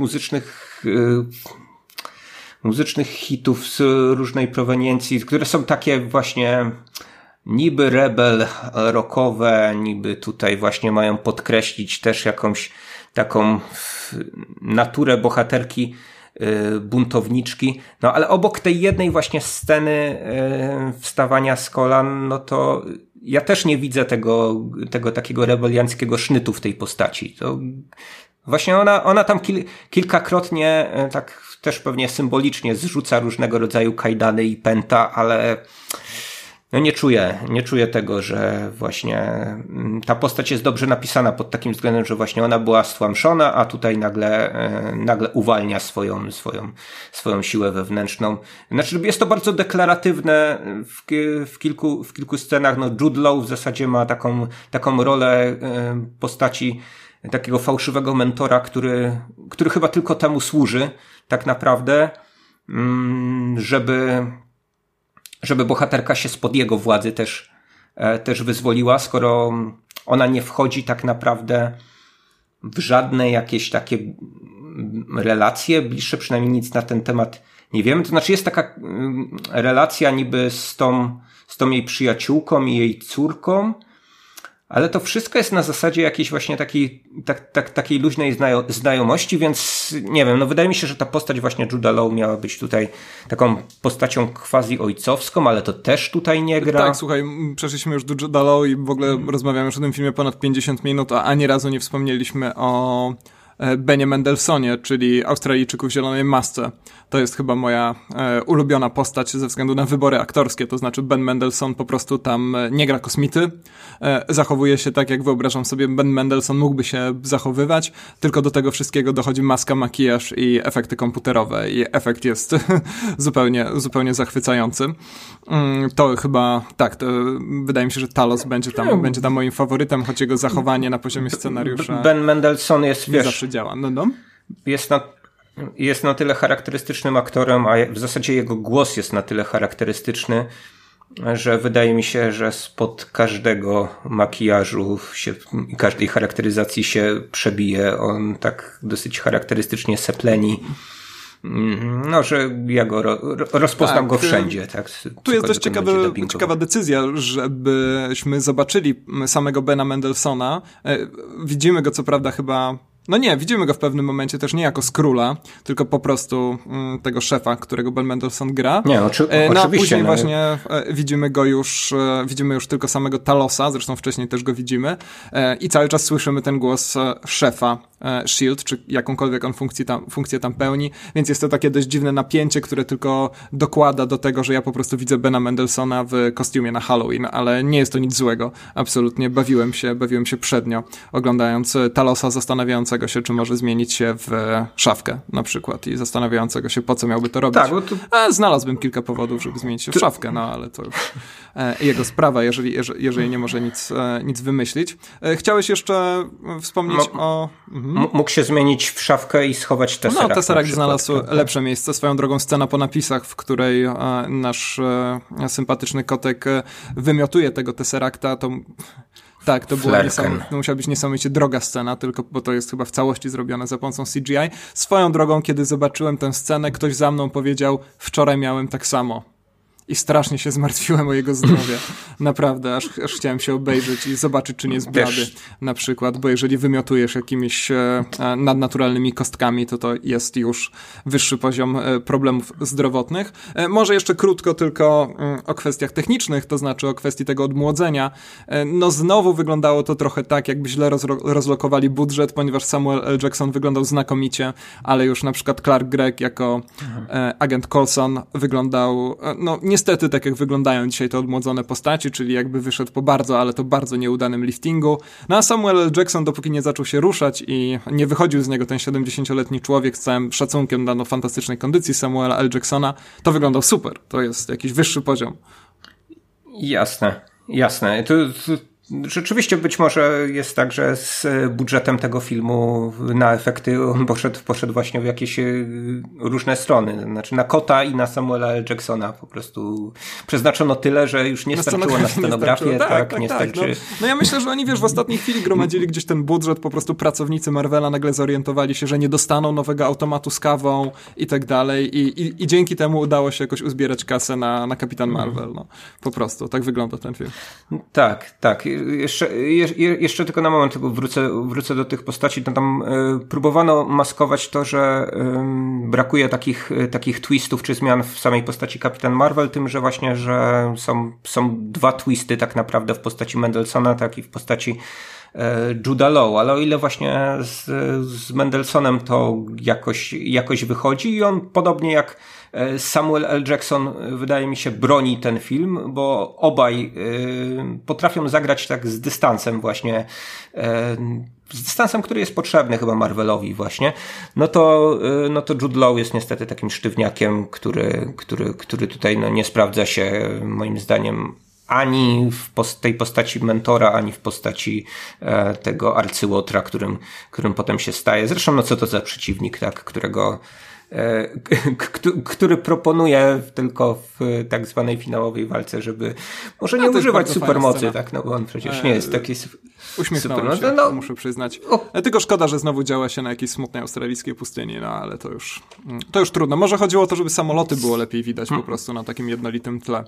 muzycznych hitów z różnej proweniencji, które są takie właśnie niby rebel rockowe, niby tutaj właśnie mają podkreślić też jakąś taką naturę bohaterki buntowniczki, no ale obok tej jednej właśnie sceny wstawania z kolan, no to ja też nie widzę tego takiego rebelianckiego sznytu w tej postaci. To właśnie ona tam kilkakrotnie tak też pewnie symbolicznie zrzuca różnego rodzaju kajdany i pęta, ale no nie czuję tego, że właśnie ta postać jest dobrze napisana pod takim względem, że właśnie ona była stłamszona, a tutaj nagle uwalnia swoją siłę wewnętrzną. Znaczy jest to bardzo deklaratywne w kilku scenach. No Jude Law w zasadzie ma taką rolę postaci takiego fałszywego mentora, który chyba tylko temu służy tak naprawdę, żeby bohaterka się spod jego władzy też wyzwoliła, skoro ona nie wchodzi tak naprawdę w żadne jakieś takie relacje bliższe, przynajmniej nic na ten temat nie wiemy. To znaczy jest taka relacja niby z tą jej przyjaciółką i jej córką, ale to wszystko jest na zasadzie jakiejś właśnie takiej luźnej znajomości, więc nie wiem, no wydaje mi się, że ta postać właśnie Juda Law miała być tutaj taką postacią quasi ojcowską, ale to też tutaj nie gra. Tak, słuchaj, przeszliśmy już do Juda Law i w ogóle rozmawiamy już o tym filmie ponad 50 minut, a ani razu nie wspomnieliśmy o Benie Mendelsohnie, czyli Australijczyku w zielonej masce. To jest chyba moja ulubiona postać ze względu na wybory aktorskie, to znaczy Ben Mendelsohn po prostu tam nie gra kosmity, zachowuje się tak, jak wyobrażam sobie Ben Mendelsohn mógłby się zachowywać, tylko do tego wszystkiego dochodzi maska, makijaż i efekty komputerowe i efekt jest zupełnie zachwycający. To chyba, tak, to wydaje mi się, że Talos będzie tam moim faworytem, choć jego zachowanie na poziomie scenariusza Ben Mendelsohn jest, nie zawsze działa. No. Jest na tyle charakterystycznym aktorem, a w zasadzie jego głos jest na tyle charakterystyczny, że wydaje mi się, że spod każdego makijażu i każdej charakteryzacji się przebije. On tak dosyć charakterystycznie sepleni. No, że ja go rozpoznam go wszędzie. Tak? Tu jest dość ciekawa decyzja, żebyśmy zobaczyli samego Bena Mendelsohna. Widzimy go co prawda chyba... No nie, widzimy go w pewnym momencie też nie jako Skróla, tylko po tego szefa, którego Ben Mendelsohn gra. Nie, oczywiście. No a później właśnie widzimy już tylko samego Talosa, zresztą wcześniej też go widzimy i cały czas słyszymy ten głos szefa S.H.I.E.L.D., czy jakąkolwiek on funkcję tam pełni, więc jest to takie dość dziwne napięcie, które tylko dokłada do tego, że ja po prostu widzę Bena Mendelsohna w kostiumie na Halloween, ale nie jest to nic złego. Absolutnie bawiłem się przednio, oglądając Talosa, zastanawiającego się, czy może zmienić się w szafkę na przykład i zastanawiającego się, po co miałby to robić. Tak, znalazłbym kilka powodów, żeby zmienić się w szafkę, no ale to już jego sprawa, jeżeli nie może nic wymyślić. Chciałeś jeszcze wspomnieć o... Mógł się zmienić w szafkę i schować Tesseract. No, Tesseract znalazł lepsze miejsce. Swoją drogą scena po napisach, w której nasz sympatyczny kotek wymiotuje tego Tesseracta, to... Tak, to musiała być niesamowicie droga scena, tylko bo to jest chyba w całości zrobione za pomocą CGI. Swoją drogą, kiedy zobaczyłem tę scenę, ktoś za mną powiedział, wczoraj miałem tak samo. I strasznie się zmartwiłem o jego zdrowie. Naprawdę, aż chciałem się obejrzeć i zobaczyć, czy nie jest blady na przykład, bo jeżeli wymiotujesz jakimiś nadnaturalnymi kostkami, to jest już wyższy poziom problemów zdrowotnych. Może jeszcze krótko tylko o kwestiach technicznych, to znaczy o kwestii tego odmłodzenia. No znowu wyglądało to trochę tak, jakby źle rozlokowali budżet, ponieważ Samuel L. Jackson wyglądał znakomicie, ale już na przykład Clark Gregg jako agent Coulson wyglądał, no niestety tak jak wyglądają dzisiaj te odmłodzone postaci, czyli jakby wyszedł po ale to bardzo nieudanym liftingu. No a Samuel L. Jackson, dopóki nie zaczął się ruszać i nie wychodził z niego ten 70-letni człowiek z całym szacunkiem dla fantastycznej kondycji Samuela L. Jacksona, to wyglądał super. To jest jakiś wyższy poziom. Jasne. Rzeczywiście być może jest tak, że z budżetem tego filmu na efekty on poszedł właśnie w jakieś różne strony. Znaczy na kota i na Samuela L. Jacksona po prostu przeznaczono tyle, że już nie starczyło na scenografię. Tak. No ja myślę, że oni w ostatniej chwili gromadzili gdzieś ten budżet, po prostu pracownicy Marvela nagle zorientowali się, że nie dostaną nowego automatu z kawą i tak dalej i dzięki temu udało się jakoś uzbierać kasę na Kapitan Marvel. No. Po prostu, tak wygląda ten film. Tak. Jeszcze tylko na moment wrócę do tych postaci. No tam próbowano maskować to, że brakuje takich twistów czy zmian w samej postaci Kapitan Marvel, tym, że właśnie, że są dwa twisty tak naprawdę w postaci Mendelssohna, tak i w postaci Juda Law, ale o ile właśnie z Mendelsohnem to jakoś wychodzi i on podobnie jak Samuel L. Jackson, wydaje mi się, broni ten film, bo obaj potrafią zagrać tak z dystansem właśnie, z dystansem, który jest potrzebny chyba Marvelowi właśnie, no to Jude Law jest niestety takim sztywniakiem, który tutaj nie sprawdza się moim zdaniem ani w tej postaci mentora, ani w postaci tego arcyłotra, którym potem się staje. Zresztą co to za przeciwnik, tak, który proponuje tylko w tak zwanej finałowej walce, żeby może nie używać supermocy, tak, no bo on przecież nie jest taki uśmiechnąłem się, muszę przyznać. Tylko szkoda, że znowu działa się na jakiejś smutnej australijskiej pustyni, no ale to już trudno. Może chodziło o to, żeby samoloty było lepiej widać po prostu na takim jednolitym tle.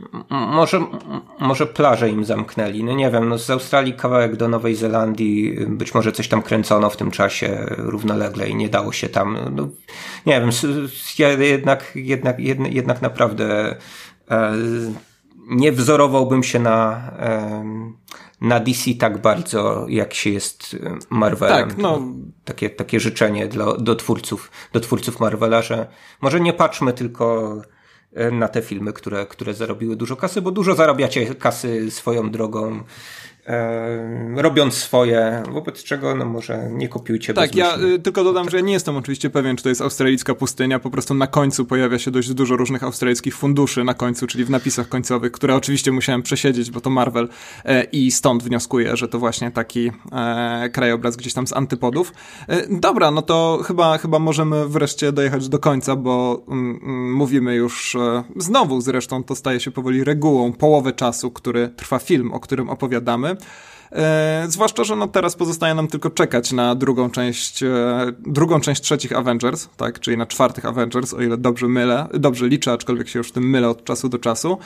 Może plaże im zamknęli, no nie wiem, z Australii kawałek do Nowej Zelandii, być może coś tam kręcono w tym czasie równolegle i nie dało się tam, no, nie wiem, ja jednak naprawdę nie wzorowałbym się na DC tak bardzo, jak się jest Marvelem. Tak, no. Takie życzenie do twórców Marvela, że może nie patrzmy tylko na te filmy, które zarobiły dużo kasy, bo dużo zarabiacie kasy swoją drogą, robiąc swoje, wobec czego no może nie kopiujcie bezmyślnie. Tak, ja tylko dodam, że ja nie jestem oczywiście pewien, czy to jest australijska pustynia, po prostu na końcu pojawia się dość dużo różnych australijskich funduszy na końcu, czyli w napisach końcowych, które oczywiście musiałem przesiedzieć, bo to Marvel i stąd wnioskuję, że to właśnie taki krajobraz gdzieś tam z antypodów. Dobra, no to chyba możemy wreszcie dojechać do końca, bo mówimy już znowu, zresztą to staje się powoli regułą, połowę czasu, który trwa film, o którym opowiadamy. Zwłaszcza, że no teraz pozostaje nam tylko czekać na drugą część trzecich Avengers, tak, czyli na czwartych Avengers, o ile dobrze liczę, aczkolwiek się już w tym mylę od czasu do czasu.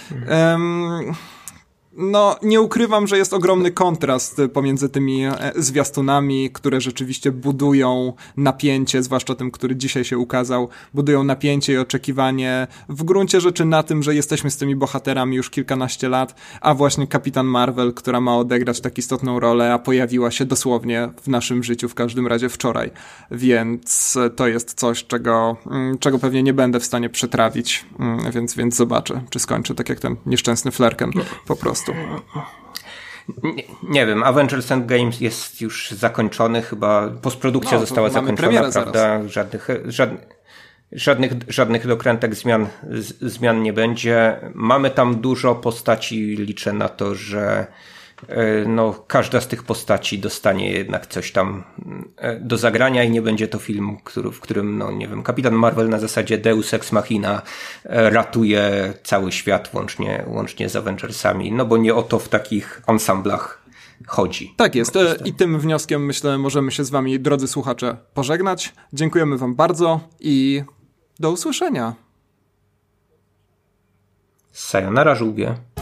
No, nie ukrywam, że jest ogromny kontrast pomiędzy tymi zwiastunami, które rzeczywiście budują napięcie, zwłaszcza tym, który dzisiaj się ukazał, budują napięcie i oczekiwanie w gruncie rzeczy na tym, że jesteśmy z tymi bohaterami już kilkanaście lat, a właśnie Kapitan Marvel, która ma odegrać tak istotną rolę, a pojawiła się dosłownie w naszym życiu, w każdym razie wczoraj. Więc to jest coś, czego pewnie nie będę w stanie przetrawić, więc zobaczę, czy skończę tak jak ten nieszczęsny Flerken po prostu. Nie wiem, Avengers Endgame jest już zakończony, chyba postprodukcja została zakończona, prawda? Żadnych dokrętek zmian nie będzie. Mamy tam dużo postaci, liczę na to, że no, każda z tych postaci dostanie jednak coś tam do zagrania i nie będzie to film, w którym, no nie wiem, Kapitan Marvel na zasadzie Deus Ex Machina ratuje cały świat łącznie z Avengersami, no bo nie o to w takich ensemblach chodzi. Tak jest. I tym wnioskiem, myślę, możemy się z wami, drodzy słuchacze, pożegnać. Dziękujemy wam bardzo i do usłyszenia. Sayonara, żółwie.